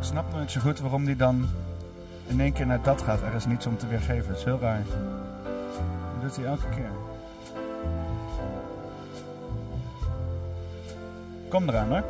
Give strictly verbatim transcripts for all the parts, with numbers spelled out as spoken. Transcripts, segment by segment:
snap nooit zo goed waarom die dan in één keer naar dat gaat. Er is niets om te weergeven. Het is heel raar. Dat doet hij elke keer. Kom eraan, hè.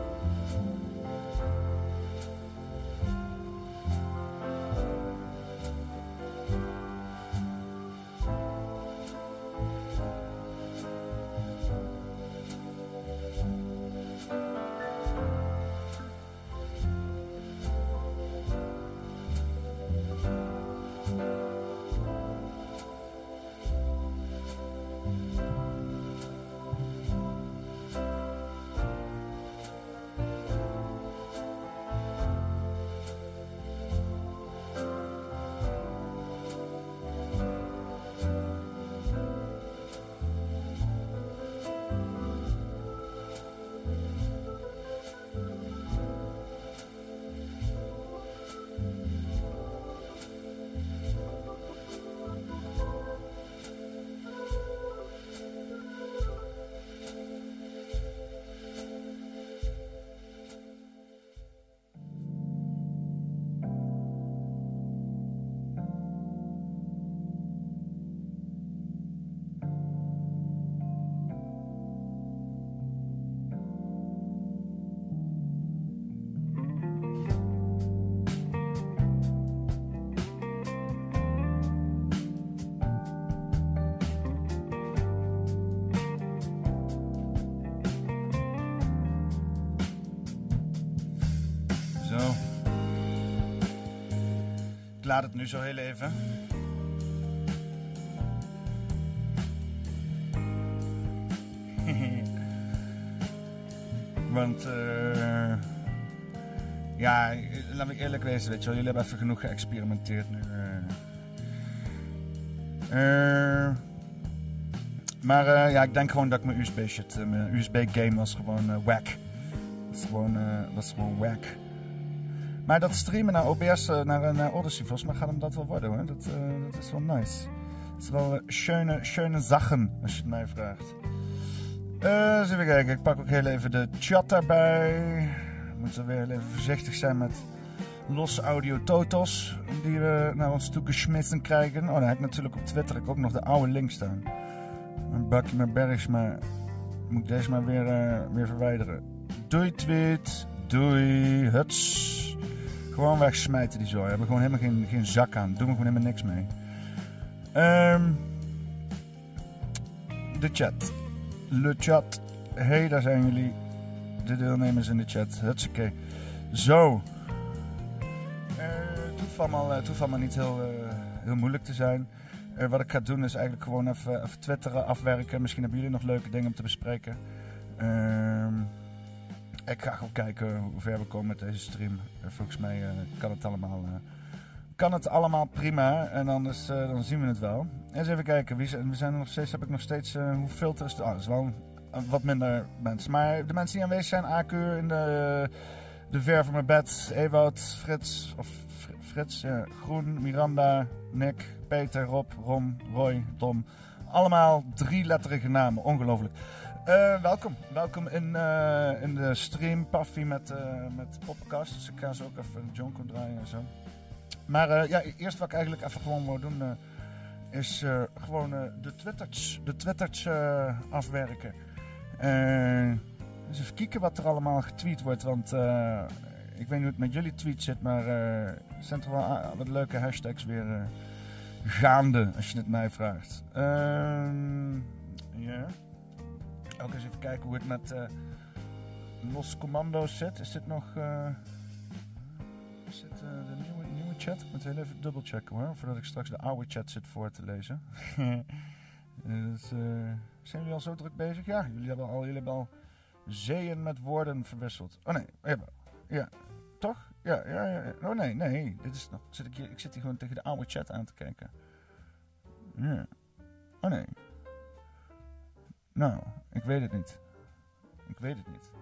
Ik laat het nu zo heel even. Want, uh, ja, laat ik eerlijk wezen, weet je wel. Jullie hebben even genoeg geëxperimenteerd nu. Uh, uh, maar uh, ja, ik denk gewoon dat ik mijn U S B shit, uh, mijn U S B game was gewoon uh, whack. Was gewoon, uh, was gewoon whack. Maar dat streamen naar O B S, uh, naar, naar Odyssey, volgens mij gaat hem dat wel worden hoor. Dat, uh, dat is wel nice. Dat is wel uh, schöne, schöne zachen, als je het mij vraagt. Uh, eens even kijken, ik pak ook heel even de chat daarbij. We moeten weer heel even voorzichtig zijn met losse audio totos die we naar ons toe gesmissen krijgen. Oh, dan heb ik natuurlijk op Twitter ik ook nog de oude link staan. Een bakje met Bergsma. Moet ik deze maar weer, uh, weer verwijderen. Doei tweet, doei, huts. Gewoon wegsmijten die zo. We hebben gewoon helemaal geen, geen zak aan. Doen we gewoon helemaal niks mee. Um, de chat. Le chat. Hey, daar zijn jullie. De deelnemers in de chat. Hutsakee. Zo. Uh, het hoeft allemaal, uh, het hoeft allemaal niet heel, uh, heel moeilijk te zijn. Uh, wat ik ga doen is eigenlijk gewoon even, even twitteren, afwerken. Misschien hebben jullie nog leuke dingen om te bespreken. Uh, ik ga gewoon kijken hoe ver we komen met deze stream. Uh, volgens mij uh, kan het allemaal... Uh, kan het allemaal prima. En anders uh, dan zien we het wel. Eens even kijken. Wie zijn, we zijn er nog steeds... Heb ik nog steeds... Uh, hoe filter is het? Oh, dat is wel uh, wat minder mensen. Maar de mensen die aanwezig zijn... A Q in de... De ver van mijn bed, Ewout, Frits, of Frits, ja, Groen, Miranda, Nick, Peter, Rob, Rom, Roy, Tom. Allemaal drieletterige namen, ongelooflijk. Uh, welkom, welkom in, uh, in de stream, Paffy met, uh, met Poppenkast. Dus ik ga zo ook even een jonko draaien en zo. Maar uh, ja, eerst wat ik eigenlijk even gewoon wil doen, uh, is uh, gewoon uh, de Twitters, de Twitters uh, afwerken. Uh, Dus even kijken wat er allemaal getweet wordt, want uh, ik weet niet hoe het met jullie tweets zit, maar uh, er zijn toch wel uh, wat leuke hashtags weer uh, gaande, als je het mij vraagt. Ja. Uh, yeah. Ook eens even kijken hoe het met uh, Los Commando's zit. Is dit nog... Uh, is dit uh, de nieuwe, nieuwe chat? Ik moet heel even dubbelchecken hoor, voordat ik straks de oude chat zit voor te lezen. dus, uh, zijn jullie al zo druk bezig? Ja, jullie hebben al... Jullie hebben al zeeën met woorden verwisseld. Oh nee, ja, ja. Toch? Ja, ja, ja. Oh nee, nee. Dit is nog, zit ik, hier, ik zit hier gewoon tegen de oude chat aan te kijken. Ja. Oh nee. Nou, ik weet het niet. Ik weet het niet.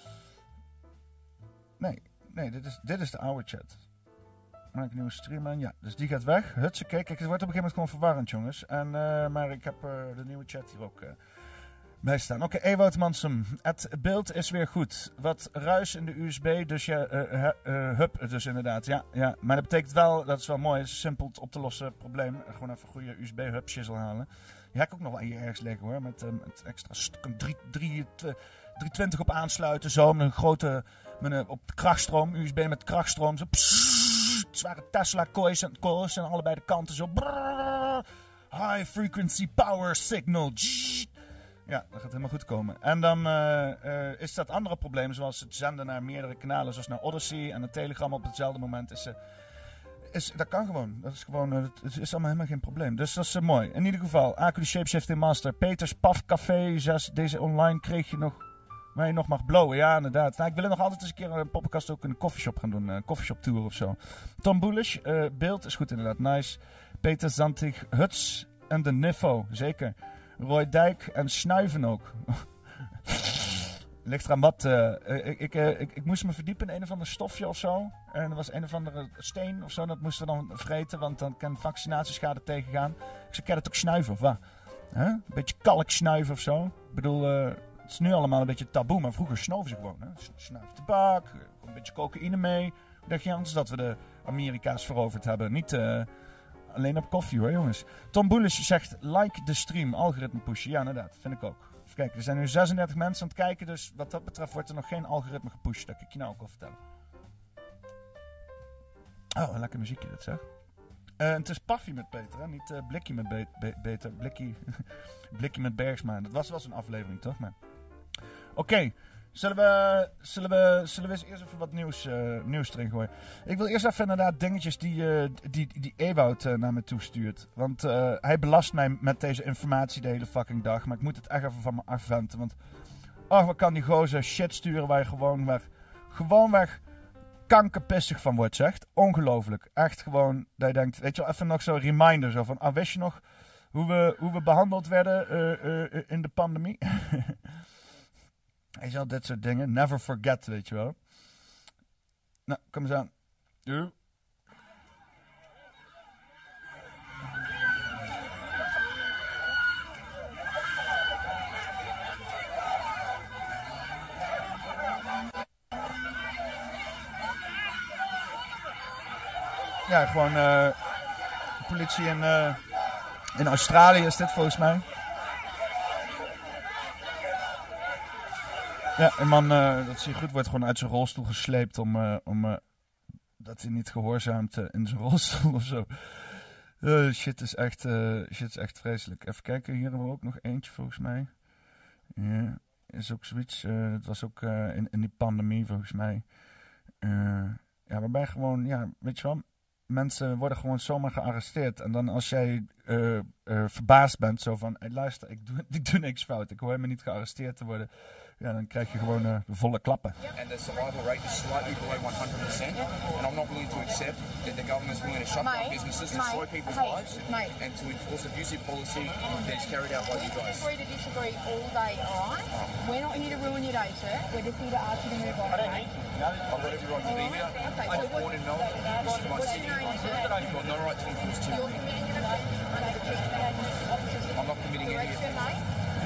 Nee, nee, dit is, dit is de oude chat. Maak een nieuwe stream aan. Ja, dus die gaat weg. Hutsakee. Kijk, het wordt op een gegeven moment gewoon verwarrend, jongens. En, uh, maar ik heb uh, de nieuwe chat hier ook... Uh, bijstaan. Oké, okay, Ewout Mansum. Het beeld is weer goed. Wat ruis in de U S B, dus ja, uh, uh, hub, dus inderdaad. Ja, ja, maar dat betekent wel, dat is wel mooi, het is een simpel op te lossen probleem. Gewoon even een goede U S B-hub shizzle halen. Die heb ik ook nog wel hier ergens liggen hoor, met, uh, met extra stukken driehonderdtwintig op aansluiten, zo, met een grote, met een, op de krachtstroom, U S B met krachtstroom, zo, pssst, zware Tesla coils en coils aan allebei de kanten, zo, brrr, high frequency power signal, tss. Ja, dat gaat helemaal goed komen. En dan uh, uh, is dat andere probleem, zoals het zenden naar meerdere kanalen, zoals naar Odyssey en naar Telegram op hetzelfde moment, is, uh, is dat kan gewoon. Dat is gewoon, uh, het is allemaal helemaal geen probleem. Dus dat is uh, mooi. In ieder geval, Acu de Shapeshifting Master, Peters Paf Café, zes, deze online kreeg je nog, waar je nog mag blowen. Ja, inderdaad. Nou, ik wil nog altijd eens een keer een podcast ook in een koffieshop gaan doen, een koffieshop tour of zo. Tom Boelish, uh, beeld is goed inderdaad, nice. Peter Zantig, Huts en de Niffo, zeker. Roy Dijk en snuiven ook. Ligt eraan wat. Uh, ik, ik, uh, ik, ik moest me verdiepen in een of ander stofje of zo. En er was een of andere steen of zo. Dat moesten we dan vreten, want dan kan vaccinatieschade tegengaan. Ik zei, kan het ook snuiven of wat? Huh? Een beetje kalk snuiven of zo. Ik bedoel, uh, het is nu allemaal een beetje taboe, maar vroeger snoven ze gewoon. Hè? Snuif tabak, een beetje cocaïne mee. Hoe dacht je anders dat we de Amerika's veroverd hebben? Niet... Uh, Alleen op koffie hoor, jongens. Tom Boelish zegt, like de stream, algoritme pushen. Ja, inderdaad, vind ik ook. Even kijken, er zijn nu zesendertig mensen aan het kijken, dus wat dat betreft wordt er nog geen algoritme gepusht. Dat kan ik je nou ook al vertellen. Oh, lekker muziekje dat zeg. Uh, het is Paffy met Peter, hè? Niet uh, Blikkie met Be- Be- Beter. Blikkie, Blikkie met Bergsma. Dat was wel zo'n aflevering, toch? Maar... Oké. Okay. Zullen we, zullen, we, zullen we eens eerst even wat nieuws, uh, nieuws erin gooien? Ik wil eerst even inderdaad dingetjes die, uh, die, die Ewout uh, naar me toestuurt. Want uh, hij belast mij met deze informatie de hele fucking dag. Maar ik moet het echt even van me afventen. Want, oh, wat kan die gozer shit sturen waar je gewoon weg, gewoon weg kankerpissig van wordt, zegt. Ongelooflijk. Echt gewoon, dat je denkt, weet je wel, even nog zo'n reminder. Zo van, ah, wist je nog hoe we, hoe we behandeld werden uh, uh, in de pandemie? Hij zal dit soort dingen. Never forget, weet je wel. Nou, kom eens aan. Doe. Ja, gewoon uh, politie in, uh, in Australië is dit volgens mij. Ja, een man, uh, dat zie je goed, wordt gewoon uit zijn rolstoel gesleept om, uh, om uh, dat hij niet gehoorzaamt uh, in zijn rolstoel of zo. Uh, shit, is echt, uh, shit is echt vreselijk. Even kijken, hier hebben we ook nog eentje volgens mij. Ja, is ook zoiets. Uh, het was ook uh, in, in die pandemie volgens mij. Uh, ja, waarbij gewoon, ja, weet je wel, mensen worden gewoon zomaar gearresteerd. En dan als jij uh, uh, verbaasd bent, zo van, hey, luister, ik doe, ik doe niks fout. Ik hoor me niet gearresteerd te worden. Ja, dan krijg je gewoon uh, volle klappen. And the survival rate is slightly below one hundred percent. And I'm not willing to accept that the government's willing to shut down businesses, destroy people's hey, lives, mate. and to enforce abusive policy that is carried out by you guys. Agree to disagree all day, alright? We're not here to ruin your day, sir. We're just here to ask you to move on. I don't need you. I've got every right to be here. Okay, I was so born in Melbourne. This is my what's city. your name, sir? You've got no right to enforce You're tyranny. committing an offence. Okay, I'm not committing any. Register, mate.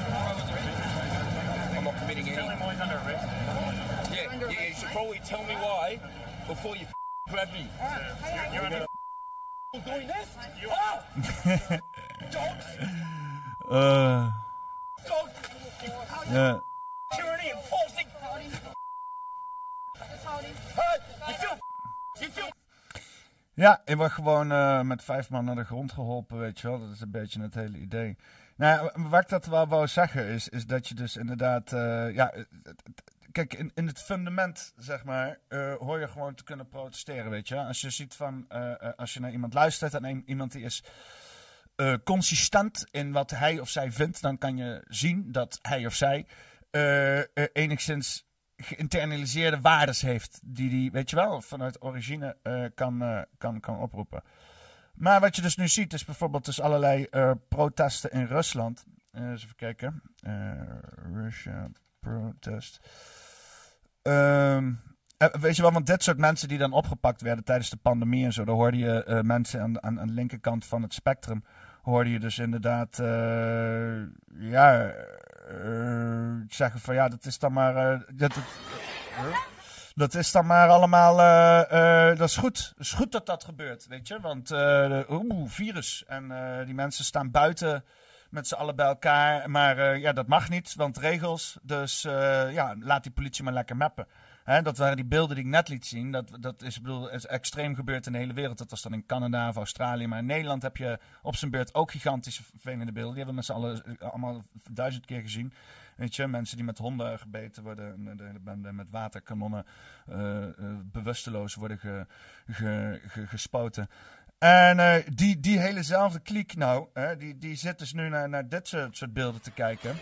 I'm not committing any. You're under Yeah, yeah, you should probably tell me why before you grab me. Alright, hey, You're under doing this? You are. Dogs. Uh, Dogs. ja. Tyranny enforcing. hold him. Just hold him. Hey, you feel. You feel. Ja, ik word gewoon uh, met vijf man naar de grond geholpen, weet je wel. Dat is een beetje het hele idee. Nou, wat ik dat wel wou zeggen is, is dat je dus inderdaad... Uh, ja, kijk, in, in het fundament, zeg maar, uh, hoor je gewoon te kunnen protesteren, weet je. Als je ziet van, uh, uh, als je naar iemand luistert en een, iemand die is uh, consistent in wat hij of zij vindt, dan kan je zien dat hij of zij uh, uh, enigszins geïnternaliseerde waardes heeft, die die, weet je wel, vanuit origine uh, kan, uh, kan, kan oproepen. Maar wat je dus nu ziet is bijvoorbeeld dus allerlei uh, protesten in Rusland. Uh, eens even kijken. Uh, Russia protest. Um, uh, weet je wel, want dit soort mensen die dan opgepakt werden tijdens de pandemie en zo, daar hoorde je uh, mensen aan, aan, aan de linkerkant van het spectrum, hoorde je dus inderdaad, uh, ja, uh, zeggen van ja, dat is dan maar... Uh, dat, dat, uh, dat is dan maar allemaal... Uh, uh, dat is goed. Het is goed dat dat gebeurt, weet je. Want, uh, oeh, virus. En uh, die mensen staan buiten met z'n allen bij elkaar. Maar uh, ja, dat mag niet, want regels. Dus uh, ja, laat die politie maar lekker mappen. Hè, dat waren die beelden die ik net liet zien. Dat, dat is, ik bedoel, is extreem gebeurd in de hele wereld. Dat was dan in Canada of Australië. Maar in Nederland heb je op zijn beurt ook gigantische vervelende beelden. Die hebben we met z'n allen allemaal duizend keer gezien. Weet je, mensen die met honden gebeten worden. De hele bende met waterkanonnen uh, uh, bewusteloos worden ge, ge, ge, gespoten. En uh, die, die helezelfde kliek nou, hè, die, die zit dus nu naar, naar dit soort, soort beelden te kijken.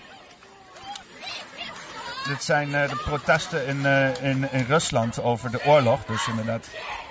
Dit zijn uh, de protesten in, uh, in, in Rusland over de oorlog, dus inderdaad.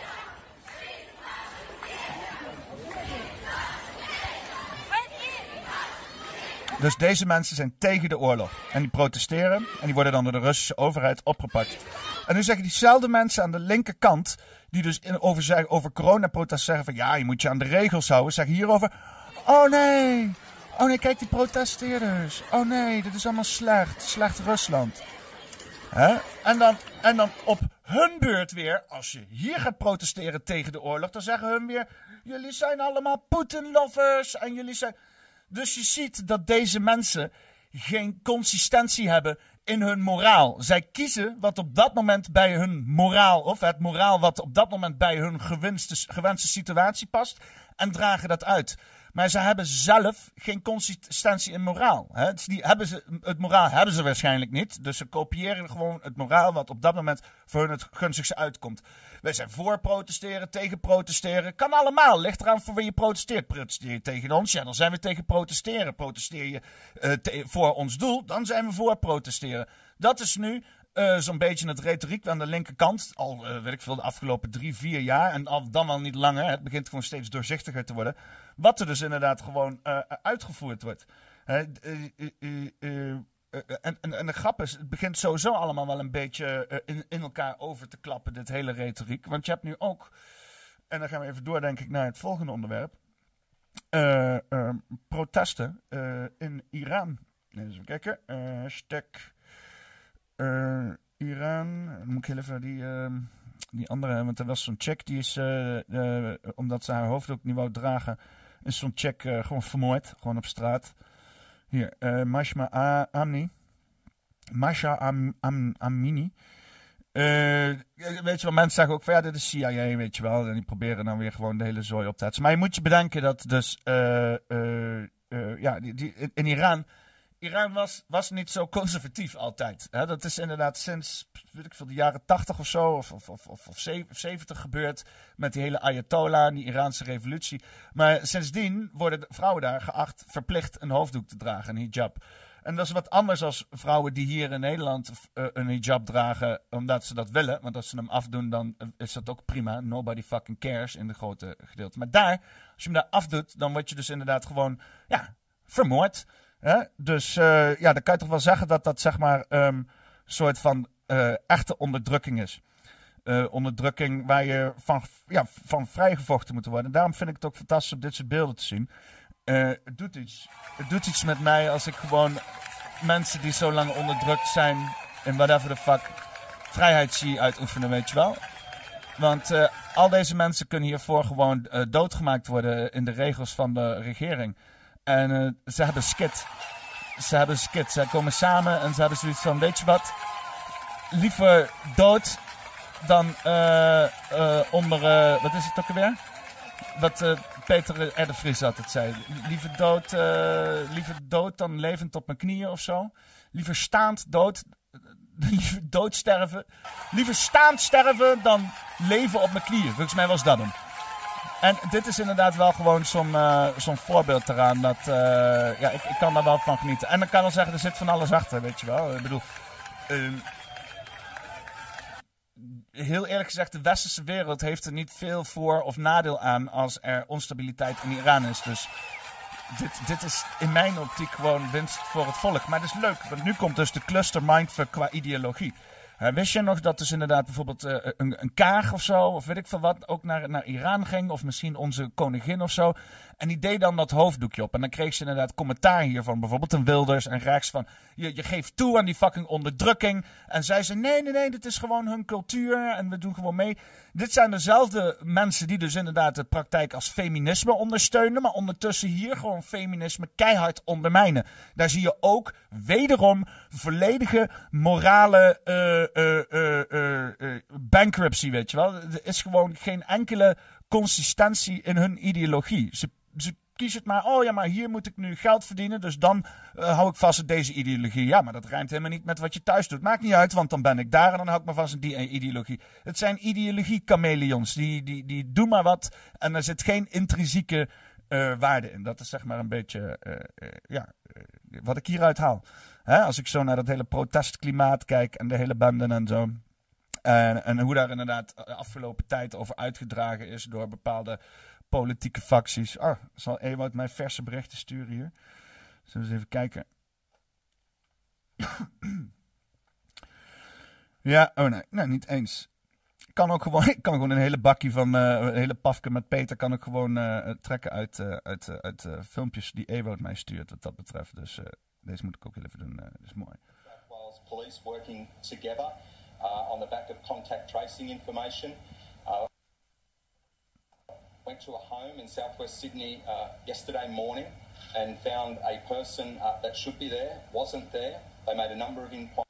Dus deze mensen zijn tegen de oorlog. En die protesteren en die worden dan door de Russische overheid opgepakt. En nu zeggen diezelfde mensen aan de linkerkant, die dus in, over, zeggen, over coronaprotest zeggen van ja, je moet je aan de regels houden, zeggen hierover, oh nee... Oh nee, kijk die protesteerders. Oh nee, dit is allemaal slecht. Slecht Rusland. Hè? En, dan, en dan op hun beurt weer, als je hier gaat protesteren tegen de oorlog, dan zeggen hun weer, jullie zijn allemaal Poetin-lovers. En jullie zijn... Dus je ziet dat deze mensen geen consistentie hebben in hun moraal. Zij kiezen wat op dat moment bij hun moraal, of het moraal wat op dat moment bij hun gewenste, gewenste situatie past, en dragen dat uit. Maar ze hebben zelf geen consistentie in moraal. Hè? Dus die hebben ze, het moraal hebben ze waarschijnlijk niet. Dus ze kopiëren gewoon het moraal wat op dat moment voor hun het gunstigste uitkomt. Wij zijn voor protesteren, tegen protesteren. Kan allemaal. Ligt eraan voor wie je protesteert. Protesteer je tegen ons? Ja, dan zijn we tegen protesteren. Protesteer je uh, te- voor ons doel? Dan zijn we voor protesteren. Dat is nu... Uh, zo'n beetje het retoriek aan de linkerkant. Al uh, weet ik veel, de afgelopen drie, vier jaar. En al dan wel niet langer. Het begint gewoon steeds doorzichtiger te worden. Wat er dus inderdaad gewoon uh, uitgevoerd wordt. Uh, uh, uh, uh, uh, uh, en, en, en de grap is, het begint sowieso allemaal wel een beetje uh, in, in elkaar over te klappen, dit hele retoriek. Want je hebt nu ook, en dan gaan we even door denk ik naar het volgende onderwerp. Uh, uh, protesten uh, in Iran. Even kijken. Uh, hashtag... Uh, Iran, dan moet ik heel even die, uh, die andere, want er was zo'n chick die is, uh, uh, omdat ze haar hoofddoek niet wou dragen, is zo'n chick uh, gewoon vermoord, gewoon op straat. Hier, uh, Mashma Amini, Masha Am, Am, Amini. Uh, weet je wel, mensen zeggen ook van ja, dit is C I A, weet je wel. En die proberen dan weer gewoon de hele zooi op te hetsen. Maar je moet je bedenken dat dus, uh, uh, uh, ja, die, die, in Iran... Iran was, was niet zo conservatief altijd. Hè? Dat is inderdaad sinds weet ik veel, de jaren tachtig of zo, of, of, of, of zeventig gebeurd. Met die hele Ayatollah en die Iraanse revolutie. Maar sindsdien worden de vrouwen daar geacht verplicht een hoofddoek te dragen, een hijab. En dat is wat anders dan vrouwen die hier in Nederland uh, een hijab dragen omdat ze dat willen. Want als ze hem afdoen, dan is dat ook prima. Nobody fucking cares in de grote gedeelte. Maar daar, als je hem daar afdoet, dan word je dus inderdaad gewoon, ja, vermoord. Ja, dus uh, ja, dan kan je toch wel zeggen dat dat zeg maar een um, soort van uh, echte onderdrukking is. Uh, onderdrukking waar je van, ja, van vrijgevochten moet worden. Daarom vind ik het ook fantastisch om dit soort beelden te zien. Uh, het doet iets. Het doet iets met mij als ik gewoon mensen die zo lang onderdrukt zijn in whatever the fuck vrijheid zie uitoefenen, weet je wel. Want uh, al deze mensen kunnen hiervoor gewoon uh, doodgemaakt worden in de regels van de regering. En uh, ze hebben skit. Ze hebben skit. Ze komen samen en ze hebben zoiets van, weet je wat? Liever dood dan uh, uh, onder, uh, wat is het ook alweer? Wat uh, Peter R. de Vries altijd zei. Liever dood, uh, liever dood dan levend op mijn knieën of zo. Liever staand dood. Liever doodsterven. Liever staand sterven dan leven op mijn knieën. Volgens mij was dat hem. En dit is inderdaad wel gewoon zo'n, uh, zo'n voorbeeld eraan. Dat, uh, ja, ik, ik kan daar wel van genieten. En dan kan ik wel zeggen, er zit van alles achter, weet je wel. Ik bedoel, uh, heel eerlijk gezegd, de westerse wereld heeft er niet veel voor of nadeel aan als er onstabiliteit in Iran is. Dus dit, dit is in mijn optiek gewoon winst voor het volk. Maar het is leuk, want nu komt dus de cluster mindfuck qua ideologie. Uh, wist je nog dat dus inderdaad bijvoorbeeld uh, een, een kaag of zo, of weet ik veel wat, ook naar, naar Iran ging, of misschien onze koningin of zo. En die deed dan dat hoofddoekje op. En dan kreeg ze inderdaad commentaar hiervan. Bijvoorbeeld een Wilders en rechts van... Je, je geeft toe aan die fucking onderdrukking. En zei ze, nee, nee, nee, dit is gewoon hun cultuur. En we doen gewoon mee. Dit zijn dezelfde mensen die dus inderdaad de praktijk als feminisme ondersteunen. Maar ondertussen hier gewoon feminisme keihard ondermijnen. Daar zie je ook wederom volledige morale uh, uh, uh, uh, uh, bankruptcy, weet je wel. Er is gewoon geen enkele consistentie in hun ideologie. Ze, ze kiezen het maar, oh ja, maar hier moet ik nu geld verdienen, dus dan uh, hou ik vast aan deze ideologie. Ja, maar dat rijmt helemaal niet met wat je thuis doet. Maakt niet uit, want dan ben ik daar en dan hou ik me vast aan die ideologie. Het zijn ideologie-chameleons. Die, die, die doen maar wat en er zit geen intrinsieke uh, waarde in. Dat is zeg maar een beetje uh, uh, ja, uh, wat ik hieruit haal. Hè? Als ik zo naar dat hele protestklimaat kijk en de hele banden en zo. En, en hoe daar inderdaad de afgelopen tijd over uitgedragen is door bepaalde politieke facties. Oh, zal Ewout mij verse berichten sturen hier? Zullen we eens even kijken. Ja, oh nee, nee, niet eens. Ik kan ook gewoon, ik kan gewoon een hele bakje van, uh, een hele pafke met Peter kan ik gewoon uh, trekken uit, uh, uit, uh, uit uh, filmpjes die Ewout mij stuurt wat dat betreft. Dus uh, deze moet ik ook even doen, uh, dat is mooi. Wales police working together uh, on the back of contact tracing information. Uh, went to a home in southwest Sydney uh, yesterday morning and found a person uh, that should be there, wasn't there. They made a number of inquiries.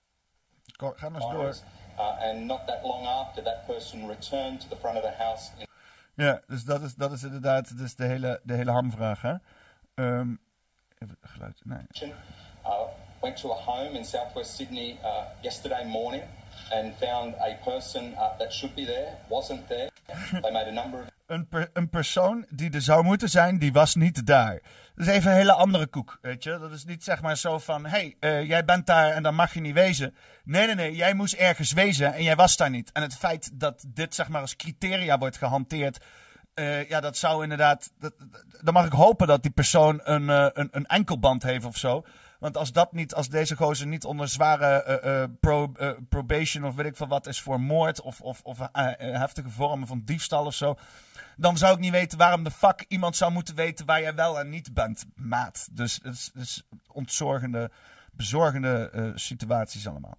Ga maar eens door. Uh, and not that long after, that person returned to the front of the house. In ja, dus dat is, dat is inderdaad dus de hele, de hele hamvraag, hè. Um, even geluid, nee. Uh, went to a home in southwest Sydney uh, yesterday morning and found a person uh, that should be there, wasn't there. They made a number of... Een, per, een persoon die er zou moeten zijn, die was niet daar. Dat is even een hele andere koek, weet je. Dat is niet zeg maar zo van, hé, hey, uh, jij bent daar en dan mag je niet wezen. Nee, nee, nee, jij moest ergens wezen en jij was daar niet. En het feit dat dit zeg maar als criteria wordt gehanteerd, uh, ja, dat zou inderdaad... Dat, dan mag ik hopen dat die persoon een, uh, een, een enkelband heeft of zo. Want als dat niet, als deze gozer niet onder zware uh, uh, pro, uh, probation of weet ik veel wat is voor moord of, of, of uh, uh, heftige vormen van diefstal of zo, dan zou ik niet weten waarom de fuck iemand zou moeten weten waar jij wel en niet bent, maat. Dus het is, het is ontzorgende, bezorgende uh, situaties allemaal.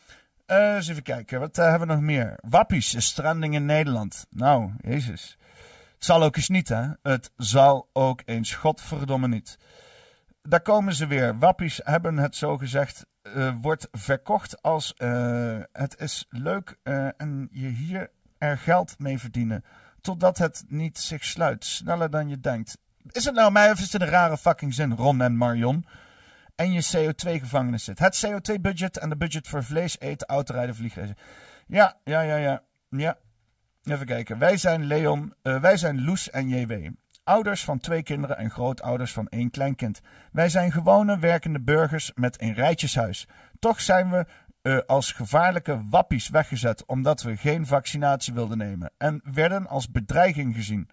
Uh, eens even kijken, wat uh, hebben we nog meer? Wappies is trending in Nederland. Nou, jezus. Het zal ook eens niet, hè? Het zal ook eens, godverdomme niet. Daar komen ze weer. Wappies hebben het zo gezegd, uh, wordt verkocht als uh, het is leuk uh, en je hier er geld mee verdienen. Totdat het niet zich sluit. Sneller dan je denkt. Is het nou mij of is het een rare fucking zin, Ron en Marion? En je C O twee gevangenis zit. Het C O twee budget en de budget voor vlees eten, autorijden, vliegreizen. Ja, ja, ja, ja. Ja. Even kijken. Wij zijn Leon, uh, wij zijn Loes en J W. Ouders van twee kinderen en grootouders van één kleinkind. Wij zijn gewone werkende burgers met een rijtjeshuis. Toch zijn we uh, als gevaarlijke wappies weggezet omdat we geen vaccinatie wilden nemen. En werden als bedreiging gezien.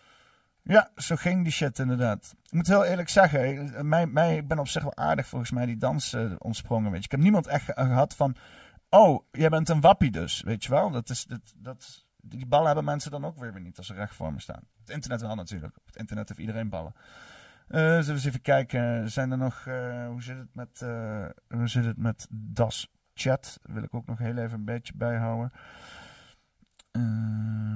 Ja, zo ging die shit inderdaad. Ik moet heel eerlijk zeggen, mij, mij, ik ben op zich wel aardig volgens mij die dans uh, ontsprongen. Weet je. Ik heb niemand echt gehad van, oh, jij bent een wappie dus, weet je wel. Dat is, dat, dat, die ballen hebben mensen dan ook weer niet als ze recht voor me staan. Het internet wel natuurlijk. Op het internet heeft iedereen ballen. Uh, zullen we eens even kijken. Zijn er nog, uh, hoe zit het met, uh, hoe zit het met Das Chat? Dat wil ik ook nog heel even een beetje bijhouden. Uh,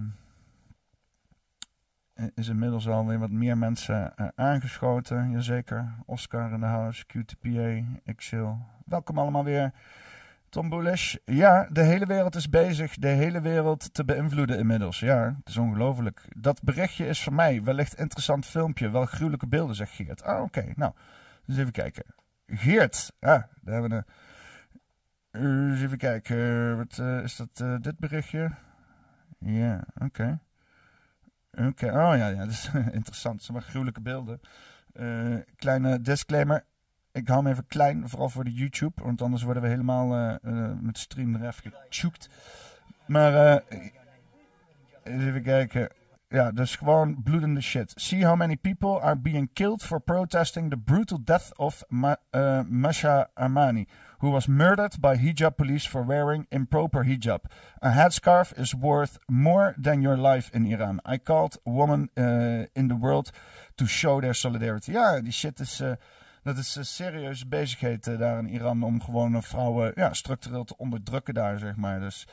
is inmiddels alweer wat meer mensen uh, aangeschoten. Jazeker. Oscar in de house, Q T P A, Xil. Welkom allemaal weer. Tom Bullish. Ja, de hele wereld is bezig de hele wereld te beïnvloeden inmiddels. Ja, het is ongelooflijk. Dat berichtje is van mij. Wellicht interessant filmpje. Wel gruwelijke beelden, zegt Geert. Ah, oké. Okay. Nou, eens even kijken. Geert. Ah, daar hebben we een... Uh, eens even kijken. Uh, wat uh, is dat? Uh, dit berichtje? Ja, oké. Okay. Oké, okay. Oh ja, ja, dat is interessant. Het zijn maar gruwelijke beelden. Uh, kleine disclaimer. Ik hou hem even klein, vooral voor de YouTube. Want anders worden we helemaal uh, uh, met stream er even gechoekt. Maar uh, even kijken. Ja, dus gewoon bloedende shit. See how many people are being killed for protesting the brutal death of Ma- uh, Masha Amani, who was murdered by hijab police for wearing improper hijab. A headscarf is worth more than your life in Iran. I called women uh, in the world to show their solidarity. Ja, die shit is... Uh, dat is een serieuze bezigheid uh, daar in Iran om gewoon uh, vrouwen ja, structureel te onderdrukken daar, zeg maar. Dus...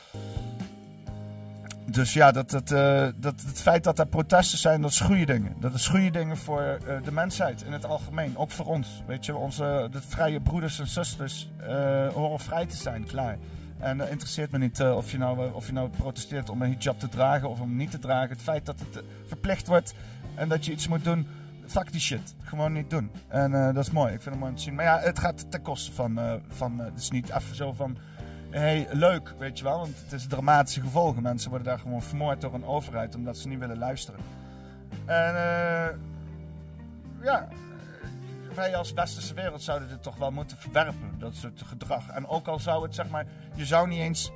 Dus ja, dat, dat, uh, dat, het feit dat er protesten zijn, dat is goede dingen. Dat is goede dingen voor uh, de mensheid in het algemeen. Ook voor ons. Weet je, onze de vrije broeders en zusters uh, horen vrij te zijn, klaar. En dat uh, interesseert me niet uh, of, je nou, uh, of je nou protesteert om een hijab te dragen of om niet te dragen. Het feit dat het uh, verplicht wordt en dat je iets moet doen, fuck die shit. Gewoon niet doen. En uh, dat is mooi. Ik vind het mooi om te zien. Maar ja, het gaat ten koste van... Uh, van uh, het is niet even zo van... Hey, leuk, weet je wel, want het is dramatische gevolgen. Mensen worden daar gewoon vermoord door een overheid omdat ze niet willen luisteren. En uh, ja, wij als westerse wereld zouden dit toch wel moeten verwerpen, dat soort gedrag. En ook al zou het, zeg maar, je zou niet eens,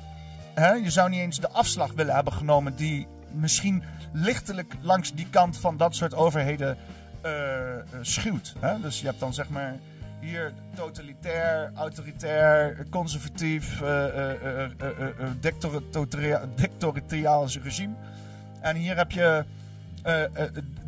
hè, je zou niet eens de afslag willen hebben genomen die misschien lichtelijk langs die kant van dat soort overheden uh, uh, schuwt. Hè? Dus je hebt dan, zeg maar... Hier totalitair, autoritair, conservatief, uh, uh, uh, uh, uh, dictatoriaal, dictatoriaal regime. En hier heb je uh, uh,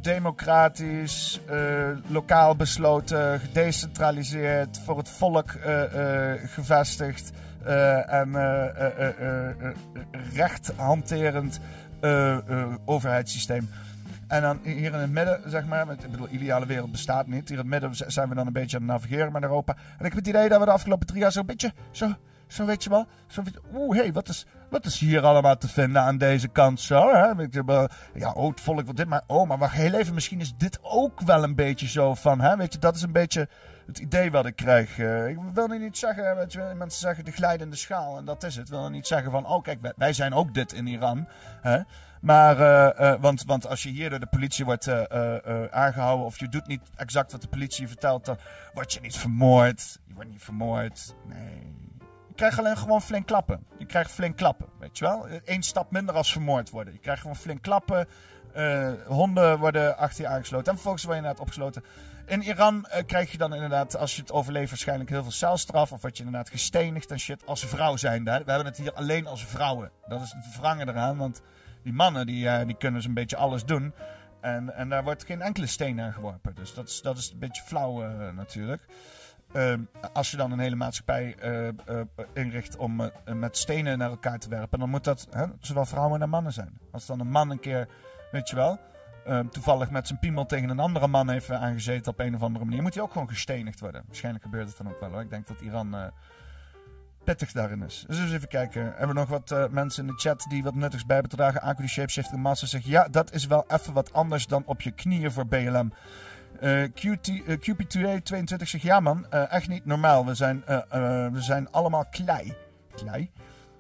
democratisch, uh, lokaal besloten, gedecentraliseerd, voor het volk uh, uh, gevestigd uh, en uh, uh, uh, uh, recht hanterend uh, uh, overheidssysteem. En dan hier in het midden, zeg maar, met, ik bedoel, de ideale wereld bestaat niet. Hier in het midden zijn we dan een beetje aan het navigeren met Europa. En ik heb het idee dat we de afgelopen drie jaar zo'n beetje, zo, zo weet je wel, zo, oeh, hé, hey, wat is, wat is hier allemaal te vinden aan deze kant zo, hè? Ja, oh, het volk wil dit, maar, oh, maar wacht heel even, misschien is dit ook wel een beetje zo van, hè, weet je, dat is een beetje het idee wat ik krijg. Uh, ik wil niet zeggen, weet je, mensen zeggen de glijdende schaal, en dat is het. Ik wil niet zeggen van, oh, kijk, wij, wij zijn ook dit in Iran, hè. Maar, uh, uh, want, want als je hier door de politie wordt uh, uh, uh, aangehouden of je doet niet exact wat de politie vertelt, dan word je niet vermoord. Je wordt niet vermoord. Nee. Je krijgt alleen gewoon flink klappen. Je krijgt flink klappen, weet je wel. Eén stap minder als vermoord worden. Je krijgt gewoon flink klappen. Uh, honden worden achter je aangesloten en vervolgens word je inderdaad opgesloten. In Iran uh, krijg je dan inderdaad, als je het overleeft, waarschijnlijk heel veel celstraf. Of word je inderdaad gestenigd en shit als vrouw zijnde. We hebben het hier alleen als vrouwen. Dat is het wrange eraan, want... Die mannen, die, uh, die kunnen zo'n beetje alles doen. En, en daar wordt geen enkele steen aan geworpen. Dus dat is, dat is een beetje flauw uh, natuurlijk. Uh, als je dan een hele maatschappij uh, uh, inricht om uh, met stenen naar elkaar te werpen... dan moet dat hè, zowel vrouwen en mannen zijn. Als dan een man een keer, weet je wel... Uh, toevallig met zijn piemel tegen een andere man heeft aangezeten op een of andere manier... moet hij ook gewoon gestenigd worden. Waarschijnlijk gebeurt het dan ook wel hoor. Ik denk dat Iran... Uh, pittig daarin is. Dus eens even kijken. Hebben we nog wat uh, mensen in de chat die wat nuttigs bij hebben te dragen? Aku, die Shapeshifting Master zegt... Ja, dat is wel even wat anders dan op je knieën voor B L M. Uh, Q T, uh, Q P twee A tweeëntwintig zegt... Ja man, uh, echt niet normaal. We zijn, uh, uh, we zijn allemaal klei. Klei?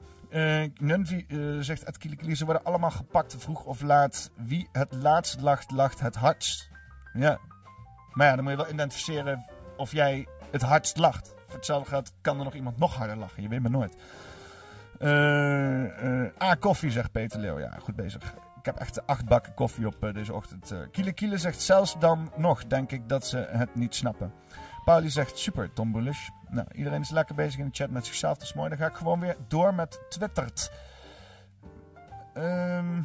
Uh, Nunvi uh, zegt... Het Kilikili, ze worden allemaal gepakt vroeg of laat. Wie het laatst lacht, lacht het hardst. Ja. Maar ja, dan moet je wel identificeren of jij het hardst lacht. Voor hetzelfde gaat, kan er nog iemand nog harder lachen. Je weet maar nooit. Uh, uh, ah, koffie, zegt Peter Leeuw. Ja, goed bezig. Ik heb echt acht bakken koffie op uh, deze ochtend. Uh, Kiele Kiele zegt zelfs dan nog, denk ik, dat ze het niet snappen. Pauli zegt super, Tom Bullish. Nou, iedereen is lekker bezig in de chat met zichzelf. Dat is mooi. Dan ga ik gewoon weer door met Twittert. Um,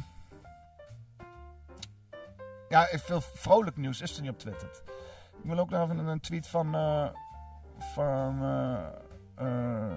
ja, veel vrolijk nieuws is er niet op Twitter. Ik wil ook nog even een tweet van... Uh, van uh, uh,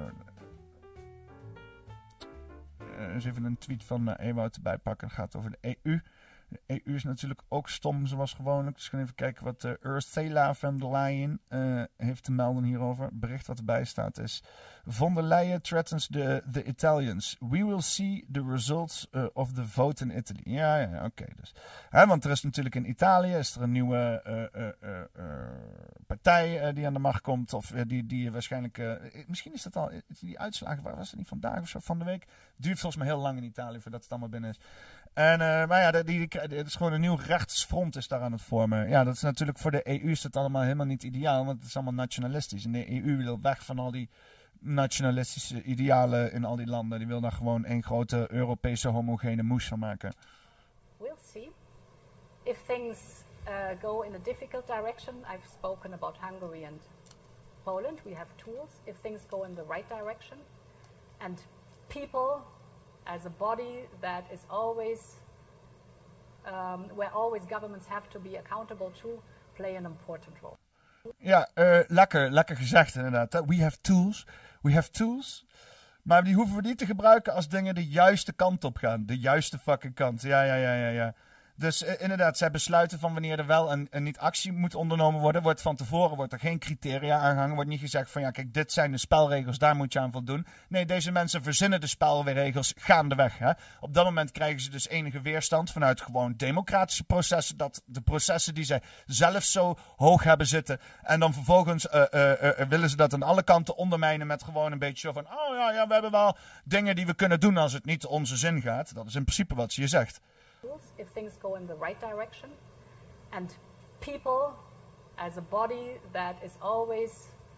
eens even een tweet van uh, Ewout erbij pakken. Het gaat over de E U. De E U is natuurlijk ook stom zoals gewoonlijk. Dus we gaan even kijken wat uh, Ursula von der Leyen uh, heeft te melden hierover. Het bericht wat erbij staat is... Von der Leyen threatens the, the Italians. We will see the results uh, of the vote in Italy. Ja, ja, oké. Okay, dus. Hè, want er is natuurlijk in Italië is er een nieuwe uh, uh, uh, uh, partij uh, die aan de macht komt. Of uh, die, die waarschijnlijk... Uh, misschien is dat al... Die uitslagen, waar was het niet vandaag of zo van de week? Het duurt volgens mij heel lang in Italië voordat het allemaal binnen is. En, uh, maar ja, die, die, die, het is gewoon een nieuw rechtsfront is daar aan het vormen. Ja, dat is natuurlijk voor de E U is dat allemaal helemaal niet ideaal, want het is allemaal nationalistisch. En de E U wil weg van al die nationalistische idealen in al die landen. Die wil daar gewoon één grote Europese homogene moes van maken. if things uh, go in a difficult direction, I've spoken about Hungary and Poland, we have tools. If things go in the right direction, and people as a body that is always, um, where always governments have to be accountable to, play an important role. Ja, uh, lekker, lekker gezegd inderdaad. Hè? We have tools, we have tools. Maar die hoeven we niet te gebruiken als dingen de juiste kant op gaan. De juiste fucking kant. Ja, ja, ja, ja, ja. Dus uh, inderdaad, zij besluiten van wanneer er wel en, en niet actie moet ondernomen worden. Wordt van tevoren wordt er geen criteria aangehangen. Wordt niet gezegd van ja, kijk, dit zijn de spelregels, daar moet je aan voldoen. Nee, deze mensen verzinnen de spelregels gaandeweg. Hè? Op dat moment krijgen ze dus enige weerstand vanuit gewoon democratische processen. Dat de processen die zij zelf zo hoog hebben zitten. En dan vervolgens uh, uh, uh, willen ze dat aan alle kanten ondermijnen met gewoon een beetje zo van oh ja, ja, we hebben wel dingen die we kunnen doen als het niet onze zin gaat. Dat is in principe wat ze je zegt. If things go in the right direction, and people as a body that is always,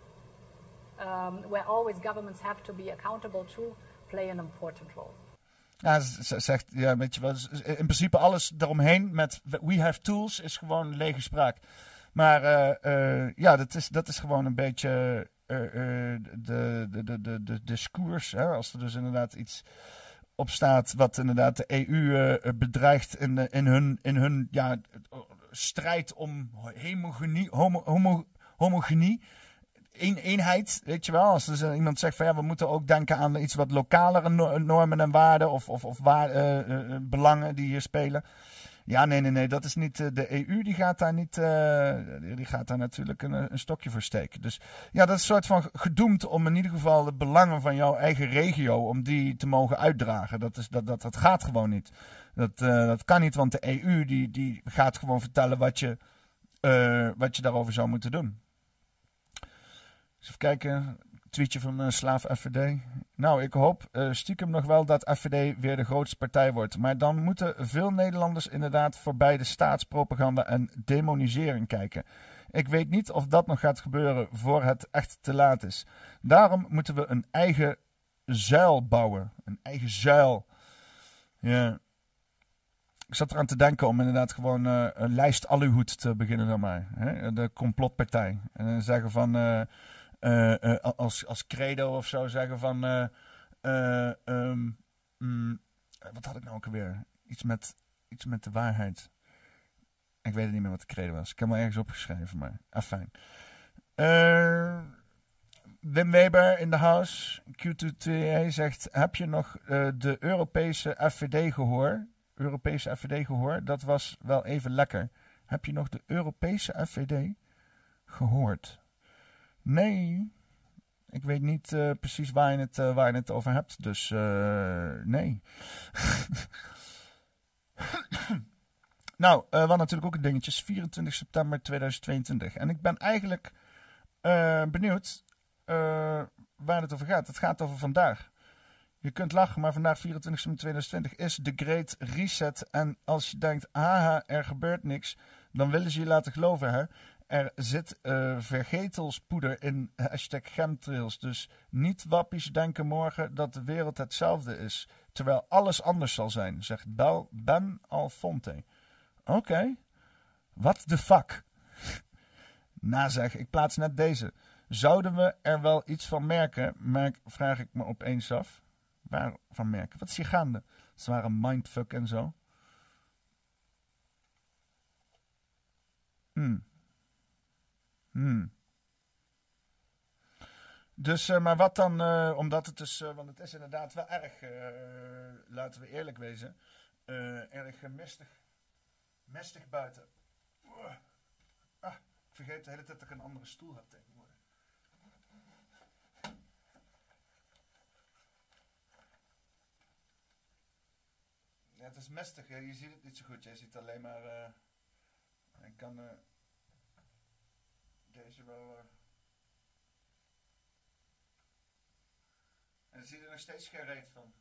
um, where always governments have to be accountable to, play an important role. Ja, ze zegt, ja, weet je wel, in principe alles eromheen met we have tools is gewoon lege spraak. Maar uh, uh, ja, dat is, dat is gewoon een beetje uh, uh, de, de, de, de, de discours, hè, als er dus inderdaad iets op staat wat inderdaad de E U uh, bedreigt in, uh, in hun, in hun ja, strijd om homogenie, homo, homo, homogenie een, eenheid, weet je wel. Als er dus iemand zegt van ja, we moeten ook denken aan iets wat lokalere no- normen en waarden of, of, of waar, uh, uh, belangen die hier spelen. Ja, nee, nee, nee, dat is niet uh, de E U, die gaat daar niet, uh, die gaat daar natuurlijk een, een stokje voor steken. Dus ja, dat is een soort van gedoemd om in ieder geval de belangen van jouw eigen regio, om die te mogen uitdragen. Dat, is, dat, dat, dat gaat gewoon niet. Dat, uh, dat kan niet, want de E U die, die gaat gewoon vertellen wat je, uh, wat je daarover zou moeten doen. Dus even kijken, tweetje van uh, Slaaf F V D. Nou, ik hoop uh, stiekem nog wel dat F V D weer de grootste partij wordt. Maar dan moeten veel Nederlanders inderdaad voorbij de staatspropaganda en demonisering kijken. Ik weet niet of dat nog gaat gebeuren voor het echt te laat is. Daarom moeten we een eigen zuil bouwen. Een eigen zuil. Ja. Ik zat eraan te denken om inderdaad gewoon uh, een lijst Aluhoed te beginnen dan maar. Hè? De complotpartij. En dan zeggen van Uh, Uh, uh, als, als credo of zo zeggen van uh, uh, um, mm, wat had ik nou ook alweer? Iets met, iets met de waarheid. Ik weet het niet meer wat de credo was. Ik heb hem ergens opgeschreven, maar afijn. Uh, Wim Weber in de house, Q twee twee A zegt, heb je nog uh, de Europese F V D gehoor? Europese F V D gehoor? Dat was wel even lekker. Heb je nog de Europese F V D gehoord? Nee, ik weet niet uh, precies waar je, het, uh, waar je het over hebt, dus uh, nee. Nou, uh, we hadden natuurlijk ook een dingetje, vierentwintig september tweeduizend tweeëntwintig. En ik ben eigenlijk uh, benieuwd uh, waar het over gaat. Het gaat over vandaag. Je kunt lachen, maar vandaag vierentwintig september tweeduizend twintig is de Great Reset. En als je denkt, haha, er gebeurt niks, dan willen ze je laten geloven, hè. Er zit uh, vergetelspoeder in hashtag chemtrails. Dus niet wappies denken morgen dat de wereld hetzelfde is. Terwijl alles anders zal zijn, zegt Bel, Ben Alfonte. Oké, okay. What the fuck? Nou zeg, ik plaats net deze. Zouden we er wel iets van merken? Maar vraag ik me opeens af. Waar van merken? Wat is hier gaande? Zware mindfuck en zo. Hmm. Hmm. Dus, uh, maar wat dan, uh, omdat het dus, uh, want het is inderdaad wel erg, uh, laten we eerlijk wezen, uh, erg uh, mistig, mistig buiten. Uh. Ah, ik vergeet de hele tijd dat ik een andere stoel heb tegenwoordig. Ja, het is mistig, hè? Je ziet het niet zo goed, je ziet alleen maar, uh, ik kan... Uh, Deze wel. Uh... En dan zie je er nog steeds geen reet van.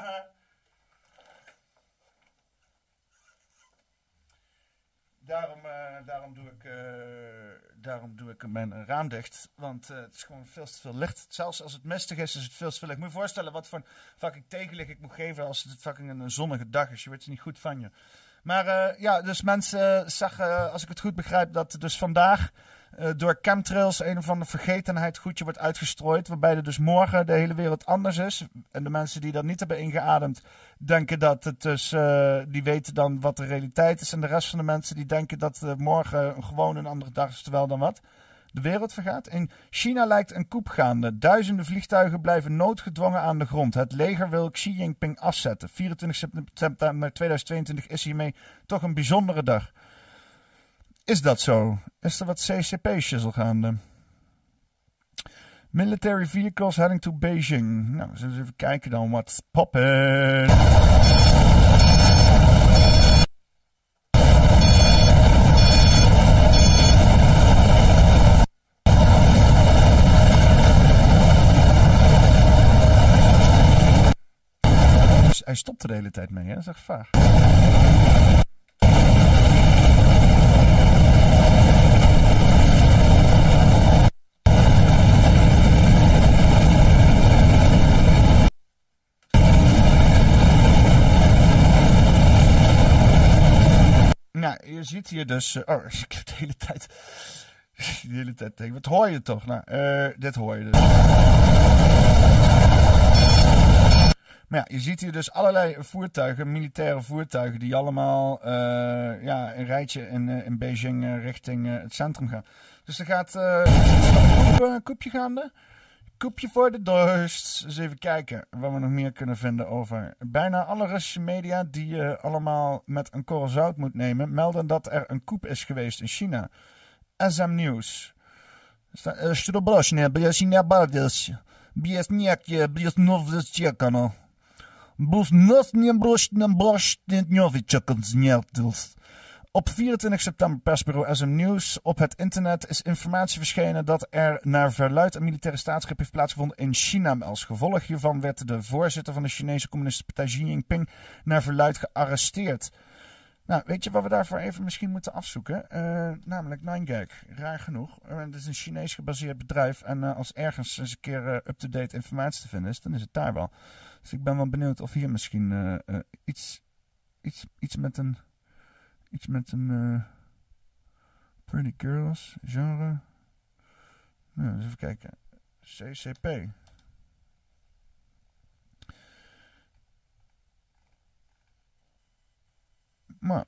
daarom, uh, daarom, doe ik, uh, daarom doe ik mijn raam dicht. Want uh, het is gewoon veel te veel licht. Zelfs als het mistig is, is het veel te veel licht. Moet je je voorstellen wat voor fucking tegenlicht ik moet geven als het fucking een zonnige dag is. Je weet het niet goed van je. Maar uh, ja, dus mensen zeggen, als ik het goed begrijp, dat dus vandaag uh, door chemtrails een of andere vergetenheid goedje wordt uitgestrooid. Waarbij er dus morgen de hele wereld anders is. En de mensen die dat niet hebben ingeademd, denken dat het dus, uh, die weten dan wat de realiteit is. En de rest van de mensen die denken dat uh, morgen gewoon een andere dag is, terwijl dan wat de wereld vergaat. In China lijkt een coup gaande. Duizenden vliegtuigen blijven noodgedwongen aan de grond. Het leger wil Xi Jinping afzetten. vierentwintig september tweeduizend tweeëntwintig is hiermee toch een bijzondere dag. Is dat zo? Is er wat C C P-shizzle gaande? Military vehicles heading to Beijing. Nou, zullen we eens even kijken dan. What's poppin'? Hij stopt er de hele tijd mee, hè? Dat is echt vaag. Nou, je ziet hier dus... Uh, oh, ik heb de hele tijd... De hele tijd tegen. Wat hoor je toch? Nou, uh, dit hoor je dus. Maar ja, je ziet hier dus allerlei voertuigen, militaire voertuigen, die allemaal uh, ja, een rijtje in, uh, in Beijing uh, richting uh, het centrum gaan. Dus er gaat uh, een koep, uh, koepje gaande. Koepje voor de dorst. Dus even kijken wat we nog meer kunnen vinden over. Bijna alle Russische media die je uh, allemaal met een korrel zout moet nemen, melden dat er een coup is geweest in China. S M News. Что бросне, блядь, не обалделся. Без некие, без новых чеканов. Бус нас не бросне, бросне, новый чекан знятels. Op vierentwintig september persbureau S M News. Op het internet is informatie verschenen dat er naar verluidt een militaire staatsgreep heeft plaatsgevonden in China. Als gevolg hiervan werd de voorzitter van de Chinese Communistische Partij Xi Jinping naar verluidt gearresteerd. Nou, weet je wat we daarvoor even misschien moeten afzoeken? Uh, namelijk nine gag. Raar genoeg. Uh, het is een Chinees gebaseerd bedrijf. En uh, als ergens eens een keer uh, up-to-date informatie te vinden is, dan is het daar wel. Dus ik ben wel benieuwd of hier misschien uh, uh, iets, iets, iets met een... Iets met een... Uh, Pretty Girls genre. Nou, eens even kijken. C C P. Maar...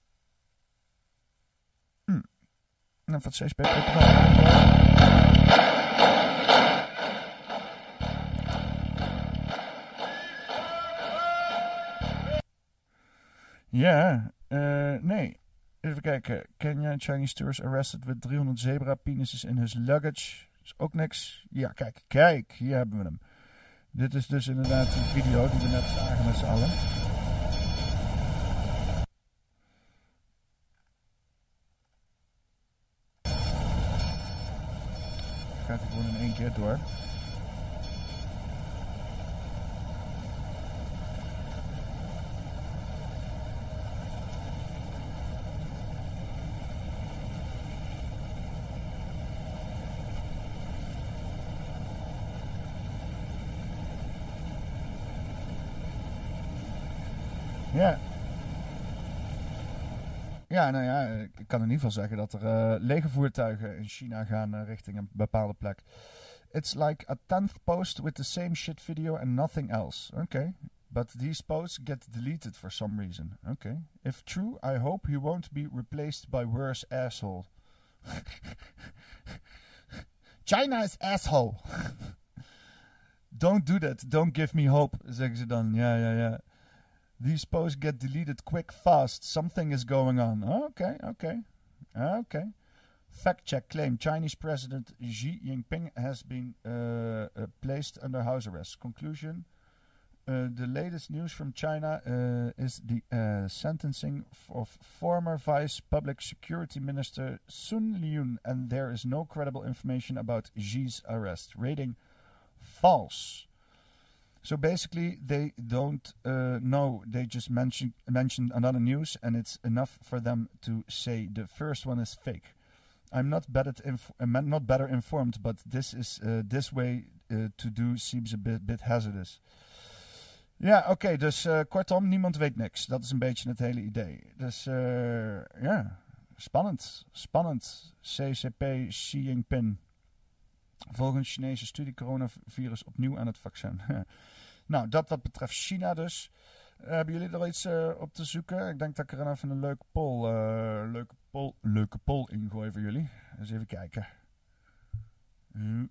Hm. Nou, wat C C P... Ja, uh, nee. Even kijken. Kenya, Chinese tourists arrested with driehonderd zebra penises in his luggage. Is ook niks. Ja, kijk, kijk. Hier hebben we hem. Dit is dus inderdaad die video die we net zagen met z'n allen. Gaat hij gewoon in één keer door. Ja. Ja, nou ja, ik kan in ieder geval zeggen dat er uh, legervoertuigen in China gaan uh, richting een bepaalde plek. It's like a tenth post with the same shit video and nothing else. Okay. But these posts get deleted for some reason. Okay. If true, I hope he won't be replaced by worse asshole. China is asshole. Don't do that. Don't give me hope, zeggen ze dan. Ja, ja, ja. These posts get deleted quick, fast. Something is going on. Oh, okay, okay, okay. Fact check claim Chinese President Xi Jinping has been uh, uh, placed under house arrest. Conclusion: uh, the latest news from China uh, is the uh, sentencing of former Vice Public Security Minister Sun Liun, and there is no credible information about Xi's arrest. Rating false. So basically, they don't uh, know. They just mentioned mentioned another news, and it's enough for them to say the first one is fake. I'm not better inf- I'm not better informed, but this is uh, this way uh, to do seems a bit bit hazardous. Ja, oké, okay, dus uh, kortom, niemand weet niks. Dat is een beetje het hele idee. Dus uh, ja, spannend. Spannend. C C P Xi Jinping. Volgens Chinese studie coronavirus opnieuw aan het vaccin. Nou, dat wat betreft China dus. Uh, hebben jullie er iets uh, op te zoeken? Ik denk dat ik er even een leuke poll, uh, leuke poll, leuke poll ingooi voor jullie. Eens even kijken. Uh.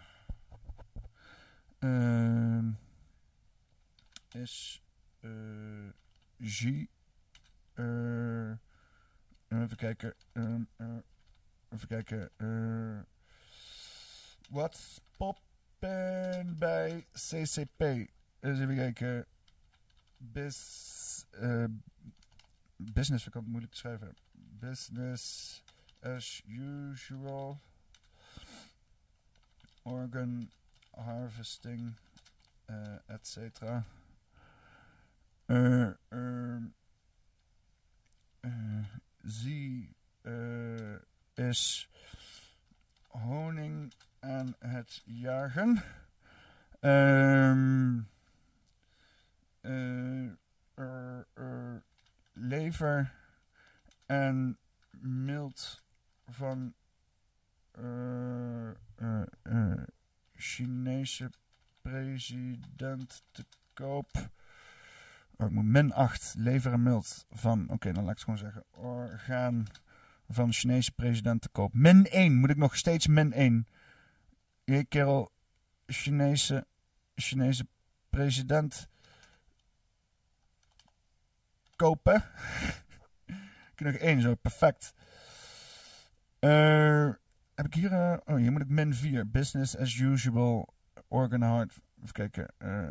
Uh, is uh, Xi uh, even kijken uh, uh, even kijken uh, wat poppen bij C C P. Eens even kijken. Bis, uh, business, ik kan het moeilijk te schrijven. Business as usual. Organ harvesting, uh, et cetera. Uh, uh, uh, zie uh, is honing aan het jagen. Um, uh, uh, uh, lever en mild van uh, uh, uh, Chinese president te koop. Oh, ik moet min acht lever en mild van, oké, okay, dan laat ik het gewoon zeggen. Orgaan van Chinese president te koop. Min één, moet ik nog steeds min één. Je kerel, Chinese, Chinese president kopen. Ik heb nog één zo, perfect. Uh, heb ik hier, uh, oh hier moet ik min vier. Business as usual, organ hard, even kijken. Uh,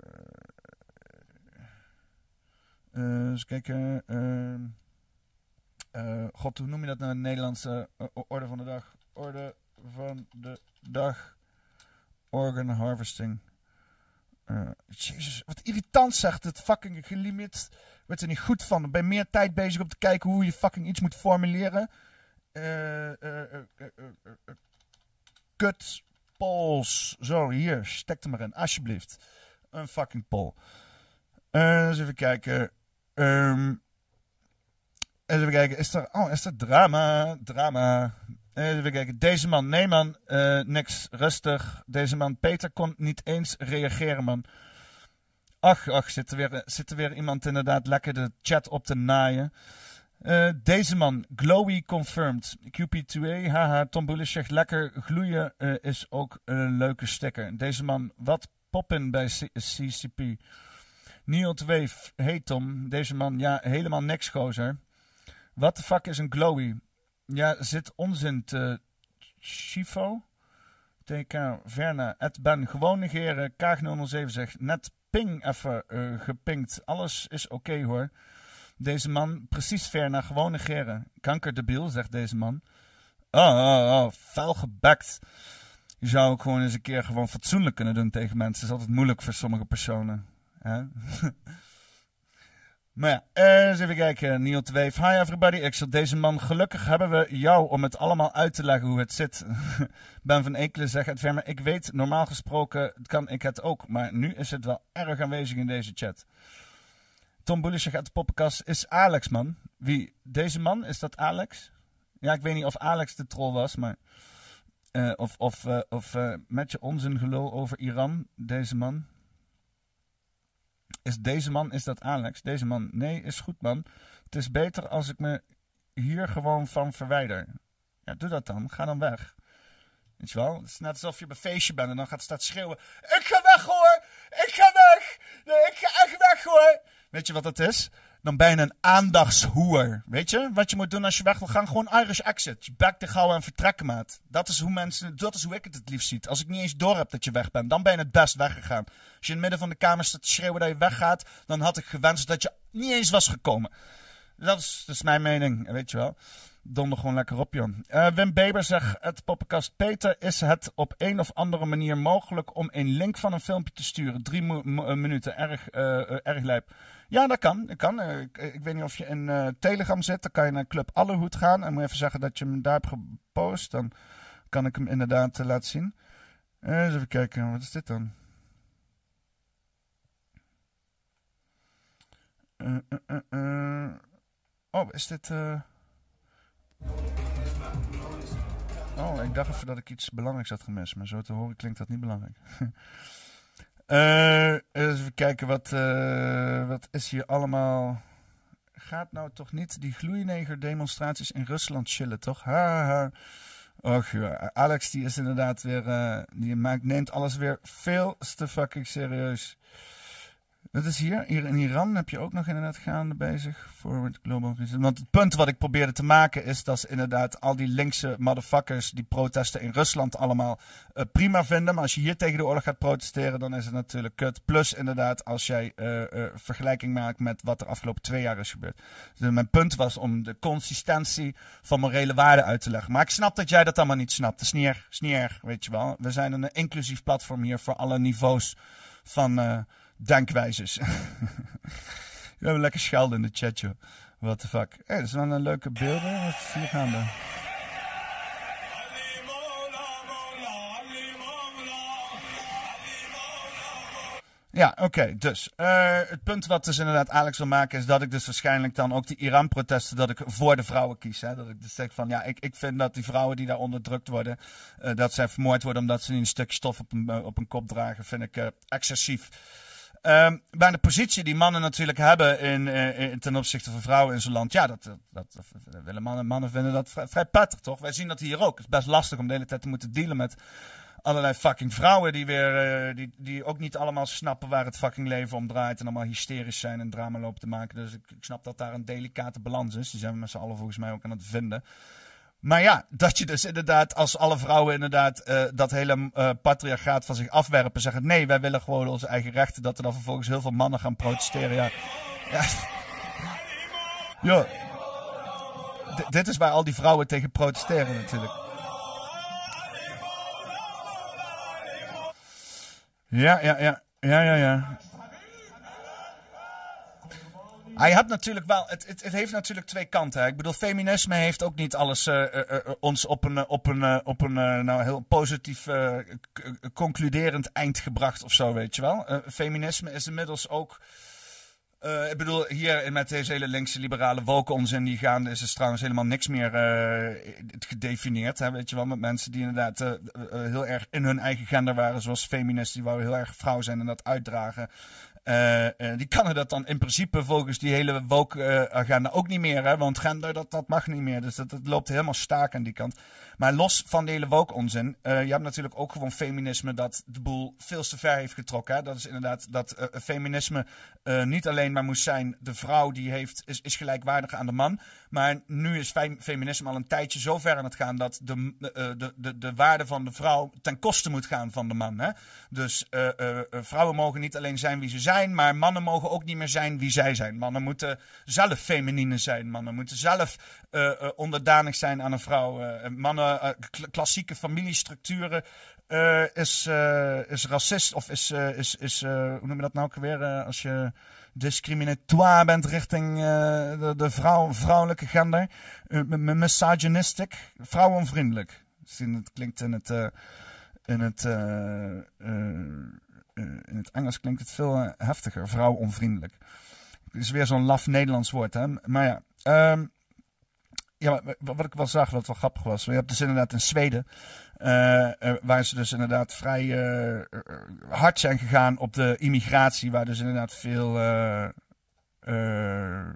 uh, eens kijken. Uh, uh, God, hoe noem je dat nou in het Nederlandse uh, orde van de dag? Orde van de dag. Organ harvesting. Uh, Jezus, wat irritant zegt het fucking gelimiet. Wordt er niet goed van. Ik ben meer tijd bezig om te kijken hoe je fucking iets moet formuleren. Uh, uh, uh, uh, uh, uh, uh, kut polls. Zo, hier, stek er maar in, alsjeblieft. Een fucking poll. Uh, eens even kijken. Um, eens even kijken. Is er, oh, is er drama? Drama. Even kijken. Deze man. Nee, man. Uh, niks. Rustig. Deze man. Peter kon niet eens reageren, man. Ach, ach. Zit er weer, zit er weer iemand inderdaad lekker de chat op te naaien. Uh, deze man. Glowy confirmed. Q P twee A. Haha. Tom Bullish zegt lekker gloeien uh, is ook een leuke sticker. Deze man. Wat poppen bij C C P. Neil twee. Hey Tom. Deze man. Ja, helemaal niks, gozer. What the fuck is een glowy? Ja, zit onzin te Chifo. T K Verna. Ed Ben. Gewoon negeren. Kaag nul nul zeven zegt. Net ping even uh, gepinkt. Alles is oké okay, hoor. Deze man. Precies Verna. Gewoon negeren. Kankerdebiel, zegt deze man. Oh, oh, oh. Vuil gebekt. Je zou ook gewoon eens een keer gewoon fatsoenlijk kunnen doen tegen mensen. Dat is altijd moeilijk voor sommige personen. Hè? Maar ja, uh, eens even kijken. Neil twee. Hi everybody. Ik zal deze man. Gelukkig hebben we jou om het allemaal uit te leggen hoe het zit. Ben van Ekelen zegt het Verme. Ik weet, normaal gesproken kan ik het ook. Maar nu is het wel erg aanwezig in deze chat. Tom Bullish zegt uit de poppenkast. Is Alex, man. Wie? Deze man? Is dat Alex? Ja, ik weet niet of Alex de troll was, maar... Uh, of of, uh, of uh, met je onzin gelul over Iran. Deze man... Is deze man, is dat Alex? Deze man, nee, is goed man. Het is beter als ik me hier gewoon van verwijder. Ja, doe dat dan. Ga dan weg. Weet je wel? Het is net alsof je op een feestje bent en dan gaat staan schreeuwen. Ik ga weg hoor! Ik ga weg! Nee, ik ga echt weg hoor! Weet je wat dat is? Dan ben je een aandachtshoer. Weet je? Wat je moet doen als je weg wil gaan? Gewoon Irish exit. Je bek te houden en vertrekken, maat. Dat is hoe mensen, dat is hoe ik het het liefst zie. Als ik niet eens door heb dat je weg bent, dan ben je het best weggegaan. Als je in het midden van de kamer staat te schreeuwen dat je weggaat, dan had ik gewenst dat je niet eens was gekomen. Dat is, dat is mijn mening, weet je wel. Donder gewoon lekker op, joh. Uh, Wim Beber zegt, het poppenkast Peter, is het op een of andere manier mogelijk om een link van een filmpje te sturen? Drie mo- mo- minuten, erg, uh, uh, erg lijp. Ja, dat kan. Dat kan. Uh, ik, ik weet niet of je in uh, Telegram zit. Dan kan je naar Club Allehoed gaan. En moet even zeggen dat je hem daar hebt gepost. Dan kan ik hem inderdaad uh, laten zien. Uh, eens even kijken. Wat is dit dan? Uh, uh, uh, uh. Oh, is dit... Uh... Oh, ik dacht even dat ik iets belangrijks had gemist. Maar zo te horen klinkt dat niet belangrijk. uh, even kijken, wat, uh, wat is hier allemaal... Gaat nou toch niet die gloeineger demonstraties in Rusland chillen, toch? Ha, ha. Och, ja. Alex die is inderdaad weer... Uh, die maakt, neemt alles weer veel te fucking serieus. Dat is hier. Hier in Iran heb je ook nog inderdaad gaande bezig. Forward Global. Want het punt wat ik probeerde te maken is dat ze inderdaad al die linkse motherfuckers die protesten in Rusland allemaal uh, prima vinden. Maar als je hier tegen de oorlog gaat protesteren, dan is het natuurlijk kut. Plus inderdaad als jij uh, uh, vergelijking maakt met wat er afgelopen twee jaar is gebeurd. Dus mijn punt was om de consistentie van morele waarden uit te leggen. Maar ik snap dat jij dat allemaal niet snapt. Dat is niet erg, is niet erg, weet je wel. We zijn een inclusief platform hier voor alle niveaus van... Uh, denkwijzes. We hebben lekker schelden in de chat, joh. What the fuck. Hé, hey, dat is wel een leuke beelden. Wat is hier gaande? Ja, oké. Okay, dus. Uh, het punt wat dus inderdaad Alex wil maken is dat ik dus waarschijnlijk dan ook die Iran-protesten, dat ik voor de vrouwen kies. Hè? Dat ik dus zeg van, ja, ik, ik vind dat die vrouwen die daar onderdrukt worden, uh, dat zij vermoord worden omdat ze niet een stukje stof op een, uh, op een kop dragen, vind ik uh, excessief. Um, bij de positie die mannen natuurlijk hebben in, in, ten opzichte van vrouwen in zo'n land. Ja, dat, dat, dat willen mannen, mannen vinden dat vrij, vrij prettig, toch? Wij zien dat hier ook. Het is best lastig om de hele tijd te moeten dealen met allerlei fucking vrouwen die weer, uh, die, die ook niet allemaal snappen waar het fucking leven om draait en allemaal hysterisch zijn en drama lopen te maken. Dus ik, ik snap dat daar een delicate balans is. Die zijn we met z'n allen volgens mij ook aan het vinden. Maar ja, dat je dus inderdaad, als alle vrouwen inderdaad uh, dat hele uh, patriarchaat van zich afwerpen, zeggen nee, wij willen gewoon onze eigen rechten, dat er dan vervolgens heel veel mannen gaan protesteren. Ja, ja. Yo. D- dit is waar al die vrouwen tegen protesteren natuurlijk. Ja, ja, ja, ja, ja, ja. Hij had natuurlijk wel, het, het, het heeft natuurlijk twee kanten. Hè. Ik bedoel, feminisme heeft ook niet alles uh, uh, uh, ons op een, op een, uh, op een uh, nou, heel positief, uh, k- concluderend eind gebracht of zo, weet je wel. Uh, feminisme is inmiddels ook, uh, ik bedoel, hier met deze hele linkse liberale woke onzin die gaande is, is trouwens helemaal niks meer uh, gedefinieerd, hè, weet je wel. Met mensen die inderdaad uh, uh, heel erg in hun eigen gender waren, zoals feministen, die wouden heel erg vrouw zijn en dat uitdragen. Uh, uh, die kan dat dan in principe volgens die hele woke-agenda uh, ook niet meer. Hè? Want gender, dat, dat mag niet meer. Dus dat, dat loopt helemaal staak aan die kant. Maar los van de hele woke-onzin. Uh, je hebt natuurlijk ook gewoon feminisme dat de boel veel te ver heeft getrokken. Hè? Dat is inderdaad dat uh, feminisme uh, niet alleen maar moest zijn. De vrouw die heeft, is, is gelijkwaardig aan de man. Maar nu is fem, feminisme al een tijdje zo ver aan het gaan dat de, uh, de, de, de waarde van de vrouw ten koste moet gaan van de man. Hè? Dus uh, uh, vrouwen mogen niet alleen zijn wie ze zijn. Maar mannen mogen ook niet meer zijn wie zij zijn. Mannen moeten zelf feminine zijn. Mannen moeten zelf uh, uh, onderdanig zijn aan een vrouw. Uh, mannen, uh, k- klassieke familiestructuren uh, is, uh, is racist. Of is, uh, is, is uh, hoe noem je dat nou ook weer? Uh, als je discriminatoire bent richting uh, de, de vrouw, vrouwelijke gender. Uh, misogynistic. Vrouwonvriendelijk. Het klinkt in het... Uh, in het uh, uh, Uh, in het Engels klinkt het veel uh, heftiger, vrouwonvriendelijk. Het is weer zo'n laf Nederlands woord, hè. Maar ja, um, ja wat ik wel zag, wat wel grappig was. Je hebt dus inderdaad in Zweden, uh, uh, waar ze dus inderdaad vrij uh, uh, hard zijn gegaan op de immigratie, waar dus inderdaad veel... Uh, uh,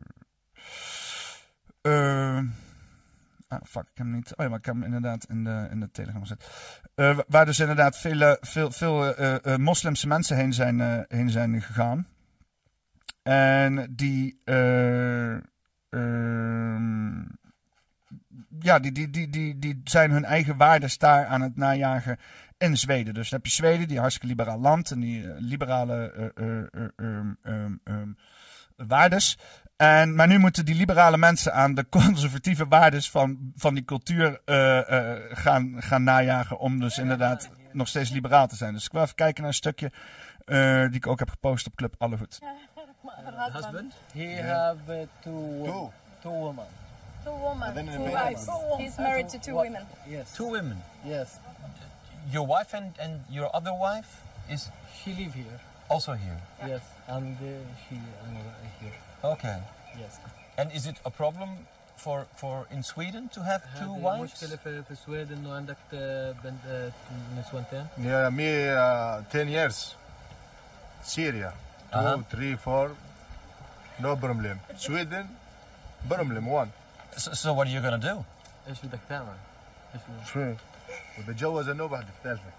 uh, Ah, fuck, ik heb hem niet... Oh ja, maar ik heb hem inderdaad in de, in de Telegram gezet. Uh, waar dus inderdaad veel, veel, veel uh, uh, moslimse mensen heen zijn, uh, heen zijn gegaan. En die... Uh, uh, ja, die, die, die, die, die zijn hun eigen waarden daar aan het najagen in Zweden. Dus dan heb je Zweden, die hartstikke liberaal land. En die uh, liberale uh, uh, uh, um, um, um, waardes... En, maar nu moeten die liberale mensen aan de conservatieve waardes van, van die cultuur uh, uh, gaan, gaan najagen om dus inderdaad nog steeds liberaal te zijn. Dus ik wil even kijken naar een stukje uh, die ik ook heb gepost op Club Allegoed. Uh, husband? He yeah. have uh, two, two. two women. Two women, two wives. He's married to two what? women. Yes. Two women? Yes. Your wife and, and your other wife is... She live here. Also here? Yes, and uh, she and uh, here. Okay. Yes. And is it a problem for for in Sweden to have two هذه wives? مشكلة في في السويد إنه عندك آه، بنت آه، نسوانتين. Yeah, me uh, ten years. Syria, two, Uh-huh. three, four, no problem. Sweden, problem one. So, so what are you gonna do? إيش بدك تعمل؟ إيش بدك؟ شو؟ وبتجوز النوبة الثالثة.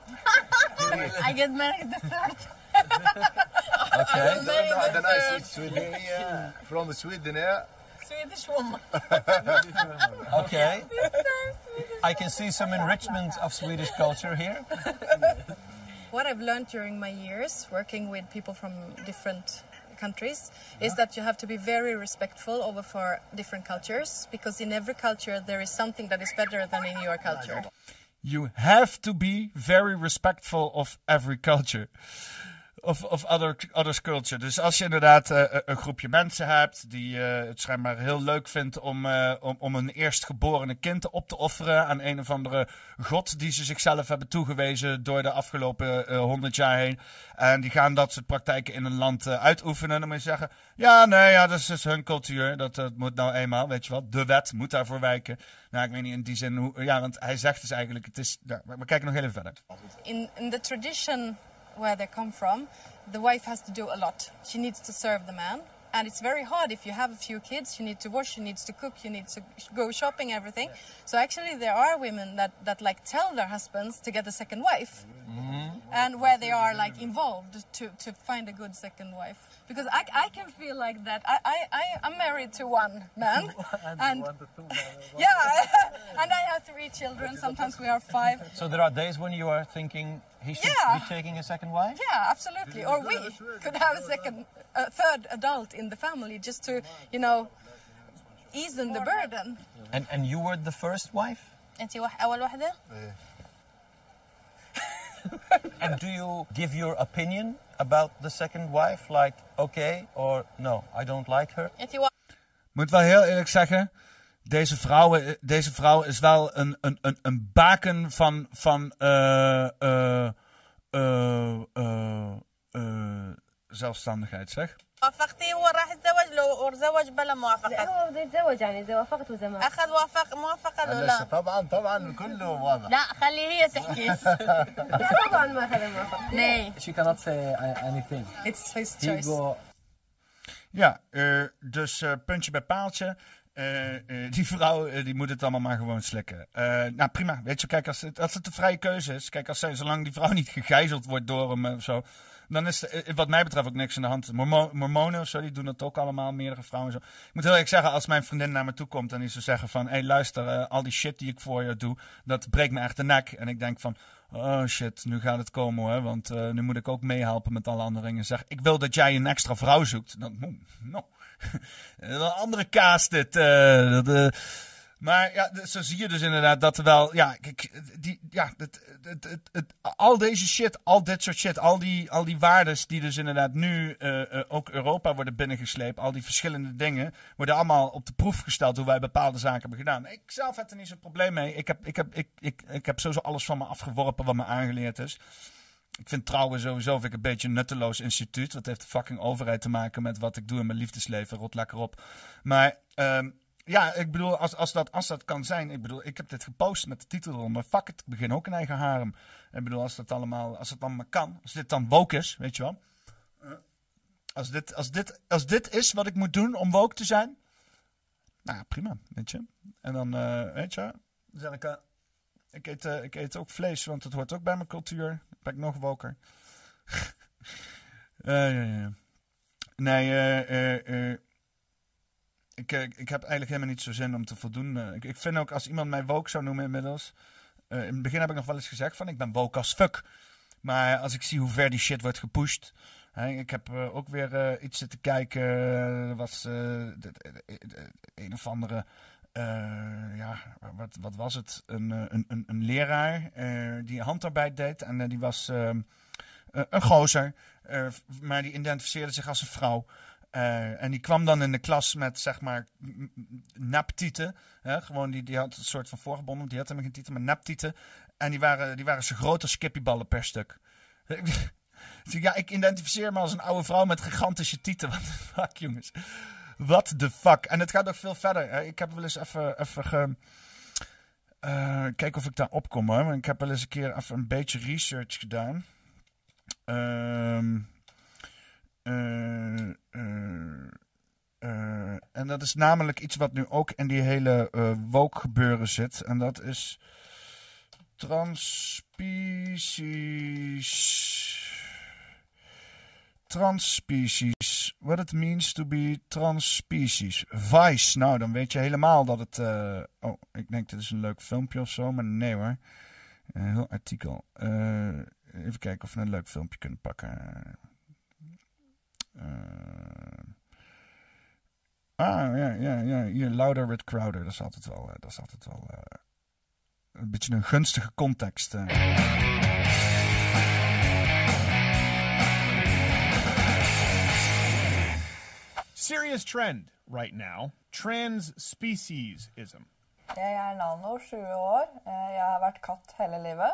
I get married the third. Okay. هذا nice Sweden. Yeah. From Sweden, yeah. Swedish woman. Okay. I can see some enrichment of Swedish culture here. What I've learned during my years working with people from different countries is that you have to be very respectful over for different cultures, because in every culture there is something that is better than in your culture. You have to be very respectful of every culture. Of, of other, others culture. Dus als je inderdaad uh, een groepje mensen hebt die uh, het schijnbaar heel leuk vindt om, uh, om, om een eerstgeborene kind op te offeren aan een of andere god die ze zichzelf hebben toegewezen door de afgelopen honderd uh, jaar heen. En die gaan dat soort praktijken in een land uh, uitoefenen. Dan moet je zeggen, ja, nee, ja, dat is dus hun cultuur. Dat, dat moet nou eenmaal, weet je wat. De wet moet daarvoor wijken. Nou, ik weet niet in die zin hoe... Ja, want hij zegt dus eigenlijk, het is... Ja, we kijken nog heel even verder. In, in the tradition where they come from, the wife has to do a lot. She needs to serve the man. And it's very hard if you have a few kids. You need to wash, you need to cook, you need to go shopping, everything. Yeah. So actually there are women that, that like tell their husbands to get a second wife. Mm-hmm. And where they are like involved to, to find a good second wife. Because I, I can feel like that. I, I, I, I'm married to one man. and and one to two, yeah, and I have three children. Sometimes we are five. So there are days when you are thinking he should Yeah. be taking a second wife? Yeah, absolutely. Or we could have a second, a third adult in the family just to, you know, ease the burden. And and you were the first wife? أنت وح- أول واحدة؟ And do you give your opinion about the second wife? Like, okay, or no, I don't like her? أنت wa- Moet wel heel eerlijk zeggen, deze vrouw, deze vrouw is wel een, een, een, een baken van, van uh, uh, uh, uh, uh, zelfstandigheid, zeg. وافقتي هو راح يتزوج لو زوج بلا لا موافقة هو بده يتزوج يعني إذا وافقته زمان. أخذ وافق موافقة لو لسه لا طبعا طبعا كله واضح. لا خلي هي تحكي لا طبعا ما أخذ الموافقة. ليه She cannot say uh, anything. It's his He choice. go. Ja, uh, dus uh, puntje bij paaltje. Uh, uh, die vrouw uh, die moet het allemaal maar gewoon slikken. Uh, nou prima, weet je, kijk, als het, als het een vrije keuze is. Kijk, als zij, zolang die vrouw niet gegijzeld wordt door hem of zo. Dan is er, uh, wat mij betreft ook niks aan de hand. Mormo- mormonen of zo, die doen dat ook allemaal, meerdere vrouwen en zo. Ik moet heel eerlijk zeggen, als mijn vriendin naar me toe komt en die zou zeggen van... Hé hey, luister, uh, al die shit die ik voor je doe, dat breekt me echt de nek. En ik denk van, oh shit, nu gaat het komen hoor. Want uh, nu moet ik ook meehelpen met alle andere dingen. Zeg, ik wil dat jij een extra vrouw zoekt. Dan, no, no. Een andere kaas dit. Uh, dat, uh, maar ja, zo zie je dus inderdaad dat er wel... Ja, kijk, die, ja het, het, het, het, al deze shit, al dit soort shit, al die, al die waardes die dus inderdaad nu uh, uh, ook Europa worden binnengesleept, al die verschillende dingen, worden allemaal op de proef gesteld hoe wij bepaalde zaken hebben gedaan. Ik zelf heb er niet zo'n probleem mee. Ik heb, ik, heb, ik, ik, ik heb sowieso alles van me afgeworpen wat me aangeleerd is. Ik vind trouwen sowieso vind ik een beetje een nutteloos instituut. Wat heeft de fucking overheid te maken met wat ik doe in mijn liefdesleven? Rot lekker op. Maar um, ja, ik bedoel, als, als, dat, als dat kan zijn. Ik bedoel, ik heb dit gepost met de titel eronder. Fuck it, ik begin ook een eigen harem. Ik bedoel, als dat allemaal, als het allemaal kan. Als dit dan woke is, weet je wel. Als dit, als dit, als dit is wat ik moet doen om woke te zijn. Nou ja, prima, weet je. En dan, uh, weet je, dan zeg ik... Uh, Ik eet, uh, ik eet ook vlees, want het hoort ook bij mijn cultuur. Dan ben ik nog woker. uh, ja, ja. Nee, uh, uh, uh, ik, uh, ik heb eigenlijk helemaal niet zo zin om te voldoen. Uh, ik, ik vind ook, als iemand mij woke zou noemen inmiddels... Uh, in het begin heb ik nog wel eens gezegd van, ik ben woke als fuck. Maar als ik zie hoe ver die shit wordt gepusht... Hè, ik heb uh, ook weer uh, iets zitten kijken. Er was uh, de, de, de, de, een of andere... Uh, ja, wat, wat was het? Een, een, een, een leraar uh, die handarbeid deed. En uh, die was uh, uh, een gozer. Uh, maar die identificeerde zich als een vrouw. Uh, en die kwam dan in de klas met, zeg maar, naptieten. Hè? Gewoon, die, die had een soort van voorgebonden. Die had helemaal geen tieten, maar naptieten. En die waren, die waren zo groot als kippieballen per stuk. Dus ja, ik identificeer me als een oude vrouw met gigantische tieten. What the fuck, jongens. What the fuck. En het gaat nog veel verder. Ik heb wel eens even... even ge... uh, Kijk of ik daar opkom, hoor. Maar ik heb wel eens een keer even een beetje research gedaan. Um, uh, uh, uh, en dat is namelijk iets wat nu ook in die hele uh, woke gebeuren zit. En dat is... Transspecies... Transspecies. What it means to be transspecies. Vice. Nou, dan weet je helemaal dat het... Uh, oh, ik denk dit is een leuk filmpje of zo. Maar nee hoor. Een heel artikel. Uh, even kijken of we een leuk filmpje kunnen pakken. Uh, ah, ja, ja, ja. Hier, Louder with Crowder. Dat is altijd wel... Uh, dat is altijd wel uh, een beetje een gunstige context. Uh. Serious trend right now, transspeciesism. Jeg er Nano, sju år. Jeg har vært katt hele livet.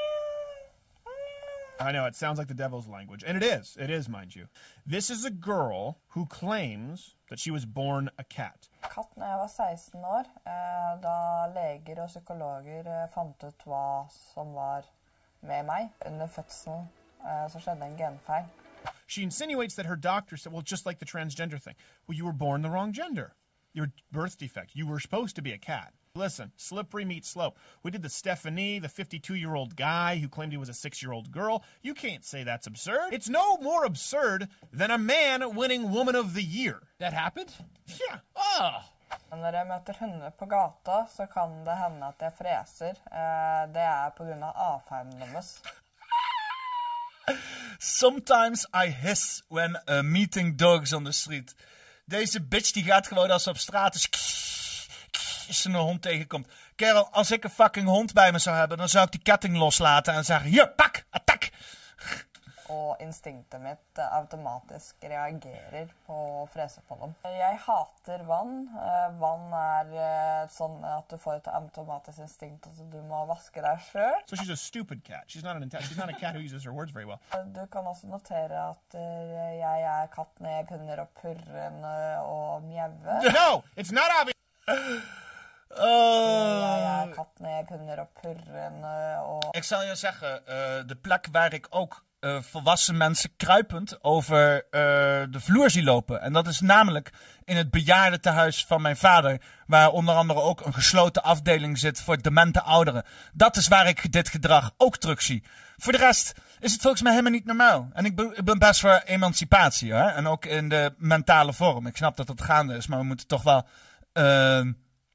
I know, it sounds like the devil's language. And it is. It is, mind you. This is a girl who claims that she was born a cat. Katt når jeg var seksten år, da leger og psykologer fant ut hva som var med meg. Under fødselen så skjedde en genfeil. She insinuates that her doctor said, well, just like the transgender thing. Well, you were born the wrong gender. Your birth defect. You were supposed to be a cat. Listen, slippery meets slope. We did the Stephanie, the fifty-two-year-old guy who claimed he was a six-year-old girl. You can't say that's absurd. It's no more absurd than a man winning Woman of the Year. That happened? Yeah. Oh. Når jeg møter hunder på gata, så kan det hende at jeg freser. Det er på grunn av avferden deres. Sometimes I hiss when uh, meeting dogs on the street. Deze bitch die gaat gewoon als ze op straat is... als ze een hond tegenkomt. Kerel, als ik een fucking hond bij me zou hebben... dan zou ik die ketting loslaten en zeggen... Hier, pak, attack! Og instinktet mitt automatisk reagerer på å frese på dem. Jeg hater vann. Vann er sånn at du får et automatisk instinkt at du må vaske deg selv. So she's a stupid cat. She's not, an, she's not a cat who uses her words very well. Du kan også notere at jeg er katt når jeg begynner å purre og mjauve. No, it's not obvious. Oh. Jeg er katt når jeg begynner å purre og... Ik zal je zeggen, uh, de plek waar ik ook... Uh, volwassen mensen kruipend over uh, de vloer zie lopen. En dat is namelijk in het bejaardentehuis van mijn vader. Waar onder andere ook een gesloten afdeling zit voor demente ouderen. Dat is waar ik dit gedrag ook terug zie. Voor de rest is het volgens mij helemaal niet normaal. En ik ben, ik ben best voor emancipatie. Hè? En ook in de mentale vorm. Ik snap dat het gaande is. Maar we moeten toch wel... Uh,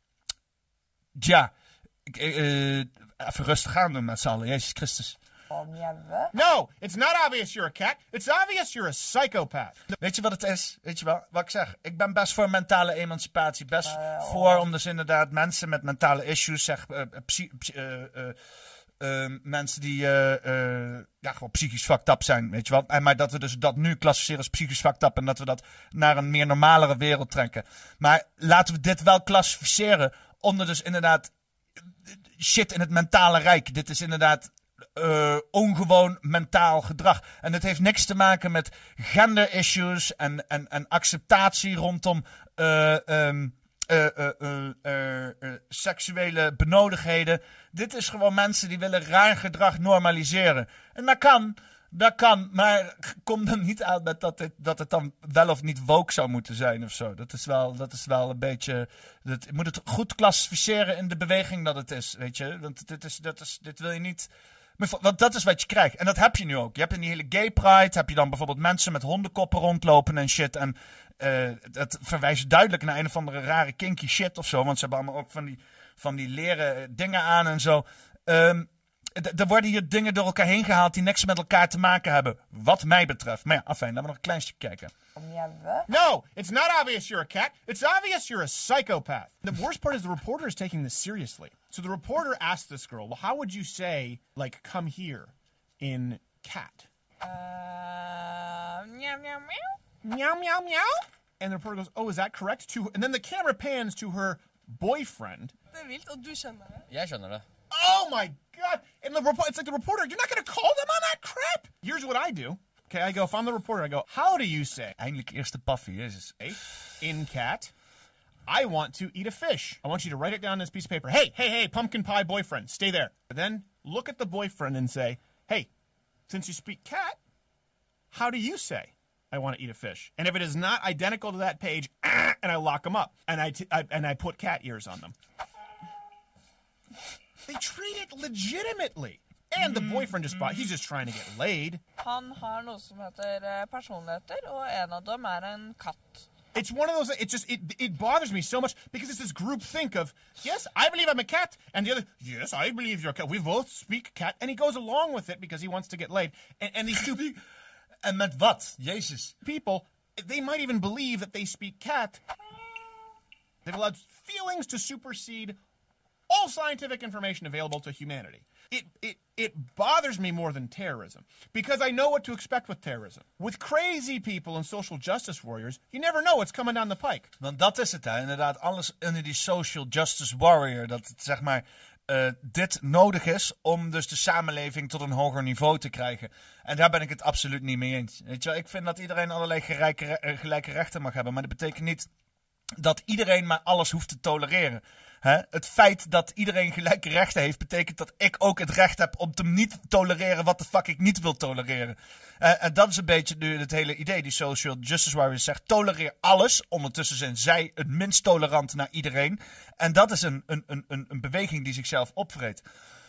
ja. Uh, even rustig aan doen met z'n allen. Jezus Christus. No, it's not obvious you're a cat. It's obvious you're a psychopath. Weet je wat het is? Weet je wel, wat ik zeg? Ik ben best voor mentale emancipatie. Best uh, voor om dus inderdaad mensen met mentale issues, zeg, uh, psy, psy, uh, uh, uh, mensen die uh, uh, ja, gewoon psychisch fucked up zijn, weet je wel. En maar dat we dus dat nu klassificeren als psychisch fucked up en dat we dat naar een meer normalere wereld trekken. Maar laten we dit wel klassificeren onder dus inderdaad shit in het mentale rijk. Dit is inderdaad... Uh, ongewoon mentaal gedrag. En het heeft niks te maken met gender issues en, en, en acceptatie rondom uh, um, uh, uh, uh, uh, uh, seksuele benodigdheden. Dit is gewoon mensen die willen raar gedrag normaliseren. En dat kan, dat kan, maar kom dan niet uit met dat het, dat het dan wel of niet woke zou moeten zijn of zo. Dat is wel, dat is wel een beetje... Dat, je moet het goed klassificeren in de beweging dat het is, weet je. Want dit, is, dat is, dit wil je niet... Want dat is wat je krijgt. En dat heb je nu ook. Je hebt in die hele gay pride... heb je dan bijvoorbeeld mensen met hondenkoppen rondlopen en shit. En uh, dat verwijst duidelijk naar een of andere rare kinky shit of zo. Want ze hebben allemaal ook van die, van die leren dingen aan en zo. Um, er worden hier dingen door elkaar heen gehaald... die niks met elkaar te maken hebben. Wat mij betreft. Maar ja, afijn, laten we nog een klein stukje kijken. No, it's not obvious you're a cat. It's obvious you're a psychopath. The worst part is the reporter is taking this seriously. So the reporter asked this girl, well, how would you say, like, come here in cat? Uh, meow, meow, meow. Meow, meow, meow. And the reporter goes, oh, is that correct? To, and then the camera pans to her boyfriend. Det er vilt, og du skjønner det. Jeg skjønner det. Oh my God! And the report, it's like the reporter, you're not going to call them on that crap? Here's what I do. Okay, I go, if I'm the reporter, I go, how do you say? Eindelijk eerste paffy, jezus. In cat, I want to eat a fish. I want you to write it down on this piece of paper. Hey, hey, hey, pumpkin pie boyfriend, stay there. Then look at the boyfriend and say, hey, since you speak cat, how do you say I want to eat a fish? And if it is not identical to that page, and I lock them up, and I, t I and I put cat ears on them. They treat it legitimately. And the boyfriend just bought, he's just trying to get laid. Han har noe som heter personligheter, og en av dem er en katt. It's one of those, it just, it, it bothers me so much because it's this group think of, yes, I believe I'm a cat, and the other, yes, I believe you're a cat. We both speak cat, and he goes along with it because he wants to get laid. And, and these two people... En met wat? Jezus. People, they might even believe that they speak cat. They've allowed feelings to supersede all scientific information available to humanity. It, it, it bothers me more than terrorism, because I know what to expect with terrorism. With crazy people and social justice warriors, you never know what's coming down the pike. Want dat is het, hè. Inderdaad, alles onder die social justice warrior, dat het, zeg maar, uh, dit nodig is om dus de samenleving tot een hoger niveau te krijgen. En daar ben ik het absoluut niet mee eens. Weet je wel, ik vind dat iedereen allerlei gelijke, gelijke rechten mag hebben, maar dat betekent niet dat iedereen maar alles hoeft te tolereren. He? Het feit dat iedereen gelijke rechten heeft, betekent dat ik ook het recht heb om te niet te tolereren wat de fuck ik niet wil tolereren. Uh, en dat is een beetje nu het hele idee. Die social justice warriors zegt, tolereer alles. Ondertussen zijn zij het minst tolerant naar iedereen. En dat is een, een, een, een beweging die zichzelf opvreet.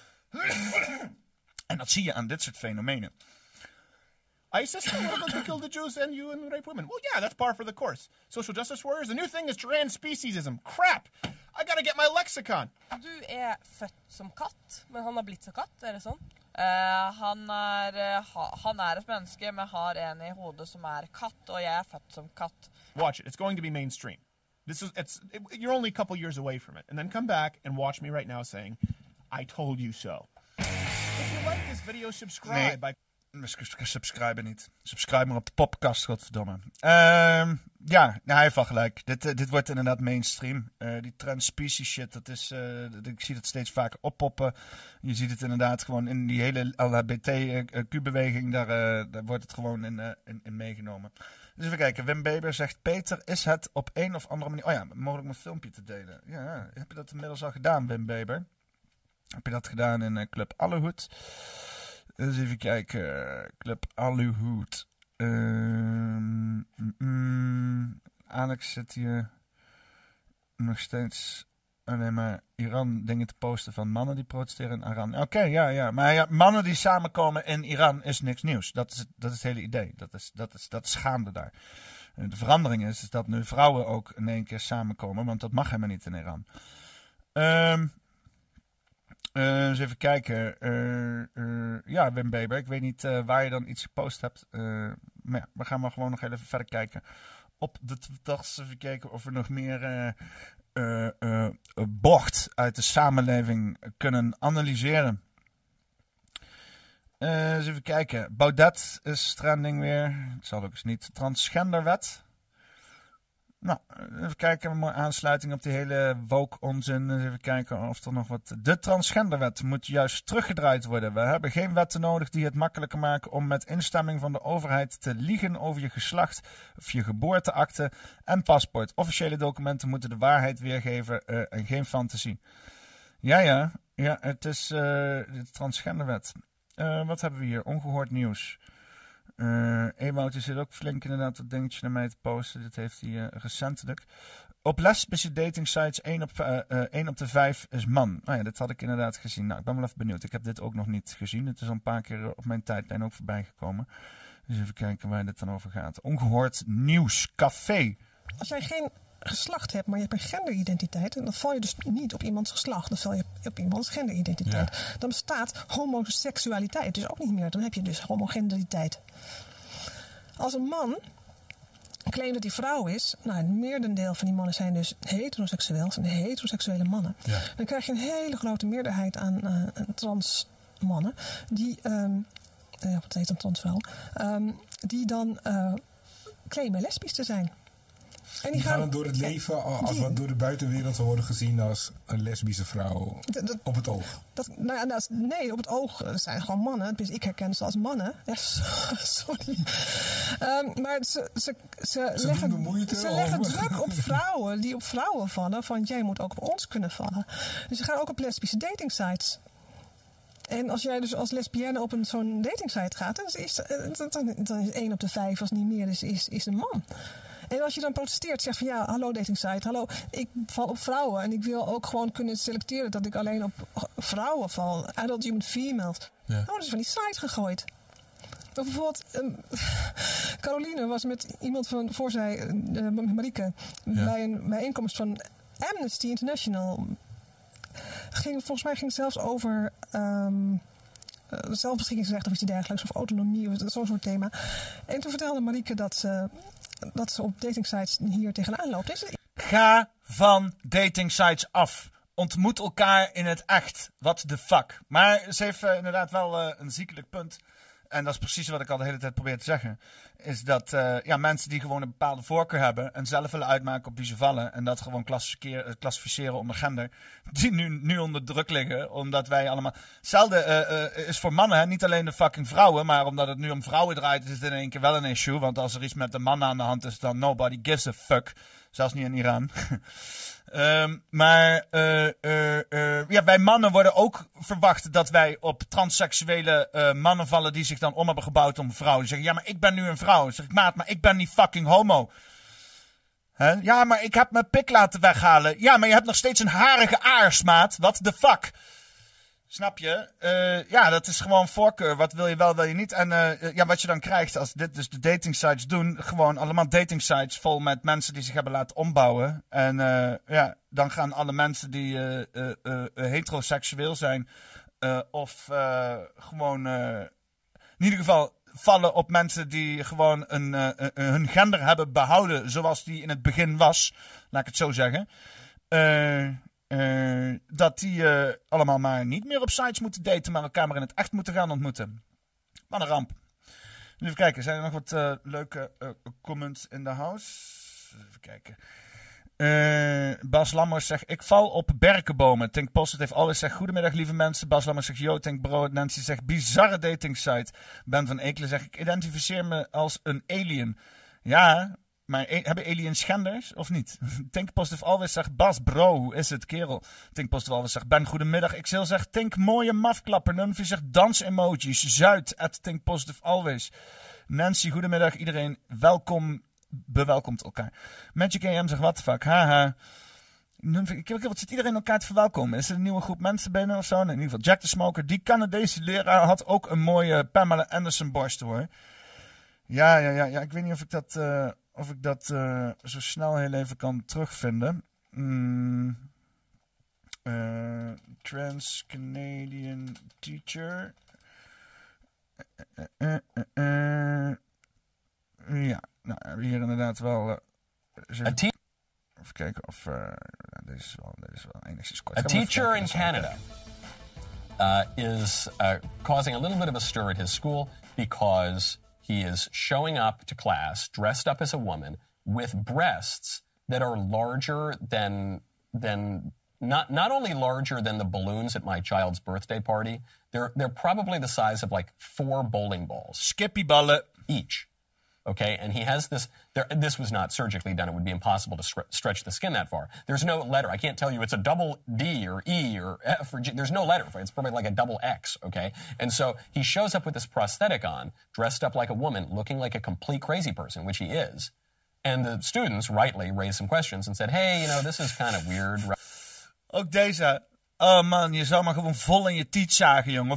En dat zie je aan dit soort fenomenen. ISIS to kill the Jews and you and rape women. Well, yeah, that's par for the course. Social justice warriors, the new thing is transspeciesism. Crap! I gotta get my lexicon. Du er født som katt, men han har blitt så katt, er det sånn? Uh, han, er, uh, ha, han er et menneske, men har en i hodet som er katt, og jeg er født som katt. Watch it. It's going to be mainstream. This is, it's, it, you're only a couple years away from it. And then come back and watch me right now saying, I told you so. If you like this video, subscribe nee. by... Subscriben niet. Subscribe maar op de podcast, godverdomme. Uh, ja, nou, hij heeft wel gelijk. Dit, uh, dit wordt inderdaad mainstream. Uh, die transspecies shit, dat is, uh, ik zie dat steeds vaker oppoppen. Je ziet het inderdaad gewoon in die hele L H B T Q-beweging. Daar, uh, daar wordt het gewoon in, uh, in, in meegenomen. Dus even kijken. Wim Beber zegt, Peter, is het op een of andere manier... Oh ja, mogelijk mijn filmpje te delen. Ja, heb je dat inmiddels al gedaan, Wim Beber? Heb je dat gedaan in uh, Club Allehoed? Dus even kijken. Club Aluhoed. Uh, mm, mm, Alex zit hier nog steeds alleen maar Iran dingen te posten van mannen die protesteren in Iran. Oké, okay, ja, ja. Maar ja, mannen die samenkomen in Iran is niks nieuws. Dat is het, dat is het hele idee. Dat is, dat is, dat is gaande daar. De verandering is, is dat nu vrouwen ook in één keer samenkomen, want dat mag helemaal niet in Iran. Ehm... Um, Uh, eens even kijken. Uh, uh, ja, Wim Beber. Ik weet niet uh, waar je dan iets gepost hebt. Uh, maar ja, we gaan maar gewoon nog even verder kijken. Op de Twitter even kijken of we nog meer uh, uh, uh, bocht uit de samenleving kunnen analyseren. Uh, eens even kijken. Baudet is trending weer. Het zal ook eens niet. Transgenderwet. Nou, even kijken, een mooie aansluiting op die hele woke onzin. Even kijken of er nog wat... De transgenderwet moet juist teruggedraaid worden. We hebben geen wetten nodig die het makkelijker maken om met instemming van de overheid te liegen over je geslacht of je geboorteakte en paspoort. Officiële documenten moeten de waarheid weergeven uh, en geen fantasie. Ja, ja, ja, het is uh, de transgenderwet. Uh, wat hebben we hier? Ongehoord nieuws. Uh, Ewout zit ook flink inderdaad dat dingetje naar mij te posten. Dit heeft hij uh, recentelijk. Op lesbische dating sites één op, uh, uh, één op de vijf is man. Nou ja, dit had ik inderdaad gezien. Nou, ik ben wel even benieuwd. Ik heb dit ook nog niet gezien. Het is al een paar keer op mijn tijdlijn ook voorbij gekomen. Dus even kijken waar dit dan over gaat. Ongehoord nieuws. Café. Als jij geen geslacht hebt, maar je hebt een genderidentiteit, dan val je dus niet op iemands geslacht. Dan val je op iemands genderidentiteit. Ja. Dan bestaat homoseksualiteit dus ook niet meer. Dan heb je dus homogenderiteit. Als een man claimt dat hij vrouw is, nou, het merendeel van die mannen zijn dus heteroseksueel, zijn heteroseksuele mannen. Ja. Dan krijg je een hele grote meerderheid aan uh, trans mannen die, um, uh, wat heet een transvrouw, um, die dan uh, claimen lesbisch te zijn. En die gaan dan door het leven als die, wat door de buitenwereld zal worden gezien als een lesbische vrouw dat, dat, op het oog. Dat, nou ja, dat, nee, op het oog zijn gewoon mannen. Dus ik herken ze als mannen. Ja, sorry. Um, maar ze, ze, ze, ze leggen, ze leggen druk op vrouwen die op vrouwen vallen. Van jij moet ook op ons kunnen vallen. Dus ze gaan ook op lesbische datingsites. En als jij dus als lesbienne op een zo'n datingsite gaat, dan is, dan, dan is één op de vijf, als het niet meer is, is, is een man. En als je dan protesteert, zegt van ja, hallo datingsite, hallo, ik val op vrouwen. En ik wil ook gewoon kunnen selecteren dat ik alleen op vrouwen val. Adult human females. Ja. Dan worden ze van die site gegooid. Of bijvoorbeeld, um, Caroline was met iemand van, voor zij, uh, Marieke, ja. bij een bijeenkomst van Amnesty International. Ging, volgens mij ging het zelfs over um, uh, zelfbeschikkingsrecht of iets dergelijks, of autonomie, of zo'n soort thema. En toen vertelde Marieke dat ze, dat ze op datingsites hier tegenaan loopt. Is het... Ga van datingsites af. Ontmoet elkaar in het echt. What the fuck. Maar ze heeft uh, inderdaad wel uh, een ziekelijk punt. En dat is precies wat ik al de hele tijd probeer te zeggen. Is dat uh, ja, mensen die gewoon een bepaalde voorkeur hebben en zelf willen uitmaken op wie ze vallen. En dat gewoon klassificeren onder gender. Die nu, nu onder druk liggen. Omdat wij allemaal... Hetzelfde uh, uh, is voor mannen. Hè? Niet alleen de fucking vrouwen. Maar omdat het nu om vrouwen draait is het in één keer wel een issue. Want als er iets met de mannen aan de hand is, dan nobody gives a fuck. Zelfs niet in Iran. Um, maar uh, uh, uh, ja, wij mannen worden ook verwacht dat wij op transseksuele uh, mannen vallen die zich dan om hebben gebouwd om vrouwen. Die zeggen, ja, maar ik ben nu een vrouw. Dan zeg ik, maat, maar ik ben niet fucking homo. Hè? Ja, maar ik heb mijn pik laten weghalen. Ja, maar je hebt nog steeds een harige aars, maat. What the fuck? Snap je? Uh, ja, dat is gewoon voorkeur. Wat wil je wel, wil je niet. En uh, ja, wat je dan krijgt als dit dus de datingsites doen. Gewoon allemaal datingsites vol met mensen die zich hebben laten ombouwen. En uh, ja, dan gaan alle mensen die uh, uh, uh, heteroseksueel zijn. Uh, of uh, gewoon uh, in ieder geval vallen op mensen die gewoon een, uh, uh, hun gender hebben behouden zoals die in het begin was. Laat ik het zo zeggen. Eh... Uh, Uh, dat die uh, allemaal maar niet meer op sites moeten daten, maar elkaar maar in het echt moeten gaan ontmoeten. Wat een ramp. Even kijken, zijn er nog wat uh, leuke uh, comments in de house? Even kijken. Uh, Bas Lammers zegt, ik val op berkenbomen. Think Positive always zegt, goedemiddag lieve mensen. Bas Lammers zegt, yo, Think Bro. Nancy zegt, bizarre datingsite. Ben van Ekelen zegt, ik identificeer me als een alien. Ja... Maar e- hebben aliens genders of niet? Think Positive Always zegt, Bas bro, hoe is het kerel? Think Positive Always zegt, Ben goedemiddag. Xil zegt, Think mooie mafklapper. Numfie zegt, dans emojis. Zuid, at Think Positive Always. Nancy goedemiddag. Iedereen welkom, bewelkomt elkaar. Magic A M zegt, what the fuck, haha. Numfie, wat zit iedereen elkaar te verwelkomen? Is er een nieuwe groep mensen binnen of zo? In ieder geval, Jack the Smoker, die Canadese leraar had ook een mooie Pamela Anderson borst hoor. Ja, ja, ja, ja, ik weet niet of ik dat... Uh, Of ik dat uh, zo snel heel even kan terugvinden. Mm, uh, Trans-Canadian teacher. Uh, uh, uh, uh, uh, ja, nou, hier inderdaad wel... Uh, even, even kijken of... Uh, deze is wel, deze is wel enigszins kort. A teacher in Canada uh, is uh, causing a little bit of a stir at his school because... he is showing up to class dressed up as a woman with breasts that are larger than than not not only larger than the balloons at my child's birthday party. They're they're probably the size of like four bowling balls. Skippy ballen each. Okay, and he has this. There, this was not surgically done. It would be impossible to stre- stretch the skin that far. There's no letter. I can't tell you it's a double D or E or F or G. There's no letter. It's probably like a double X. Okay, and so he shows up with this prosthetic on, dressed up like a woman, looking like a complete crazy person, which he is. And the students rightly raised some questions and said, "Hey, you know, this is kind of weird." Ook deze. Oh man, je zou maar gewoon vol in je tiet zagen, jongen.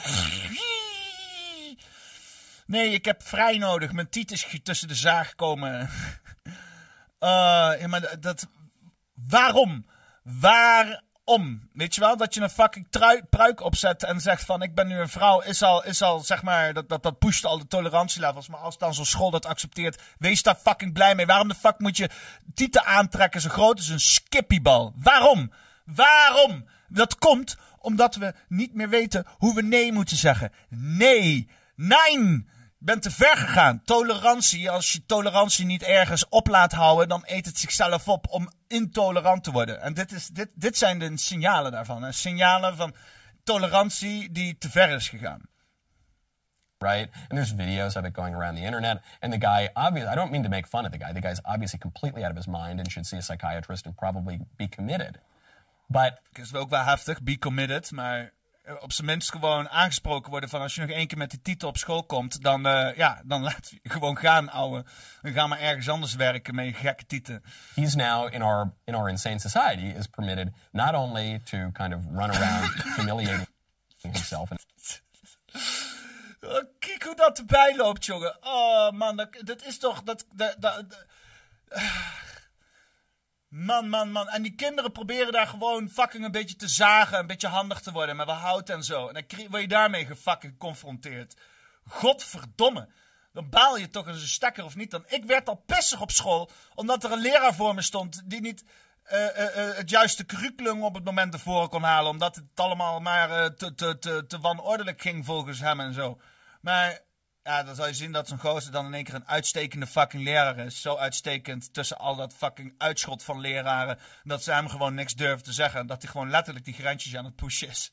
Nee, ik heb vrij nodig. Mijn tiet is tussen de zaag gekomen. Uh, ja, maar dat... Waarom? Waarom? Weet je wel? Dat je een fucking trui, pruik opzet en zegt van... Ik ben nu een vrouw. Is al, is al zeg maar... Dat, dat, dat pusht al de tolerantielevels. Maar als dan zo'n school dat accepteert... Wees daar fucking blij mee. Waarom de fuck moet je tieten aantrekken zo groot als een skippiebal? Waarom? Waarom? Dat komt omdat we niet meer weten hoe we nee moeten zeggen. Nee. Nein. bent te ver gegaan. Tolerantie, als je tolerantie niet ergens op laat houden, dan eet het zichzelf op om intolerant te worden. En dit, is, dit, dit zijn de signalen daarvan. Hè? Signalen van tolerantie die te ver is gegaan. Right? And there's videos of it going around the internet. And the guy, obviously, I don't mean to make fun of the guy. The guy's obviously completely out of his mind and should see a psychiatrist and probably be committed. But... Het is ook wel heftig, be committed, maar op zijn minst gewoon aangesproken worden van als je nog één keer met die titel op school komt, dan, uh, ja, dan laat je gewoon gaan, ouwe. Dan ga maar ergens anders werken met je gekke titel. He's now, in our, in our insane society, is permitted not only to kind of run around humiliating himself... And Oh, kijk hoe dat erbij loopt, jongen. Oh, man, dat, dat is toch... Dat, dat, dat, dat, man, man, man. En die kinderen proberen daar gewoon fucking een beetje te zagen, een beetje handig te worden met wat hout en zo. En dan word je daarmee gefucking geconfronteerd. Godverdomme. Dan baal je toch eens een stekker of niet dan. Ik werd al pissig op school, omdat er een leraar voor me stond die niet... Uh, uh, uh, het juiste curriculum op het moment ervoor kon halen. Omdat het allemaal maar uh, te, te, te, te wanordelijk ging volgens hem en zo. Maar ja, dan zal je zien dat zo'n gozer dan in één keer een uitstekende fucking leraar is. Zo uitstekend tussen al dat fucking uitschot van leraren. Dat ze hem gewoon niks durven te zeggen. Dat hij gewoon letterlijk die grensjes aan het pushen is.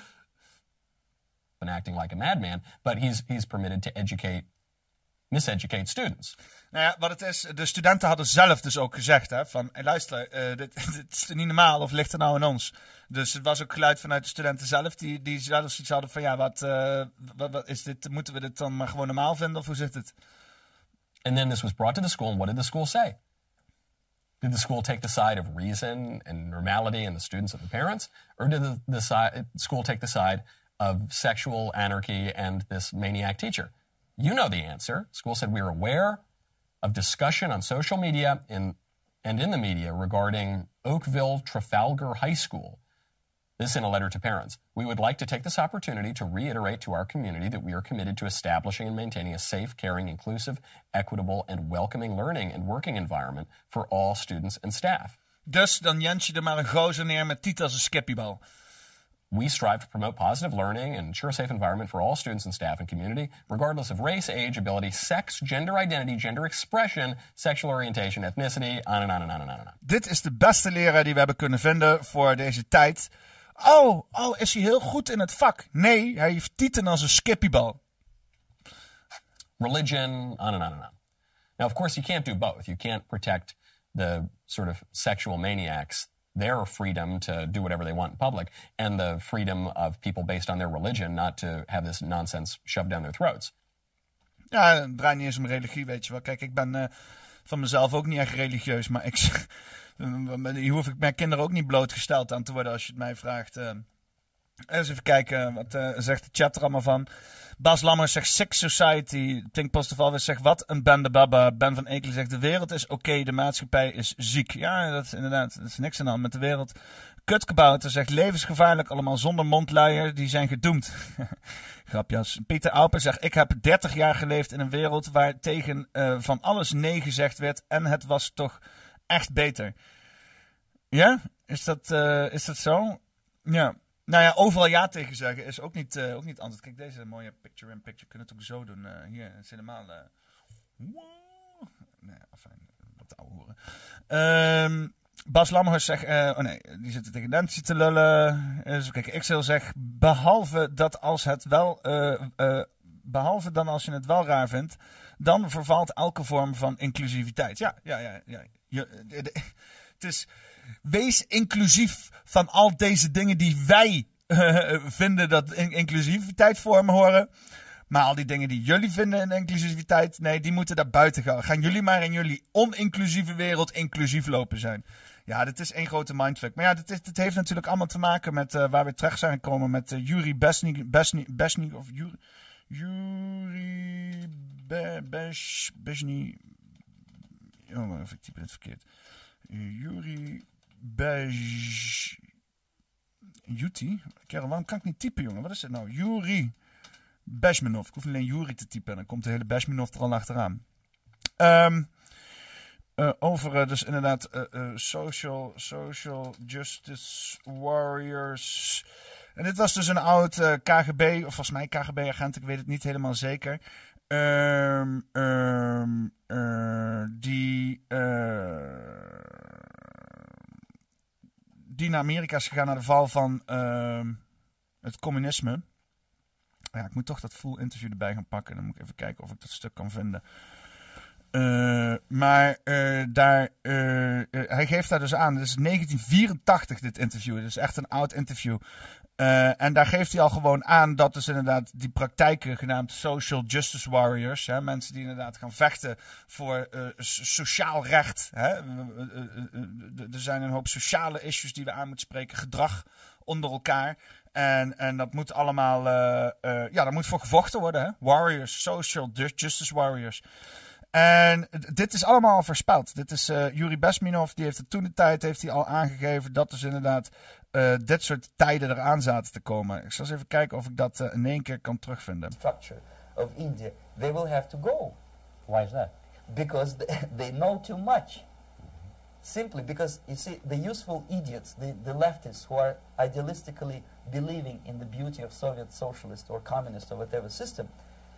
And acting like a madman. But he's, he's permitted to educate, miseducate students. Nou ja, wat het is, de studenten hadden zelf dus ook gezegd, hè, van, hey, luister, uh, dit, dit is niet normaal, of ligt er nou aan ons? Dus het was ook geluid vanuit de studenten zelf, die, die zelf zoiets hadden van, ja, wat, uh, wat, wat is dit, moeten we dit dan maar gewoon normaal vinden, of hoe zit het? And then this was brought to the school, and what did the school say? Did the school take the side of reason and normality and the students and the parents? Or did the, the side, school take the side of sexual anarchy and this maniac teacher? You know the answer. School said we are aware of discussion on social media in, and in the media regarding Oakville Trafalgar High School. This in a letter to parents. We would like to take this opportunity to reiterate to our community that we are committed to establishing and maintaining a safe, caring, inclusive, equitable, and welcoming learning and working environment for all students and staff. Dus dan jens je er maar een gozer neer met titel als een skippiebal. We strive to promote positive learning and ensure a safe environment for all students and staff and community, regardless of race, age, ability, sex, gender identity, gender expression, sexual orientation, ethnicity, on and on and on and on and on. Dit is de beste leraar die we hebben kunnen vinden voor deze tijd. Oh, oh, is hij heel goed in het vak? Nee, hij heeft tieten als een skippiebal. Religion, on and on and on. Now, of course, you can't do both. You can't protect the sort of sexual maniacs, their freedom to do whatever they want in public, and the freedom of people based on their religion not to have this nonsense shoved down their throats. Ja, het draait niet eens om religie, weet je wel. Kijk, ik ben uh, van mezelf ook niet echt religieus, maar ik, hier hoef ik mijn kinderen ook niet blootgesteld aan te worden als je het mij vraagt. Uh, eens even kijken, wat uh, zegt de chat er allemaal van. Bas Lammers zegt Sex Society. Think Positive Always zegt wat een bende baba. Ben van Ekelen zegt de wereld is oké, okay, de maatschappij is ziek. Ja, dat is inderdaad, dat is niks aan de hand met de wereld. Kutkebouter zegt levensgevaarlijk, allemaal zonder mondluier, die zijn gedoemd. Grapjas. Pieter Alper zegt ik heb dertig jaar geleefd in een wereld waar tegen uh, van alles nee gezegd werd en het was toch echt beter. Ja? Is dat, uh, is dat zo? Ja. Nou ja, overal ja tegen zeggen is ook niet, uh, ook niet antwoord. Kijk, deze mooie picture-in-picture kunnen het ook zo doen. Uh, hier, het is helemaal... Uh... Nee, afijn, wat de ouwe horen. Um, Bas Lammerhorst zegt... Uh, oh nee, die zitten tegen Nancy te lullen. Dus kijk, ik zal zeg, behalve dat als het wel... Uh, uh, behalve dan als je het wel raar vindt, dan vervalt elke vorm van inclusiviteit. Ja, ja, ja. ja. Je, de, de, het is... Wees inclusief van al deze dingen die wij uh, vinden dat in inclusiviteit vormen horen. Maar al die dingen die jullie vinden in inclusiviteit, nee, die moeten daar buiten gaan. Gaan jullie maar in jullie oninclusieve wereld inclusief lopen zijn. Ja, dit is één grote mindfuck. Maar ja, dit, is, dit heeft natuurlijk allemaal te maken met uh, waar we terecht zijn gekomen met uh, Yuri Besnik, Besnik, Besnik of Yuri, Yuri Be, Besh, Besnik. Oh, of ik type het verkeerd. Yuri Bij... Juti? Kerel, waarom kan ik niet typen, jongen? Wat is het nou? Yuri Bezmenov. Ik hoef alleen Yuri te typen en dan komt de hele Bezmenov er al achteraan. Um, uh, over uh, dus inderdaad uh, uh, social, social justice warriors. En dit was dus een oud uh, K G B, of volgens mij K G B-agent, ik weet het niet helemaal zeker. um, um, uh, die, uh, die naar Amerika is gegaan na de val van uh, het communisme. Ja, ik moet toch dat full interview erbij gaan pakken. Dan moet ik even kijken of ik dat stuk kan vinden. Uh, maar uh, daar, uh, uh, hij geeft daar dus aan. Het is negentien vierentachtig dit interview. Het is echt een oud interview. Uh, en daar geeft hij al gewoon aan dat dus inderdaad die praktijken genaamd social justice warriors, hè, mensen die inderdaad gaan vechten voor uh, sociaal recht. Hè. Uh, uh, uh, uh, er zijn een hoop sociale issues die we aan moeten spreken, gedrag onder elkaar. En, en dat moet allemaal, uh, uh, ja, daar moet voor gevochten worden. Hè. Warriors, social justice warriors. En dit is allemaal voorspeld. Dit is uh, Yuri Bezmenov, die heeft het toen de tijd heeft hij al aangegeven dat dus inderdaad uh, dit soort tijden eraan zaten te komen. Ik zal eens even kijken of ik dat uh, in één keer kan terugvinden. Structure of India, they will have to go. Why is that? Because they, they know too much. Simply because, you see, the useful idiots, the, the leftists who are idealistically believing in the beauty of Soviet socialist or communist or whatever system,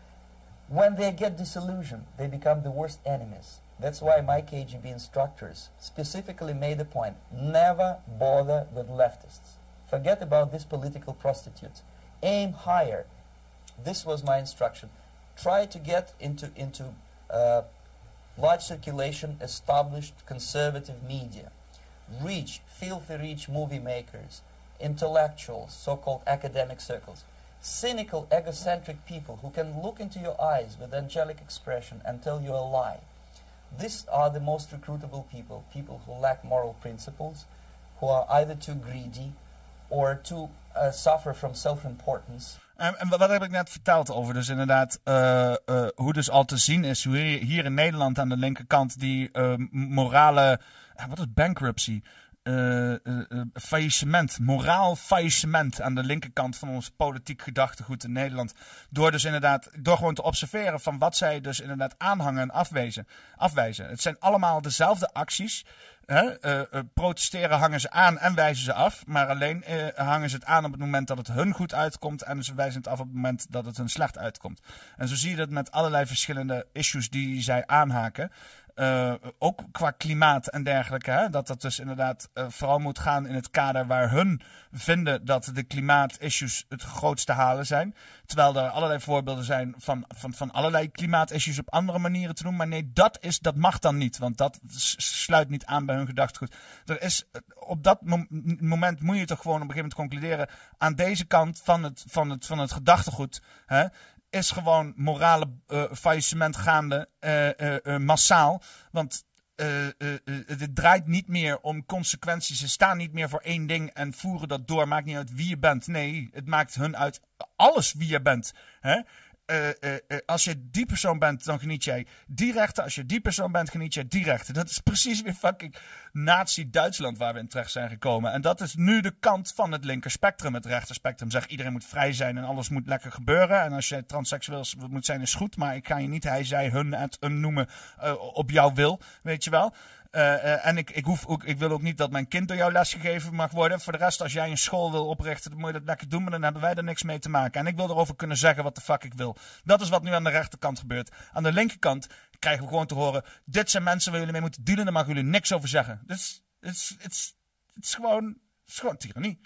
when they get disillusioned, they become the worst enemies. That's why my K G B instructors specifically made a point, never bother with leftists. Forget about these political prostitutes. Aim higher. This was my instruction. Try to get into, into uh, large circulation, established conservative media. Reach, filthy rich movie makers, intellectuals, so-called academic circles. Cynical, egocentric people who can look into your eyes with angelic expression and tell you a lie. These are the most recruitable people, people who lack moral principles, who are either too greedy or too uh, suffer from self-importance. En, en wat heb ik net verteld over dus inderdaad uh, uh, hoe dus al te zien is, hoe hier, hier in Nederland aan de linkerkant die uh, morale, uh, wat is bankruptcy? Uh, uh, uh, faillissement, moraal faillissement aan de linkerkant van ons politiek gedachtegoed in Nederland. Door dus inderdaad, door gewoon te observeren van wat zij dus inderdaad aanhangen en afwijzen. afwijzen. Het zijn allemaal dezelfde acties. Hè? Uh, uh, protesteren hangen ze aan en wijzen ze af. Maar alleen uh, hangen ze het aan op het moment dat het hun goed uitkomt. En ze wijzen het af op het moment dat het hun slecht uitkomt. En zo zie je dat met allerlei verschillende issues die zij aanhaken. Uh, ook qua klimaat en dergelijke. Hè? Dat dat dus inderdaad uh, vooral moet gaan in het kader waar hun vinden dat de klimaatissues het grootste halen zijn. Terwijl er allerlei voorbeelden zijn van, van, van allerlei klimaatissues op andere manieren te doen. Maar nee, dat, is, dat mag dan niet. Want dat sluit niet aan bij hun gedachtegoed. Er is, op dat mom- moment moet je toch gewoon op een gegeven moment concluderen. Aan deze kant van het, van het, van het gedachtegoed. Hè, is gewoon morale uh, faillissement gaande uh, uh, uh, massaal. Want uh, uh, uh, het draait niet meer om consequenties. Ze staan niet meer voor één ding en voeren dat door. Maakt niet uit wie je bent. Nee, het maakt hun uit alles wie je bent. Hè? Uh, uh, uh, als je die persoon bent, dan geniet jij die rechten. Als je die persoon bent, geniet jij die rechten. Dat is precies weer fucking Nazi-Duitsland waar we in terecht zijn gekomen. En dat is nu de kant van het linker spectrum. Het rechter spectrum zegt iedereen moet vrij zijn en alles moet lekker gebeuren. En als je transseksueel moet zijn, is goed. Maar ik ga je niet hij, zij, hun, het, een noemen uh, op jouw wil. Weet je wel. Uh, uh, en ik, ik, hoef ook, ik wil ook niet dat mijn kind door jou lesgegeven mag worden. Voor de rest, als jij een school wil oprichten, dan moet je dat lekker doen. Maar dan hebben wij er niks mee te maken. En ik wil erover kunnen zeggen wat de fuck ik wil. Dat is wat nu aan de rechterkant gebeurt. Aan de linkerkant krijgen we gewoon te horen, dit zijn mensen waar jullie mee moeten dealen. Daar mogen jullie niks over zeggen. Het is, it's, it's, it's gewoon, it's gewoon tirannie.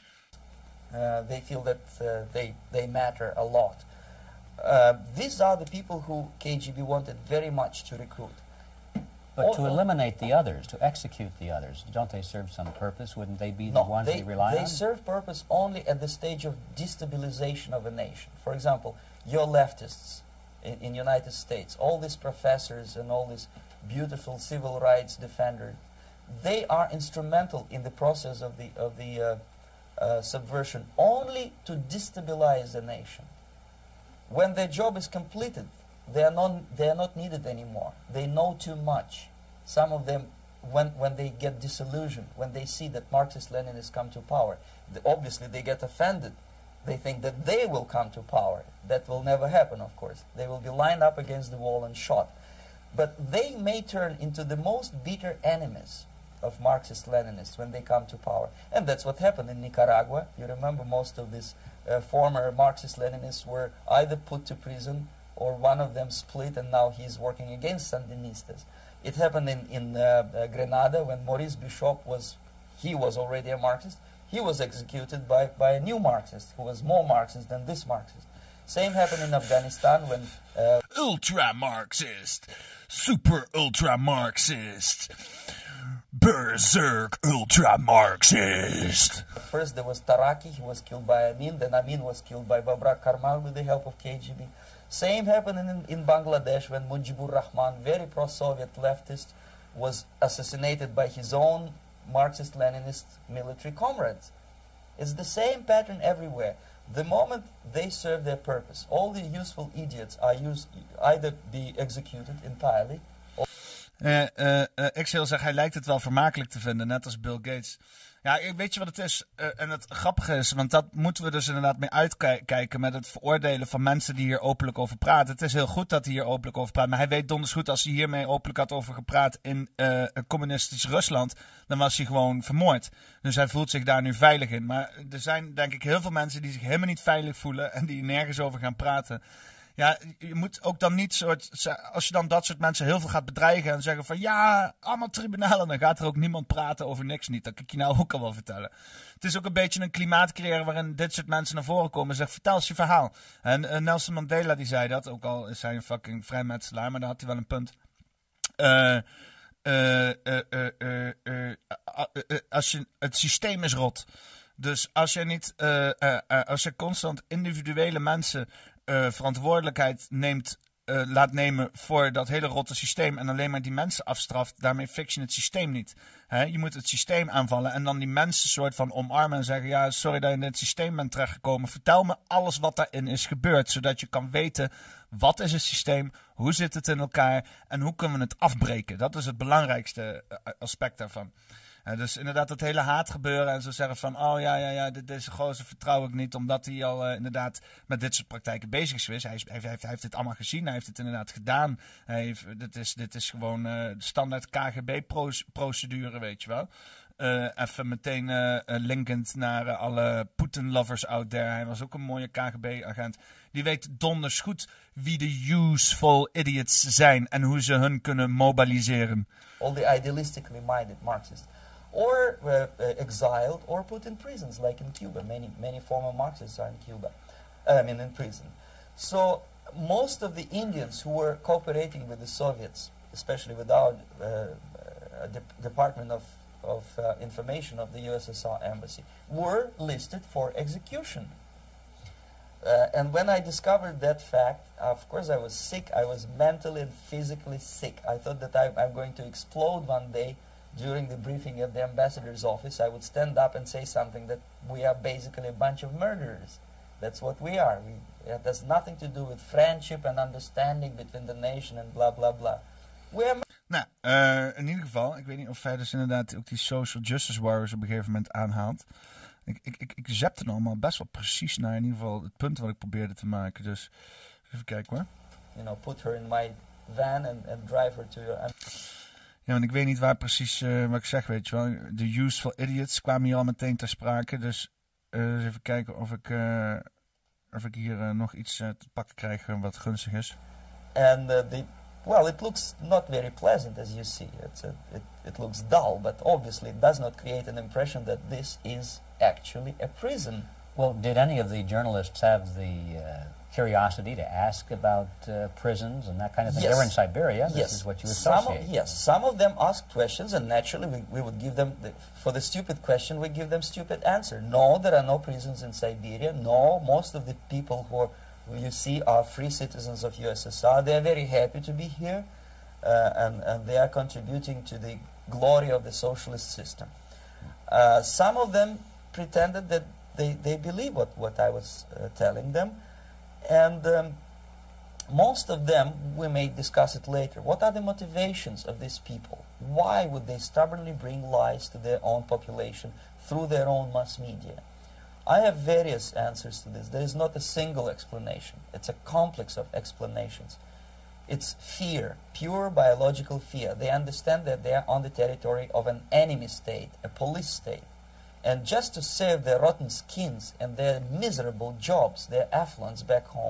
Uh, they feel that uh, they, they matter a lot. Uh, these are the people who K G B wanted very much to recruit. But to eliminate the others, to execute the others, don't they serve some purpose? Wouldn't they be the no, ones they, we rely they on? They serve purpose only at the stage of destabilization of a nation. For example, your leftists in in United States, all these professors and all these beautiful civil rights defenders, they are instrumental in the process of the of the uh, uh, subversion only to destabilize the nation. When their job is completed, they are not they are not needed anymore. They know too much. Some of them, when when they get disillusioned, when they see that Marxist-Leninists come to power, they, obviously they get offended. They think that they will come to power. That will never happen, of course. They will be lined up against the wall and shot. But they may turn into the most bitter enemies of Marxist-Leninists when they come to power. And that's what happened in Nicaragua. You remember most of these uh, former Marxist-Leninists were either put to prison or one of them split and now he's working against Sandinistas. It happened in, in uh, uh, Grenada when Maurice Bishop was, he was already a Marxist. He was executed by, by a new Marxist who was more Marxist than this Marxist. Same happened in Afghanistan when... Uh, ultra-Marxist, super ultra-Marxist, berserk ultra-Marxist. First there was Taraki, he was killed by Amin, then Amin was killed by Babrak Karmal with the help of K G B. Same happened in, in Bangladesh when Mujibur Rahman, very pro-Soviet leftist, was assassinated by his own Marxist-Leninist military comrades. It's the same pattern everywhere. The moment they serve their purpose, all the useful idiots are used, either be executed entirely. Or uh, uh, uh, Exhale zegt, hij lijkt het wel vermakelijk te vinden, net als Bill Gates. Ja, weet je wat het is? Uh, en het grappige is, want dat moeten we dus inderdaad mee uitkijken met het veroordelen van mensen die hier openlijk over praten. Het is heel goed dat hij hier openlijk over praat, maar hij weet donders goed als hij hiermee openlijk had over gepraat in uh, communistisch Rusland, dan was hij gewoon vermoord. Dus hij voelt zich daar nu veilig in. Maar er zijn denk ik heel veel mensen die zich helemaal niet veilig voelen en die nergens over gaan praten. Ja, je moet ook dan niet soort, als je dan dat soort mensen heel veel gaat bedreigen en zeggen van ja, allemaal tribunalen, dan gaat er ook niemand praten over niks niet. Dat kan ik je nou ook al wel vertellen. Het is ook een beetje een klimaat creëren waarin dit soort mensen naar voren komen en zeggen vertel eens je verhaal. En uh, Nelson Mandela die zei dat, ook al is hij een fucking vrijmetselaar, maar daar had hij wel een punt. Uh, uh, uh, uh, uh, uh, uh, uh, als je, het systeem is rot. Dus als je niet, uh, uh, uh, als je constant individuele mensen Uh, verantwoordelijkheid neemt, uh, laat nemen voor dat hele rotte systeem en alleen maar die mensen afstraft, daarmee fix je het systeem niet. He, je moet het systeem aanvallen en dan die mensen soort van omarmen en zeggen, ja, sorry dat je in dit systeem bent terechtgekomen, vertel me alles wat daarin is gebeurd, zodat je kan weten, wat is het systeem, hoe zit het in elkaar en hoe kunnen we het afbreken. Dat is het belangrijkste aspect daarvan. Uh, dus inderdaad dat hele haatgebeuren en zo zeggen van oh ja, ja, ja, deze gozer vertrouw ik niet omdat hij al uh, inderdaad met dit soort praktijken bezig is geweest. Hij, is, hij, heeft, hij heeft dit allemaal gezien, hij heeft het inderdaad gedaan. Hij heeft, dit, is, dit is gewoon uh, de standaard K G B-procedure, weet je wel. Uh, even meteen uh, linkend naar uh, alle Putin-lovers out there. Hij was ook een mooie K G B-agent. Die weet donders goed wie de useful idiots zijn en hoe ze hun kunnen mobiliseren. All the idealistically minded Marxists. Or uh, uh, exiled or put in prisons, like in Cuba. Many, many former Marxists are in Cuba, I mean in prison. So most of the Indians who were cooperating with the Soviets, especially with our uh, uh, de Department of, of uh, Information of the U S S R Embassy, were listed for execution. Uh, and when I discovered that fact, of course I was sick. I was mentally and physically sick. I thought that I, I'm going to explode one day. During the briefing at the ambassador's office, I would stand up and say something that we are basically a bunch of murderers. That's what we are. We, it has nothing to do with friendship and understanding between the nation and blah blah blah. We are nou, uh, in ieder geval, ik weet niet of hij dus inderdaad ook die social justice warriors op een gegeven moment aanhaalt. Ik, ik, ik, ik zepte er allemaal best wel precies naar in ieder geval het punt wat ik probeerde te maken. Dus even kijken hoor. You know, put her in my van and, and drive her to your... Ja, want ik weet niet waar precies uh, wat ik zeg, weet je wel. De useful idiots kwamen hier al meteen ter sprake. Dus uh, even kijken of ik, uh, of ik hier uh, nog iets uh, te pakken krijg uh, wat gunstig is. And uh, the, well, it looks not very pleasant as you see. It's a, it, it looks dull, but obviously it does not create an impression that this is actually a prison. Well, did any of the journalists have the uh, curiosity to ask about uh, prisons and that kind of thing? Yes. They were in Siberia. This yes. is what you some associate. of, yes, some of them asked questions, and naturally we, we would give them, the, for the stupid question, we give them stupid answer. No, there are no prisons in Siberia. No, most of the people who, are, who you see are free citizens of U S S R. They are very happy to be here, uh, and, and they are contributing to the glory of the socialist system. Uh, some of them pretended that they, they believe what, what I was uh, telling them. And um, most of them, we may discuss it later, what are the motivations of these people? Why would they stubbornly bring lies to their own population through their own mass media? I have various answers to this. There is not a single explanation. It's a complex of explanations. It's fear, pure biological fear. They understand that they are on the territory of an enemy state, a police state. And just to save their rotten skins and their miserable jobs, their affluence back home,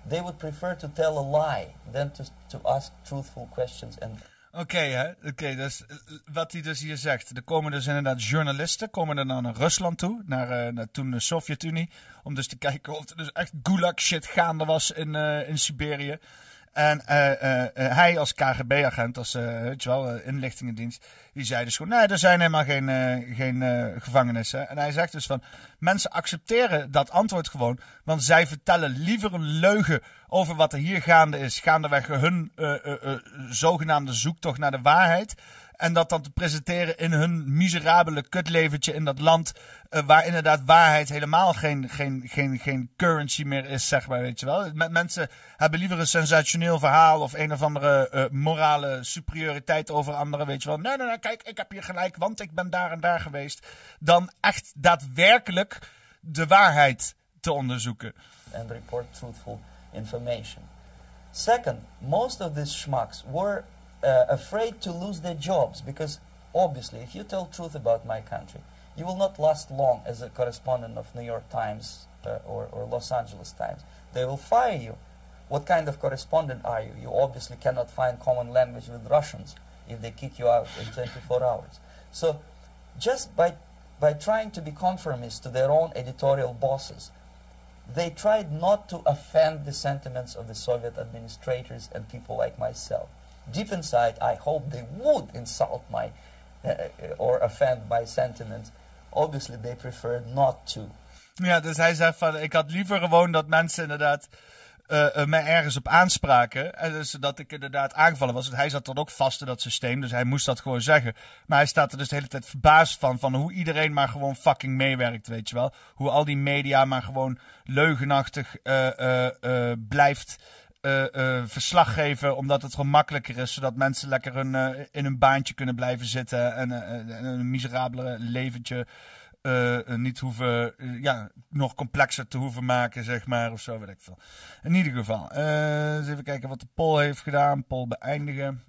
they would prefer to tell a lie than to, to ask truthful questions. And Oké, okay, hè? Oké, okay, dus wat hij dus hier zegt. Er komen dus inderdaad journalisten, komen er dan naar Rusland toe, naar, uh, naar toen de Sovjet-Unie, om dus te kijken of er dus echt gulag shit gaande was in, uh, in Siberië. En uh, uh, uh, hij als K G B-agent, als uh, weet je wel, uh, inlichtingendienst, die zei dus gewoon, nee, er zijn helemaal geen, uh, geen uh, gevangenissen. En hij zegt dus van, mensen accepteren dat antwoord gewoon, want zij vertellen liever een leugen over wat er hier gaande is, gaandeweg hun uh, uh, uh, zogenaamde zoektocht naar de waarheid. En dat dan te presenteren in hun miserabele kutleventje in dat land, uh, waar inderdaad waarheid helemaal geen, geen, geen, geen currency meer is, zeg maar, weet je wel. Met mensen hebben liever een sensationeel verhaal of een of andere uh, morale superioriteit over anderen, weet je wel. Nee, nee, nee, kijk, ik heb hier gelijk, want ik ben daar en daar geweest. Dan echt daadwerkelijk de waarheid te onderzoeken. And report truthful information. Second, most of these schmucks were Uh, afraid to lose their jobs, because obviously if you tell truth about my country, you will not last long as a correspondent of New York Times uh, or, or Los Angeles Times. They will fire you. What kind of correspondent are you? You obviously cannot find common language with Russians if they kick you out in twenty-four hours. So just by, by trying to be conformist to their own editorial bosses, they tried not to offend the sentiments of the Soviet administrators and people like myself. Deep inside, I hope they would insult my uh, or offend my sentiments. Obviously, they preferred not to. Ja, dus hij zei van, ik had liever gewoon dat mensen inderdaad uh, uh, mij ergens op aanspraken. En dus dat ik inderdaad aangevallen was. Hij zat dan ook vast in dat systeem, dus hij moest dat gewoon zeggen. Maar hij staat er dus de hele tijd verbaasd van, van hoe iedereen maar gewoon fucking meewerkt, weet je wel. Hoe al die media maar gewoon leugenachtig uh, uh, uh, blijft Uh, uh, verslag geven, omdat het gewoon makkelijker is, zodat mensen lekker hun, uh, in hun baantje kunnen blijven zitten en uh, een miserabele leventje uh, uh, niet hoeven, uh, ja, nog complexer te hoeven maken, zeg maar, of zo, weet ik veel. In ieder geval, uh, eens even kijken wat de poll heeft gedaan. Poll beëindigen.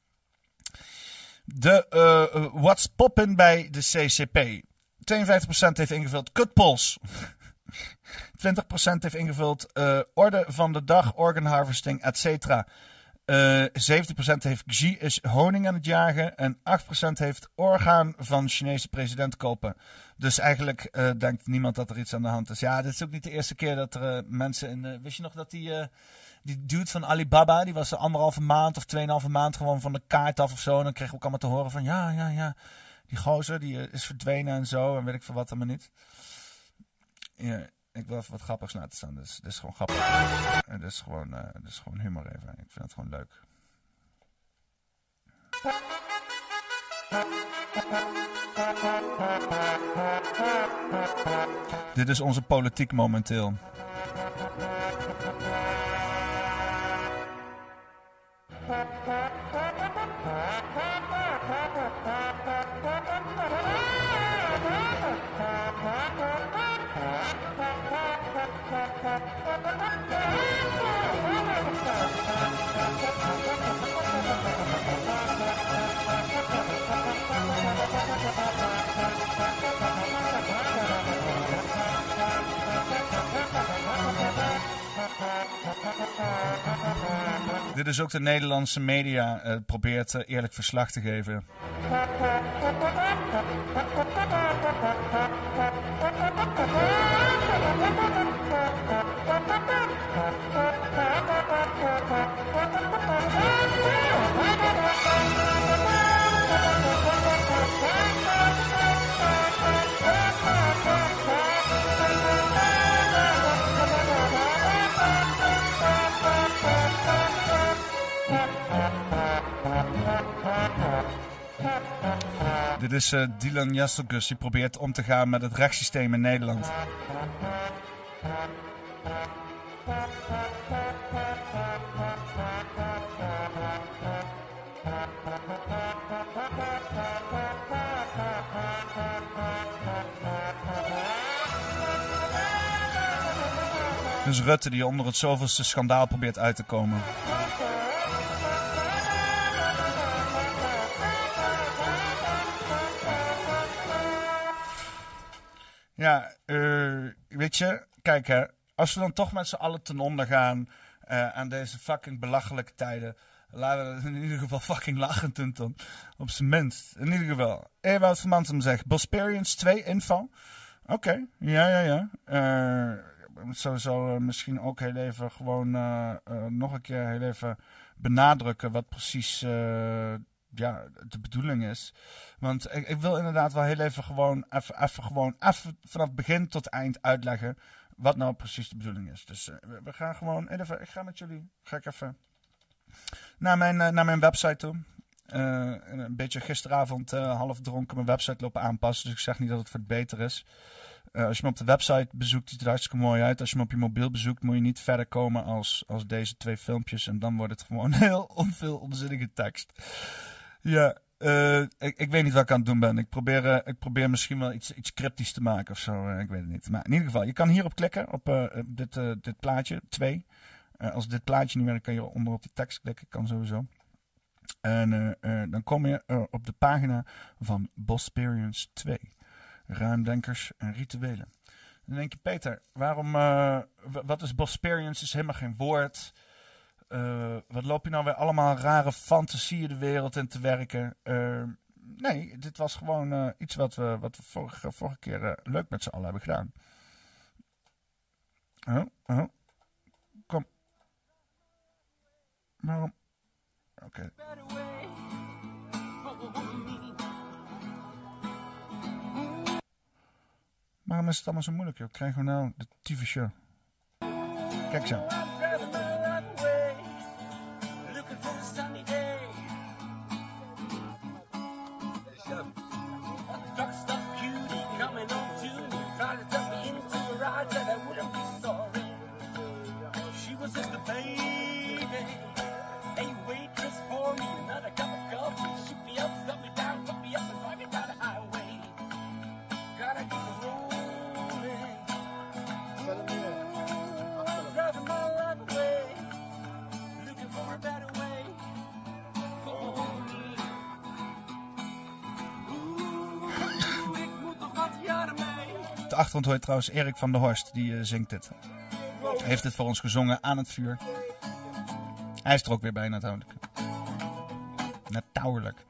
De uh, uh, what's poppin bij de C C P. tweeënvijftig procent heeft ingevuld kutpols. twintig procent heeft ingevuld uh, orde van de dag, organ harvesting, et cetera. Uh, zeventig procent heeft Xi is honing aan het jagen. En acht procent heeft orgaan van Chinese president kopen. Dus eigenlijk uh, denkt niemand dat er iets aan de hand is. Ja, dit is ook niet de eerste keer dat er uh, mensen in... Uh, wist je nog dat die, uh, die dude van Alibaba, die was er anderhalve maand of tweeënhalve maand gewoon van de kaart af of zo. En dan kregen we ook allemaal te horen van ja, ja, ja. Die gozer, die uh, is verdwenen en zo. En weet ik veel wat allemaal niet. Ja, ik wil even wat grappigs laten staan. Dus dit is gewoon grappig. En dit is gewoon, uh, dit is gewoon humor even. Ik vind het gewoon leuk. Dit is onze politiek momenteel. Dit is ook de Nederlandse media uh, probeert uh, eerlijk verslag te geven. Dit is uh, Dylan Jastroguz, die probeert om te gaan met het rechtssysteem in Nederland. Dus Rutte die onder het zoveelste schandaal probeert uit te komen. Ja, uh, weet je, kijk hè, als we dan toch met z'n allen ten onder gaan Uh, aan deze fucking belachelijke tijden. Laten we het in ieder geval fucking lachend doen dan. Op zijn minst. In ieder geval. Ewout van Mantem zegt. Bosperience twee info. Oké. Okay. Ja, ja, ja. Uh, sowieso uh, misschien ook heel even gewoon uh, uh, nog een keer heel even benadrukken wat precies uh, ja, de bedoeling is. Want ik, ik wil inderdaad wel heel even gewoon even, even gewoon even vanaf begin tot eind uitleggen wat nou precies de bedoeling is. Dus uh, we gaan gewoon even, ik ga met jullie, ga ik even naar mijn, uh, naar mijn website toe. Uh, een beetje gisteravond uh, half dronken mijn website lopen aanpassen. Dus ik zeg niet dat het voor het beter is. Uh, als je me op de website bezoekt, ziet het er hartstikke mooi uit. Als je me op je mobiel bezoekt, moet je niet verder komen als, als deze twee filmpjes. En dan wordt het gewoon heel onveel onzinnige tekst. Ja, uh, ik, ik weet niet wat ik aan het doen ben. Ik probeer, uh, ik probeer misschien wel iets, iets cryptisch te maken of zo. Uh, ik weet het niet. Maar in ieder geval, je kan hierop klikken, op uh, dit, uh, dit plaatje, twee. Uh, als dit plaatje niet werkt, kan je onder op die tekst klikken. Kan sowieso. En uh, uh, dan kom je uh, op de pagina van Bosperience twee. Ruimdenkers en rituelen. Dan denk je, Peter, waarom, uh, wat is Bosperience? Is helemaal geen woord. Uh, wat loop je nou weer allemaal rare fantasieën de wereld in te werken? Uh, nee, dit was gewoon uh, iets wat we, wat we vorige, vorige keer uh, leuk met z'n allen hebben gedaan. Oh, oh. Kom. Waarom? Oké. Okay. Waarom is het allemaal zo moeilijk, joh? Krijgen we nou de tyfus show? Kijk zo. Op de achtergrond hoor je trouwens Erik van der Horst, die uh, zingt dit. Hij heeft dit voor ons gezongen aan het vuur. Hij is er ook weer bij natuurlijk. Natuurlijk.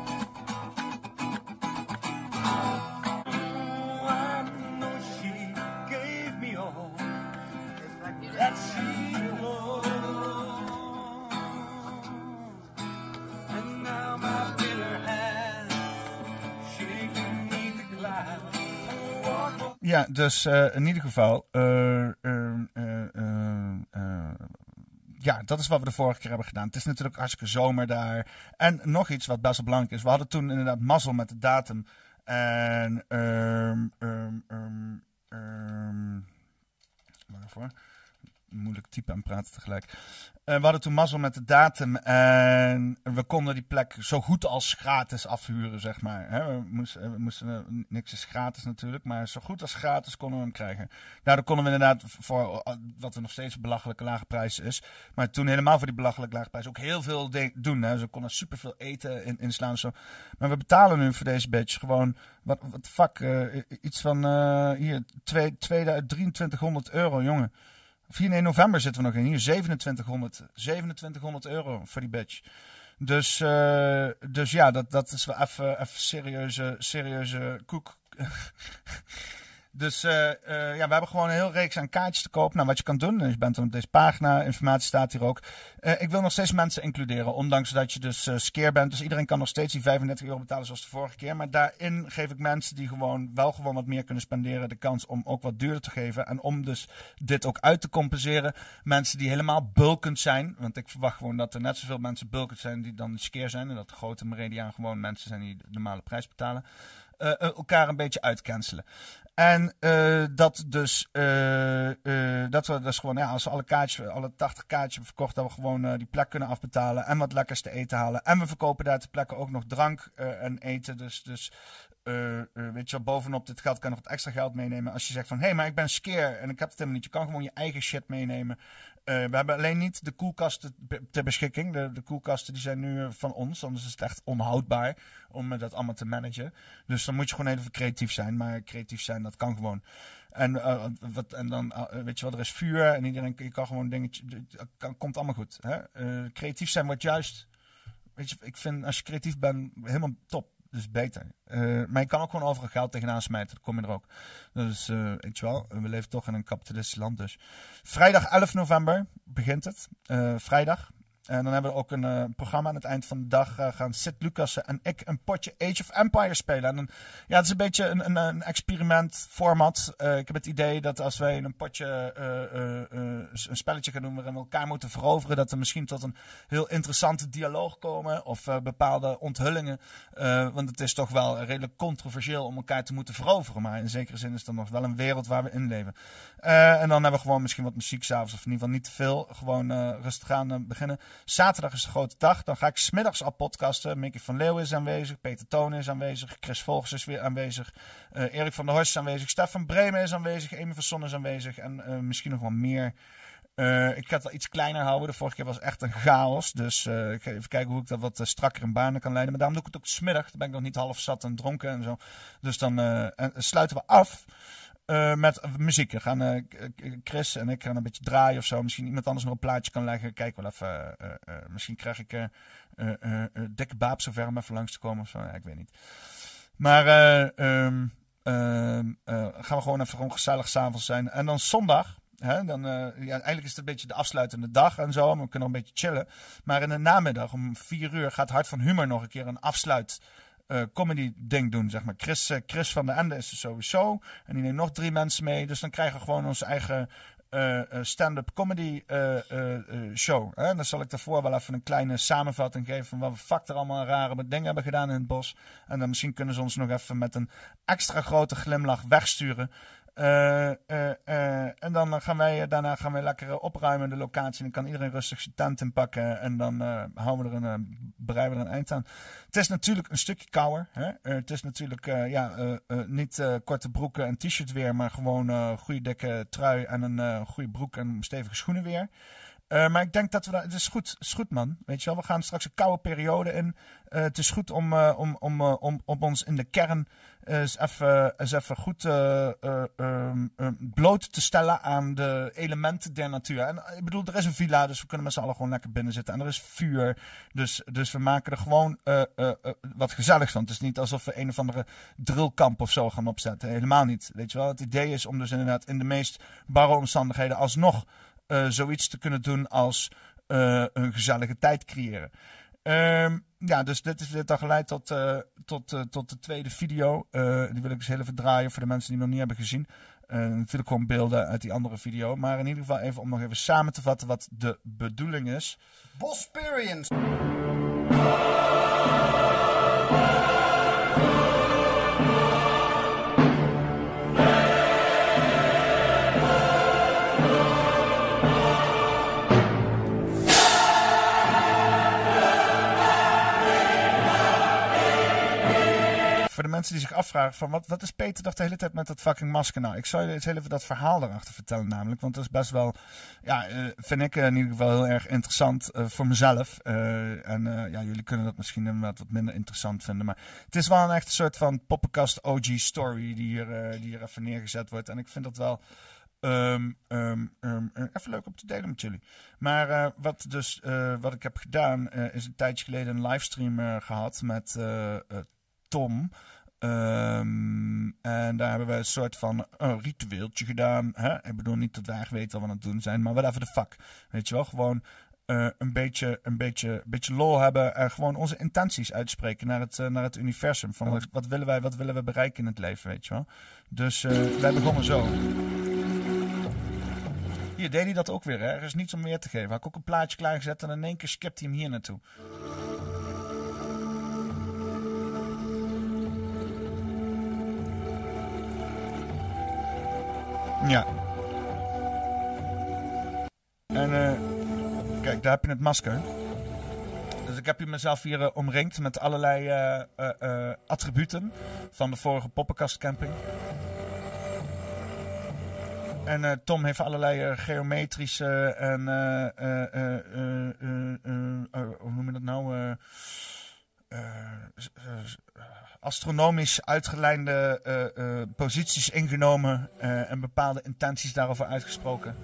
Ja, dus uh, in ieder geval, uh, uh, uh, uh, uh, ja, dat is wat we de vorige keer hebben gedaan. Het is natuurlijk hartstikke zomer daar. En nog iets wat best wel belangrijk is. We hadden toen inderdaad mazzel met de datum. En, um, um, um, um, waarvoor? Moeilijk typen en praten tegelijk. Uh, we hadden toen mazzel met de datum en we konden die plek zo goed als gratis afhuren, zeg maar. He, we moesten, we moesten uh, niks is gratis natuurlijk, maar zo goed als gratis konden we hem krijgen. Daardoor konden we inderdaad voor uh, wat er nog steeds een belachelijke lage prijs is, maar toen helemaal voor die belachelijke lage prijs ook heel veel de- doen. Hè. Ze konden superveel eten in, inslaan. Zo. Maar we betalen nu voor deze badge gewoon, wat, wat fuck, uh, iets van uh, hier, drieëntwintighonderd euro, jongen. vier november zitten we nog in. Hier zevenentwintighonderd euro voor die badge. Dus, uh, dus ja, dat, dat is wel even, even serieuze, serieuze koek. Dus uh, uh, ja, we hebben gewoon een heel reeks aan kaartjes te koop. Nou, wat je kan doen, je bent dan op deze pagina, informatie staat hier ook. Uh, ik wil nog steeds mensen includeren, ondanks dat je dus uh, skeer bent. Dus iedereen kan nog steeds die vijfendertig euro betalen zoals de vorige keer. Maar daarin geef ik mensen die gewoon wel gewoon wat meer kunnen spenderen de kans om ook wat duurder te geven. En om dus dit ook uit te compenseren. Mensen die helemaal bulkend zijn. Want ik verwacht gewoon dat er net zoveel mensen bulkend zijn die dan skeer zijn. En dat de grote Meridiaan gewoon mensen zijn die de normale prijs betalen. Uh, uh, elkaar een beetje uitcancelen. En uh, dat dus, uh, uh, dat we dus gewoon, ja, als we alle kaartjes, alle tachtig kaartjes hebben verkocht, dat we gewoon uh, die plek kunnen afbetalen en wat lekkers te eten halen. En we verkopen daar ter plekke ook nog drank uh, en eten. Dus, dus uh, uh, weet je wel, bovenop dit geld kan je nog wat extra geld meenemen. Als je zegt van, hé, hey, maar ik ben skeer en ik heb het helemaal niet. Je kan gewoon je eigen shit meenemen. we hebben alleen niet de koelkasten ter beschikking. De, de koelkasten die zijn nu van ons. Anders is het echt onhoudbaar om dat allemaal te managen. Dus dan moet je gewoon even creatief zijn. Maar creatief zijn, dat kan gewoon. En, uh, wat, en dan, uh, weet je wel, er is vuur. En iedereen je kan gewoon dingetje... Het kan, komt allemaal goed. Hè? Uh, creatief zijn wordt juist... Weet je, ik vind als je creatief bent, helemaal top. Dus beter. Uh, maar je kan ook gewoon overal geld tegenaan smijten. Dan kom je er ook. Dus, uh, weet je wel, we leven toch in een kapitalistisch land. Dus. Vrijdag elf november begint het. Uh, vrijdag. En dan hebben we ook een uh, programma aan het eind van de dag. Uh, gaan Sid Lucassen en ik een potje Age of Empires spelen. En dan, ja, het is een beetje een, een, een experiment format. Uh, ik heb het idee dat als wij een potje uh, uh, uh, een spelletje gaan doen waarin we elkaar moeten veroveren, dat er misschien tot een heel interessante dialoog komen. Of uh, bepaalde onthullingen. Uh, want het is toch wel redelijk controversieel om elkaar te moeten veroveren. Maar in zekere zin is het nog wel een wereld waar we in leven. Uh, en dan hebben we gewoon misschien wat muziek s'avonds. Of in ieder geval niet te veel. Gewoon uh, rustig aan uh, beginnen. Zaterdag is de grote dag. Dan ga ik 's middags al podcasten. Mickey van Leeuwen is aanwezig. Peter Toon is aanwezig. Chris Volgers is weer aanwezig. Uh, Erik van der Horst is aanwezig. Stefan Bremen is aanwezig. Amy van Son is aanwezig. En uh, misschien nog wel meer. Uh, ik ga het wel iets kleiner houden. De vorige keer was echt een chaos. Dus uh, ik ga even kijken hoe ik dat wat uh, strakker in banen kan leiden. Maar daarom doe ik het ook 's middag. Dan ben ik nog niet half zat en dronken en zo. Dus dan uh, en sluiten we af. Uh, met muziek. We gaan, uh, Chris en ik gaan een beetje draaien of zo. Misschien iemand anders nog een plaatje kan leggen. Kijk wel even. Uh, uh, misschien krijg ik uh, uh, uh, uh, dikke baap zover om even langs te komen of zo. Ja, ik weet niet. Maar uh, um, uh, uh, gaan we gewoon even gewoon gezellig s'avonds zijn. En dan zondag. Hè, dan, uh, ja, eigenlijk is het een beetje de afsluitende dag en zo. Maar we kunnen nog een beetje chillen. Maar in de namiddag om vier uur gaat Hart van Humor nog een keer een afsluit. Uh, comedy ding doen, zeg maar. Chris, uh, Chris van der Ende is er sowieso. En die neemt nog drie mensen mee. Dus dan krijgen we gewoon onze eigen uh, uh, stand-up comedy uh, uh, uh, show. Hè? En dan zal ik daarvoor wel even een kleine samenvatting geven van wat we fuck er allemaal rare dingen hebben gedaan in het bos. En dan misschien kunnen ze ons nog even met een extra grote glimlach wegsturen. Uh, uh, uh, en dan gaan wij daarna gaan wij lekker uh, opruimen in de locatie. En dan kan iedereen rustig zijn tent inpakken. En dan uh, houden we er een, uh, bereiden we er een eind aan. Het is natuurlijk een stukje kouder. Hè? Uh, het is natuurlijk uh, ja, uh, uh, niet uh, korte broeken en t-shirt weer. Maar gewoon uh, goede dikke trui en een uh, goede broek en stevige schoenen weer. Uh, maar ik denk dat we dat... Het is goed, het is goed, man. Weet je wel, we gaan straks een koude periode in. Uh, het is goed om, uh, om, om, uh, om, om ons in de kern uh, eens, even, eens even goed uh, uh, um, um, bloot te stellen aan de elementen der natuur. En ik bedoel, er is een villa, dus we kunnen met z'n allen gewoon lekker binnen zitten. En er is vuur, dus, dus we maken er gewoon uh, uh, uh, wat gezelligs van. Het is niet alsof we een of andere drillkamp of zo gaan opzetten. Helemaal niet, weet je wel. Het idee is om dus inderdaad in de meest barre omstandigheden alsnog Uh, zoiets te kunnen doen als uh, een gezellige tijd creëren. Uh, ja, dus dit is dit dan geleid tot, uh, tot, uh, tot de tweede video. Uh, die wil ik dus heel even draaien voor de mensen die hem nog niet hebben gezien. Uh, natuurlijk gewoon beelden uit die andere video. Maar in ieder geval even om nog even samen te vatten wat de bedoeling is. Bosperience! Voor de mensen die zich afvragen van wat, wat is Peter toch de hele tijd met dat fucking masker nou? Ik zal je eens heel even dat verhaal erachter vertellen namelijk. Want dat is best wel, ja, uh, vind ik uh, in ieder geval heel erg interessant uh, voor mezelf. Uh, en uh, ja, jullie kunnen dat misschien inderdaad wat minder interessant vinden. Maar het is wel een echt soort van poppenkast O G story die hier, uh, die hier even neergezet wordt. En ik vind dat wel Um, um, um, even leuk om te delen met jullie. Maar uh, wat, dus, uh, wat ik heb gedaan uh, is een tijdje geleden een livestream uh, gehad met uh, uh, Tom. Um, en daar hebben we een soort van uh, ritueeltje gedaan. Hè? Ik bedoel niet dat wij echt weten wat we aan het doen zijn, maar whatever the fuck. Weet je wel, gewoon uh, een, beetje, een, beetje, een beetje lol hebben en gewoon onze intenties uitspreken naar het, uh, naar het universum. Van wat, wat willen wij, wat willen we bereiken in het leven, weet je wel. Dus uh, wij begonnen zo. Hier deed hij dat ook weer, hè? Er is niets om meer te geven. Had ik ook een plaatje klaargezet en in één keer skipt hij hem hier naartoe. Ja. En uh, kijk, daar heb je het masker. Dus ik heb hier mezelf hier uh, omringd met allerlei uh, uh, uh, attributen van de vorige poppenkastcamping. En uh, Tom heeft allerlei uh, geometrische en uh, uh, uh, uh, uh, uh, uh, hoe noem je dat nou? Uh, uh, uh, astronomisch uitgelijnde uh, uh, posities ingenomen uh, en bepaalde intenties daarover uitgesproken.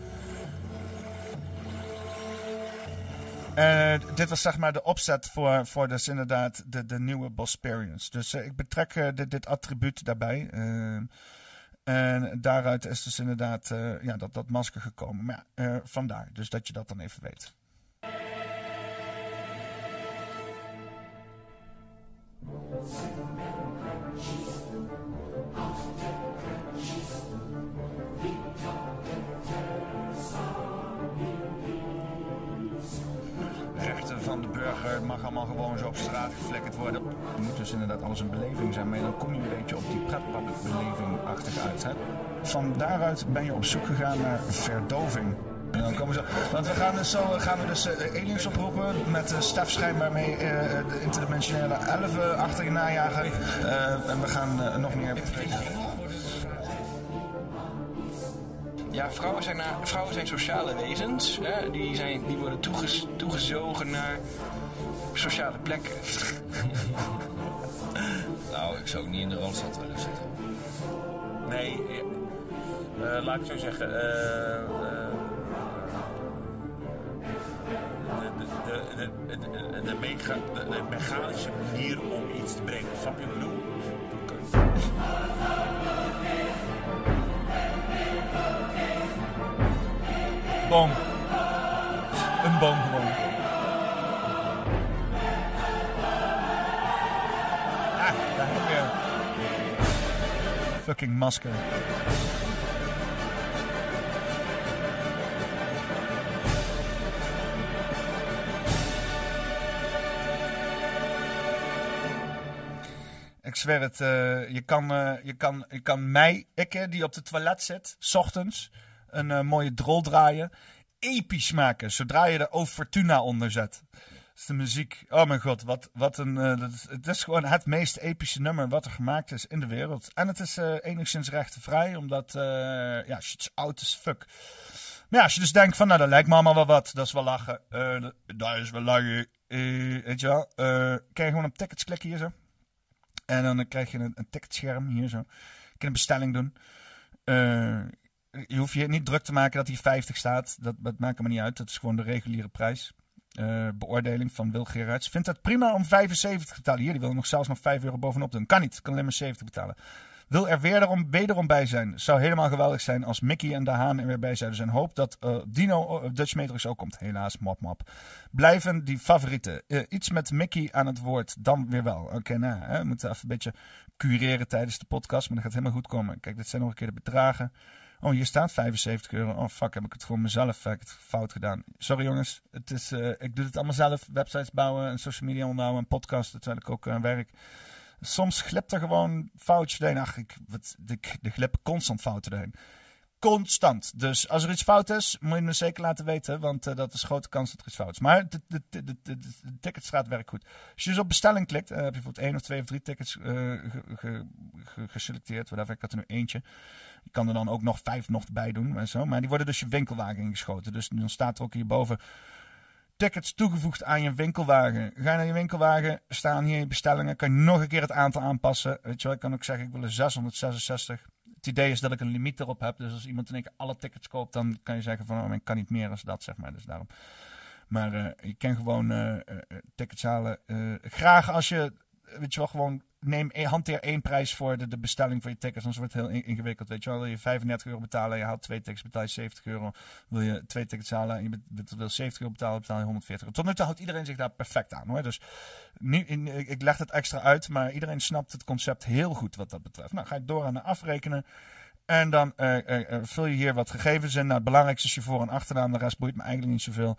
Uh, dit was zeg maar de opzet voor, voor dus inderdaad de, de nieuwe Bosperians. Dus uh, ik betrek uh, dit, dit attribuut daarbij. Uh, en daaruit is dus inderdaad uh, ja, dat, dat masker gekomen. Maar ja, uh, vandaar. Dus dat je dat dan even weet. Rechten van de burger mag allemaal gewoon zo op straat geflikkerd worden. Het moet dus inderdaad alles een beleving zijn, maar dan kom je een beetje op die pretparkbeleving-achtig uit. Hè? Van daaruit ben je op zoek gegaan naar verdoving. En dan komen ze, want we gaan dus, zo, gaan we dus uh, aliens oproepen met uh, Stef schijnbaar mee uh, de interdimensionele elfen achter je najagen. Uh, en we gaan uh, nog meer... Ja, vrouwen zijn, na, vrouwen zijn sociale wezens. Hè? Die, zijn, die worden toegez, toegezogen naar sociale plekken. Nou, ik zou ook niet in de Randstad willen zitten. Nee, uh, laat ik zo zeggen. Uh, uh, de, de, de, de, de, mega, de, de mechanische manier om iets te brengen. Snap je wat ik bedoel? Boom. Een boom gewoon. Ah, daar heb je. Fucking masker. Ik zweer het, uh, je, kan, uh, je, kan, je kan mij, ik die op de toilet zit, 's ochtends, een uh, mooie drol draaien, episch maken, zodra je er O Fortuna onder zet. Dat is de muziek. Oh mijn god, wat, wat een, uh, dat is, het is gewoon het meest epische nummer wat er gemaakt is in de wereld. En het is uh, enigszins rechtenvrij, omdat, uh, ja, shit is oud as fuck. Maar ja, als je dus denkt van, nou, dat lijkt me allemaal wel wat, dat is wel lachen, uh, dat, dat is wel lachen, uh, weet je wel. Uh, kan je gewoon op tickets klikken hier zo. En dan krijg je een, een ticketscherm hier zo. Je kan een bestelling doen. Uh, je hoeft je niet druk te maken dat hier vijftig staat. Dat, dat maakt me niet uit. Dat is gewoon de reguliere prijs. Uh, beoordeling van Wil Gerards. Vindt het prima om vijfenzeventig te betalen. Hier, die wil nog zelfs nog vijf euro bovenop doen. Kan niet. Kan alleen maar zeventig betalen. Wil er wederom, wederom bij zijn. Zou helemaal geweldig zijn als Mickey en de Haan er weer bij zouden zijn. Hoop dat uh, Dino uh, Dutch Matrix ook komt. Helaas, mop mop. Blijven die favorieten. Uh, iets met Mickey aan het woord. Dan weer wel. Oké, okay, nou, hè, we moeten even een beetje cureren tijdens de podcast. Maar dat gaat helemaal goed komen. Kijk, dit zijn nog een keer de bedragen. Oh, hier staat vijfenzeventig euro. Oh, fuck, heb ik het voor mezelf heb ik het fout gedaan. Sorry jongens. Het is, uh, ik doe het allemaal zelf. Websites bouwen, en social media onderhouden, en podcast. Dat is eigenlijk ook uh, werk. Soms glipt er gewoon foutjes doorheen. Ach, ik, wat, de, de glippen constant fouten doorheen. Constant. Dus als er iets fout is, moet je me zeker laten weten. Want uh, dat is grote kans dat er iets fout is. Maar de, de, de, de, de, de ticketstraat werkt goed. Als je dus op bestelling klikt, uh, heb je bijvoorbeeld één of twee of drie tickets uh, ge, ge, ge, geselecteerd. Whatever, ik had er nu eentje. Je kan er dan ook nog vijf nog bij doen. En zo. Maar die worden dus je winkelwagen ingeschoten. Dus dan staat er ook hierboven... Tickets toegevoegd aan je winkelwagen. Ga je naar je winkelwagen, staan hier je bestellingen. Kan je nog een keer het aantal aanpassen. Weet je wel, ik kan ook zeggen, ik wil er zeshonderdzesenzestig. Het idee is dat ik een limiet erop heb. Dus als iemand in één keer alle tickets koopt, dan kan je zeggen van, oh, ik kan niet meer als dat, zeg maar. Dus daarom. Maar uh, je kan gewoon uh, uh, tickets halen. Uh, graag als je, weet je wel, gewoon neem, hanteer één prijs voor de, de bestelling van je tickets. Anders wordt het heel ingewikkeld, weet je wel. Wil je vijfendertig euro betalen en je haalt twee tickets, betaal je zeventig euro. Wil je twee tickets halen en je wil zeventig euro betalen, betaal je honderdveertig euro. Tot nu toe houdt iedereen zich daar perfect aan, hoor. Dus nu, in, ik leg het extra uit, maar iedereen snapt het concept heel goed wat dat betreft. Nou, ga je door aan de afrekenen. En dan uh, uh, uh, vul je hier wat gegevens in. Nou, het belangrijkste is je voor- en achternaam. De rest boeit me eigenlijk niet zoveel.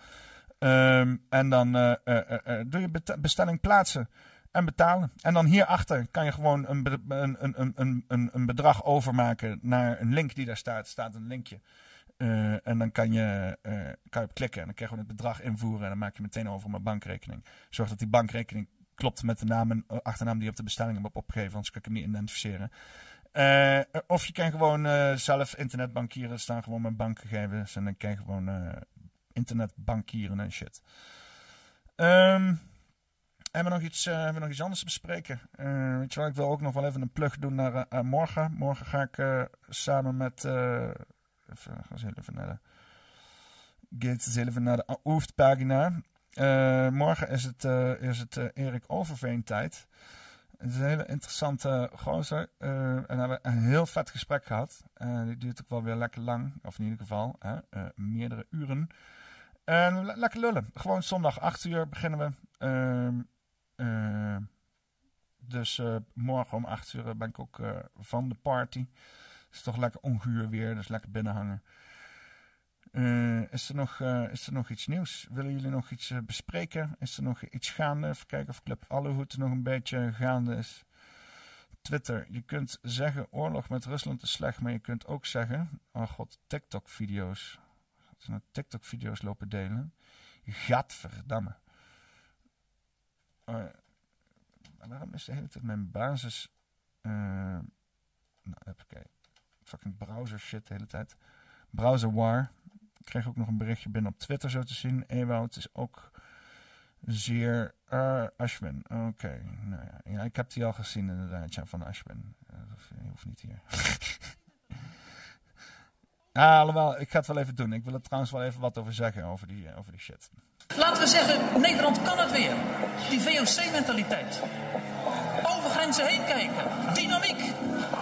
Um, en dan uh, uh, uh, doe je bestelling plaatsen. En betalen. En dan hierachter kan je gewoon een, be- een, een, een, een, een bedrag overmaken naar een link die daar staat. staat een linkje. Uh, en dan kan je, uh, kan je op klikken. En dan kan je gewoon het bedrag invoeren. En dan maak je meteen over mijn bankrekening. Zorg dat die bankrekening klopt met de naam en achternaam die je op de bestelling hebt opgegeven. Anders kan ik hem niet identificeren. Uh, of je kan gewoon uh, zelf internetbankieren. Er staan gewoon mijn bankgegevens. En dan kan je gewoon uh, internetbankieren en shit. Um, hebben, we nog iets, uh, hebben we nog iets anders te bespreken? Uh, weet je wel, ik wil ook nog wel even een plug doen naar uh, uh, morgen. Morgen ga ik uh, samen met... Uh, even, ga eens even naar de... Gates even naar de hoofdpagina. Uh, morgen is het, uh, is het uh, Erik Overveen tijd. Het is een hele interessante gozer. Uh, en we hebben een heel vet gesprek gehad. Uh, die duurt ook wel weer lekker lang. Of in ieder geval hè, uh, meerdere uren. En le- lekker lullen. Gewoon zondag acht uur beginnen we. Uh, uh, dus uh, morgen om acht uur ben ik ook uh, van de party. Het is toch lekker onguur weer. Dus lekker binnenhangen. Uh, is, er nog, uh, is er nog iets nieuws? Willen jullie nog iets uh, bespreken? Is er nog iets gaande? Even kijken of Club Allehoed nog een beetje gaande is. Twitter. Je kunt zeggen oorlog met Rusland is slecht. Maar je kunt ook zeggen... Oh god, TikTok-video's. Als ze nou TikTok-video's lopen delen. Gadverdamme. Oh, ja. Waarom is de hele tijd mijn basis... Uh, nou, even kijken. Fucking browser shit de hele tijd. Browser war. Ik kreeg ook nog een berichtje binnen op Twitter zo te zien. Ewout is ook zeer... Uh, Ashwin, oké. Okay. Nou ja. ja, ik heb die al gezien inderdaad, ja, van Ashwin. Uh, je hoeft niet hier. ah, alhoewel, ik ga het wel even doen. Ik wil er trouwens wel even wat over zeggen, over die, uh, over die shit. Laten we zeggen, Nederland kan het weer. Die V O C-mentaliteit. Over grenzen heen kijken. Dynamiek.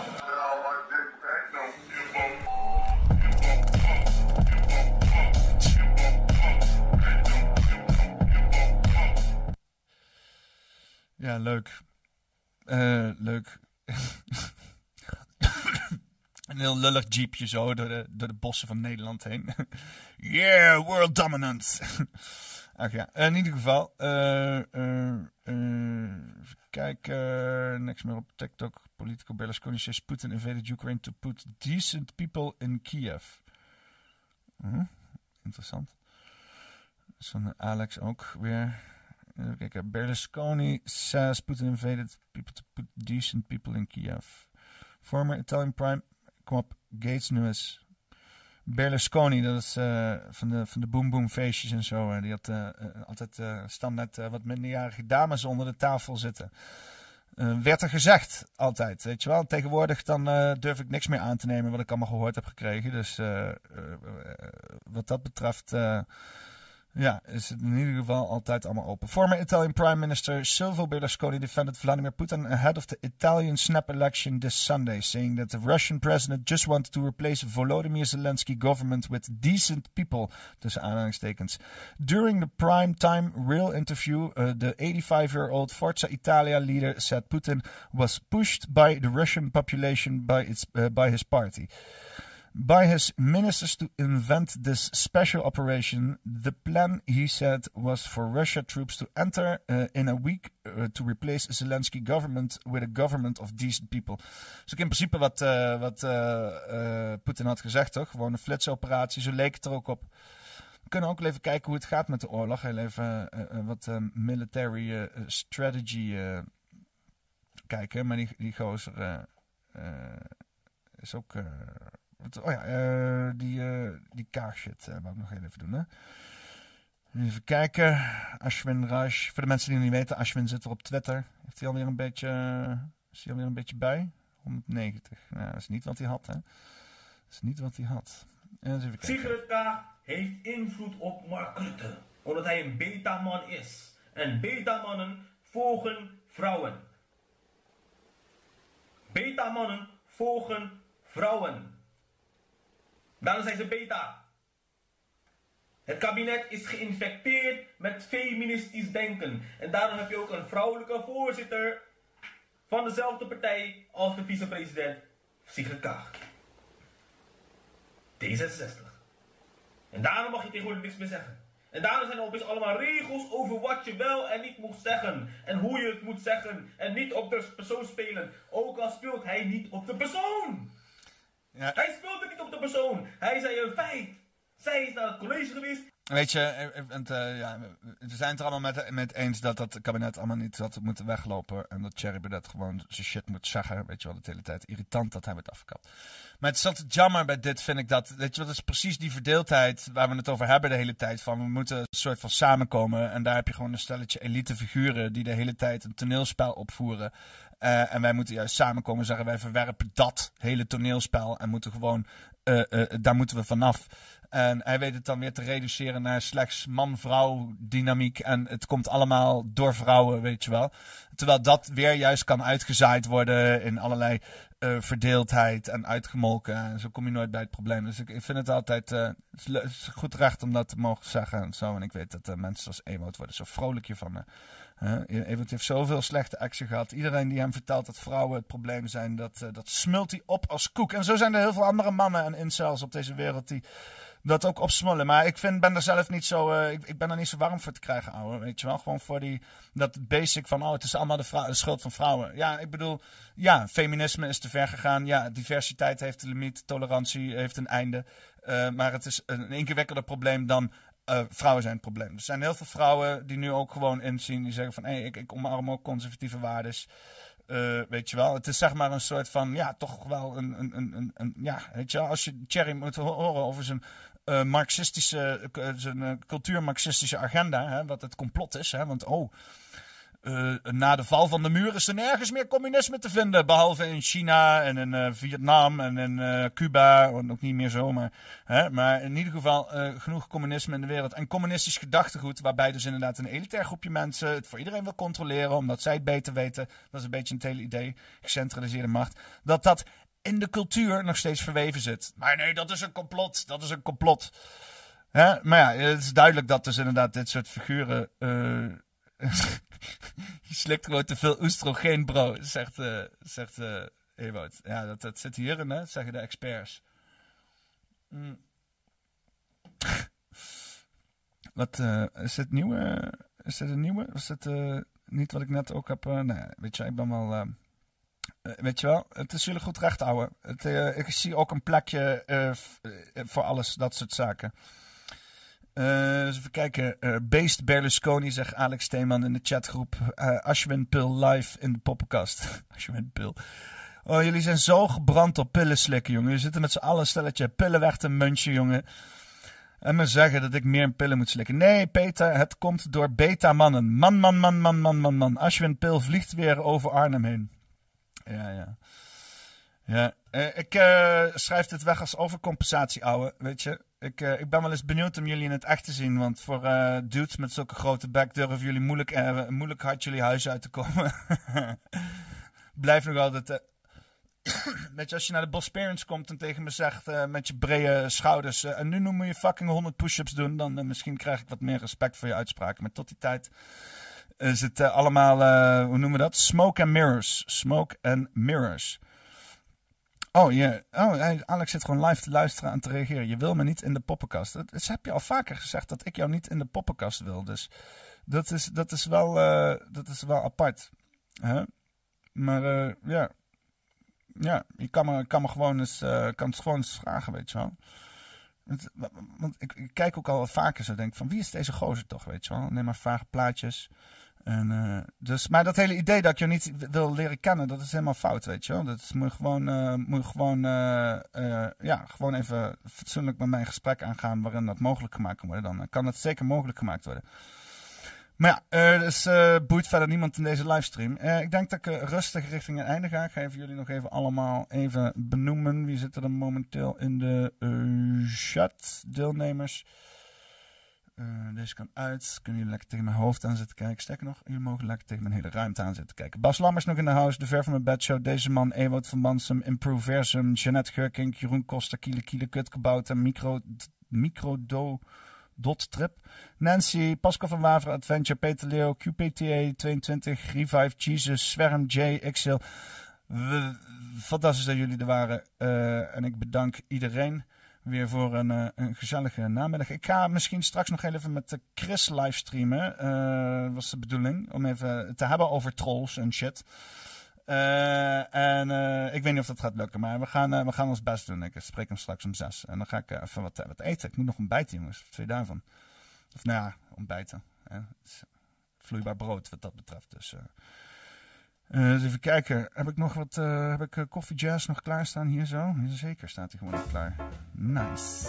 Ja, leuk. Uh, leuk. Een heel lullig jeepje zo door de, door de bossen van Nederland heen. Yeah, world dominance. Ach ja, in ieder geval. Uh, uh, uh, kijk, uh, niks meer op TikTok. Politico Berlusconi says Putin invaded Ukraine to put decent people in Kiev. Uh, interessant. Zo'n Alex ook weer. Kijk, Berlusconi says Putin invaded people to put decent people in Kiev. Former Italian prime... Kom op, Gates nu eens. Berlusconi, dat is uh, van de, van de boom boom feestjes en zo. Uh, die had uh, uh, altijd uh, standaard uh, wat minderjarige dames onder de tafel zitten. Uh, werd er gezegd, altijd, weet je wel. Tegenwoordig dan uh, durf ik niks meer aan te nemen wat ik allemaal gehoord heb gekregen. Dus uh, uh, uh, wat dat betreft... Uh, Ja, is het in ieder geval altijd allemaal open. Former Italian Prime Minister Silvio Berlusconi defended Vladimir Putin ahead of the Italian snap election this Sunday, saying that the Russian president just wanted to replace Volodymyr Zelensky government with decent people, tussen aanhalingstekens. During the prime time real interview, uh, the eighty-five-year-old Forza Italia leader said Putin was pushed by the Russian population by, its, uh, by his party. By his ministers to invent this special operation. The plan, he said, was for Russia troops to enter uh, in a week uh, to replace Zelensky government with a government of decent people. Dus ook in principe wat, uh, wat uh, uh, Poetin had gezegd, toch? Gewoon een flitsoperatie, zo leek het er ook op. We kunnen ook even kijken hoe het gaat met de oorlog. Heel even uh, uh, wat uh, military uh, strategy uh, kijken. Maar die, die gozer uh, uh, is ook... Uh, Oh ja, uh, die, uh, die kaarshit uh, wou ik nog heel even doen, hè. Even kijken. Ashwin Raj. Voor de mensen die het niet weten, Ashwin zit er op Twitter. Heeft hij alweer een beetje... Uh, is hij alweer een beetje bij? honderdnegentig. Nou, dat is niet wat hij had, hè. Dat is niet wat hij had. Eens even kijken. Sigrid Kaag heeft invloed op Mark Rutte. Omdat hij een beta-man is. En beta-mannen volgen vrouwen. Beta-mannen volgen vrouwen. Daarom zijn ze beta. Het kabinet is geïnfecteerd met feministisch denken. En daarom heb je ook een vrouwelijke voorzitter van dezelfde partij als de vicepresident Sigrid Kaag. D zesenzestig. En daarom mag je tegenwoordig niks meer zeggen. En daarom zijn er opeens allemaal regels over wat je wel en niet moet zeggen. En hoe je het moet zeggen. En niet op de persoon spelen. Ook al speelt hij niet op de persoon. Ja. Hij speelde niet op de persoon. Hij zei een feit. Zij is naar het college geweest. Weet je, en, uh, ja, we zijn het er allemaal met, met eens dat dat kabinet allemaal niet had moeten weglopen. En dat Thierry Baudet gewoon zijn shit moet zeggen. Weet je wel, de hele tijd. Irritant dat hij wordt afgekapt. Maar het is altijd jammer bij dit, vind ik dat. Weet je wel, dat is precies die verdeeldheid waar we het over hebben de hele tijd. Van we moeten een soort van samenkomen. En daar heb je gewoon een stelletje elite figuren die de hele tijd een toneelspel opvoeren. Uh, en wij moeten juist samenkomen en zeggen wij verwerpen dat hele toneelspel. En moeten gewoon, uh, uh, daar moeten we vanaf. En hij weet het dan weer te reduceren naar slechts man-vrouw dynamiek. En het komt allemaal door vrouwen, weet je wel. Terwijl dat weer juist kan uitgezaaid worden in allerlei uh, verdeeldheid en uitgemolken. En zo kom je nooit bij het probleem. Dus ik, ik vind het altijd uh, het is, het is goed recht om dat te mogen zeggen. En, zo. En ik weet dat uh, mensen zoals Ewout worden zo vrolijk hiervan. Uh. Uh, Ewout heeft zoveel slechte exen gehad. Iedereen die hem vertelt dat vrouwen het probleem zijn, dat, uh, dat smult hij op als koek. En zo zijn er heel veel andere mannen en incels op deze wereld die dat ook opsmullen. Maar ik vind, ben er zelf niet zo, uh, ik, ik ben er niet zo warm voor te krijgen, ouwe. Weet je wel, gewoon voor die, dat basic van, oh, het is allemaal de, vrou- de schuld van vrouwen. Ja, ik bedoel, ja, feminisme is te ver gegaan. Ja, diversiteit heeft een limiet, tolerantie heeft een einde. Uh, maar het is een ingewikkelder probleem dan Uh, vrouwen zijn het probleem. Er zijn heel veel vrouwen die nu ook gewoon inzien. Die zeggen van, hé, hey, ik, ik omarm ook conservatieve waardes. Uh, weet je wel. Het is zeg maar een soort van, ja, toch wel een, een, een, een, een ja, weet je wel. Als je Thierry moet horen over zijn uh, marxistische, uh, zijn uh, cultuur-marxistische agenda. Hè, wat het complot is. Hè, want, oh, Uh, na de val van de muur is er nergens meer communisme te vinden. Behalve in China en in uh, Vietnam en in uh, Cuba. En ook niet meer zo, maar, hè, maar in ieder geval uh, genoeg communisme in de wereld. En communistisch gedachtegoed, waarbij dus inderdaad een elitair groepje mensen het voor iedereen wil controleren, omdat zij het beter weten. Dat is een beetje het hele idee, gecentraliseerde macht. Dat dat in de cultuur nog steeds verweven zit. Maar nee, dat is een complot. Dat is een complot. Hè? Maar ja, het is duidelijk dat dus inderdaad dit soort figuren... Uh, je slikt gewoon te veel oestrogeen, bro, zegt, uh, zegt uh, Ewout. Ja, dat, dat zit hierin, hè, zeggen de experts. Mm. Wat, uh, is dit nieuwe? Is dit een nieuwe? Was dit uh, niet wat ik net ook heb? Uh, nee, weet je, ik ben wel... Uh, uh, weet je wel, het is jullie goed recht, ouwe. Het, uh, ik zie ook een plekje uh, f- uh, voor alles, dat soort zaken. Uh, eens even kijken. Uh, Beest Berlusconi, zegt Alex Steeman in de chatgroep. Uh, Ashwin Pil live in de poppenkast. Ashwin Pil. Oh, jullie zijn zo gebrand op pillen slikken, jongen. Jullie zitten met z'n allen een stelletje pillen weg te munchen, jongen. En me zeggen dat ik meer pillen moet slikken. Nee, Peter, het komt door beta-mannen. Man, man, man, man, man, man, man. Ashwin Pil vliegt weer over Arnhem heen. Ja, ja. Ja, uh, ik uh, schrijf dit weg als overcompensatie, ouwe. Weet je, ik, uh, ik ben wel eens benieuwd om jullie in het echt te zien. Want voor uh, dudes met zulke grote bek durven jullie moeilijk, uh, moeilijk hard jullie huis uit te komen. Blijf nog altijd... Uh, weet je, als je naar de Bosperians komt en tegen me zegt uh, met je brede schouders... Uh, en nu moet je fucking honderd push-ups doen, dan uh, misschien krijg ik wat meer respect voor je uitspraken. Maar tot die tijd is het uh, allemaal, uh, hoe noemen we dat? Smoke and mirrors. Smoke and mirrors. Oh, yeah. oh, Alex zit gewoon live te luisteren en te reageren. Je wil me niet in de poppenkast. Dat, dat heb je al vaker gezegd, dat ik jou niet in de poppenkast wil. Dus dat is, dat is, wel, uh, dat is wel apart. Huh? Maar uh, ja, ja, je kan me, kan me gewoon, eens, uh, kan het gewoon eens vragen, weet je wel. Het, want ik, ik kijk ook al wat vaker zo, denk van wie is deze gozer toch, weet je wel. Neem maar vage plaatjes. En, uh, dus, maar dat hele idee dat ik je niet wil leren kennen, dat is helemaal fout, weet je wel. Dat is, moet je gewoon, uh, moet je gewoon, uh, uh, ja, gewoon even fatsoenlijk met mij een gesprek aangaan waarin dat mogelijk gemaakt kan worden. Dan kan het zeker mogelijk gemaakt worden. Maar ja, uh, dus uh, boeit verder niemand in deze livestream. Uh, ik denk dat ik uh, rustig richting het einde ga. Ik ga even jullie nog even allemaal even benoemen. Wie zitten er momenteel in de uh, chat? Deelnemers. Uh, deze kan uit. Kunnen jullie lekker tegen mijn hoofd aan zitten kijken. Sterker nog, jullie mogen lekker tegen mijn hele ruimte aan zitten kijken. Bas Lammers nog in de house. De Ver van mijn bedshow. Deze man, Ewout van Mansum, Improversum, Jeanette Geurkink, Jeroen Koster, Kiele Kiele, Kutkebouter, Micro, Microdo, Dot Trip, Nancy, Pascal van Waveren, Adventure, Peter Leo, Q P T A tweeëntwintig, Revive, Jesus, Swerm, J, X L. Fantastisch dat jullie er waren. Uh, en ik bedank iedereen weer voor een, uh, een gezellige namiddag. Ik ga misschien straks nog even met de Chris livestreamen. Uh, was de bedoeling. Om even te hebben over trolls en shit. Uh, en uh, ik weet niet of dat gaat lukken, maar we gaan, uh, we gaan ons best doen. Ik spreek hem straks om zes. En dan ga ik uh, even wat, wat eten. Ik moet nog ontbijten, jongens. Twee daarvan. Of nou ja, ontbijten. Hè. Vloeibaar brood wat dat betreft. Dus, uh, uh, dus even kijken. Heb ik nog wat... Uh, heb ik uh, Coffee Jazz nog klaarstaan hier zo? Zeker staat hij gewoon nog klaar. Nice.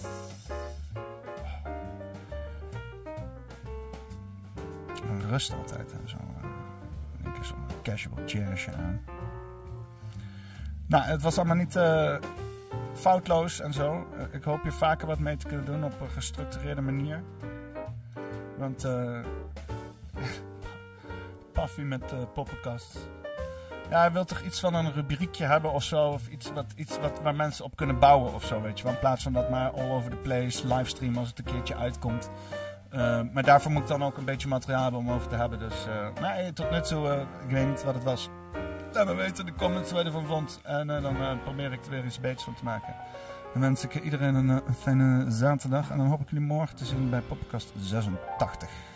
Rust altijd. Hè. Zo, uh, in één keer zo'n casual jazzje aan. Nou, het was allemaal niet uh, foutloos en zo. Uh, ik hoop hier vaker wat mee te kunnen doen op een gestructureerde manier. Want... Uh, Puffy met uh, Poppenkast. Ja, hij wil toch iets van een rubriekje hebben of zo. Of iets, wat, iets wat, waar mensen op kunnen bouwen of zo, weet je wel. In plaats van dat maar all over the place, livestream als het een keertje uitkomt. Uh, maar daarvoor moet ik dan ook een beetje materiaal hebben om over te hebben. Dus uh, nee, tot nu toe, uh, ik weet niet wat het was. Laat me weten in de comments wat je ervan vond. En uh, dan uh, probeer ik er weer iets beters van te maken. Dan wens ik iedereen een, een fijne zaterdag. En dan hoop ik jullie morgen te zien bij Poppenkast zesentachtig.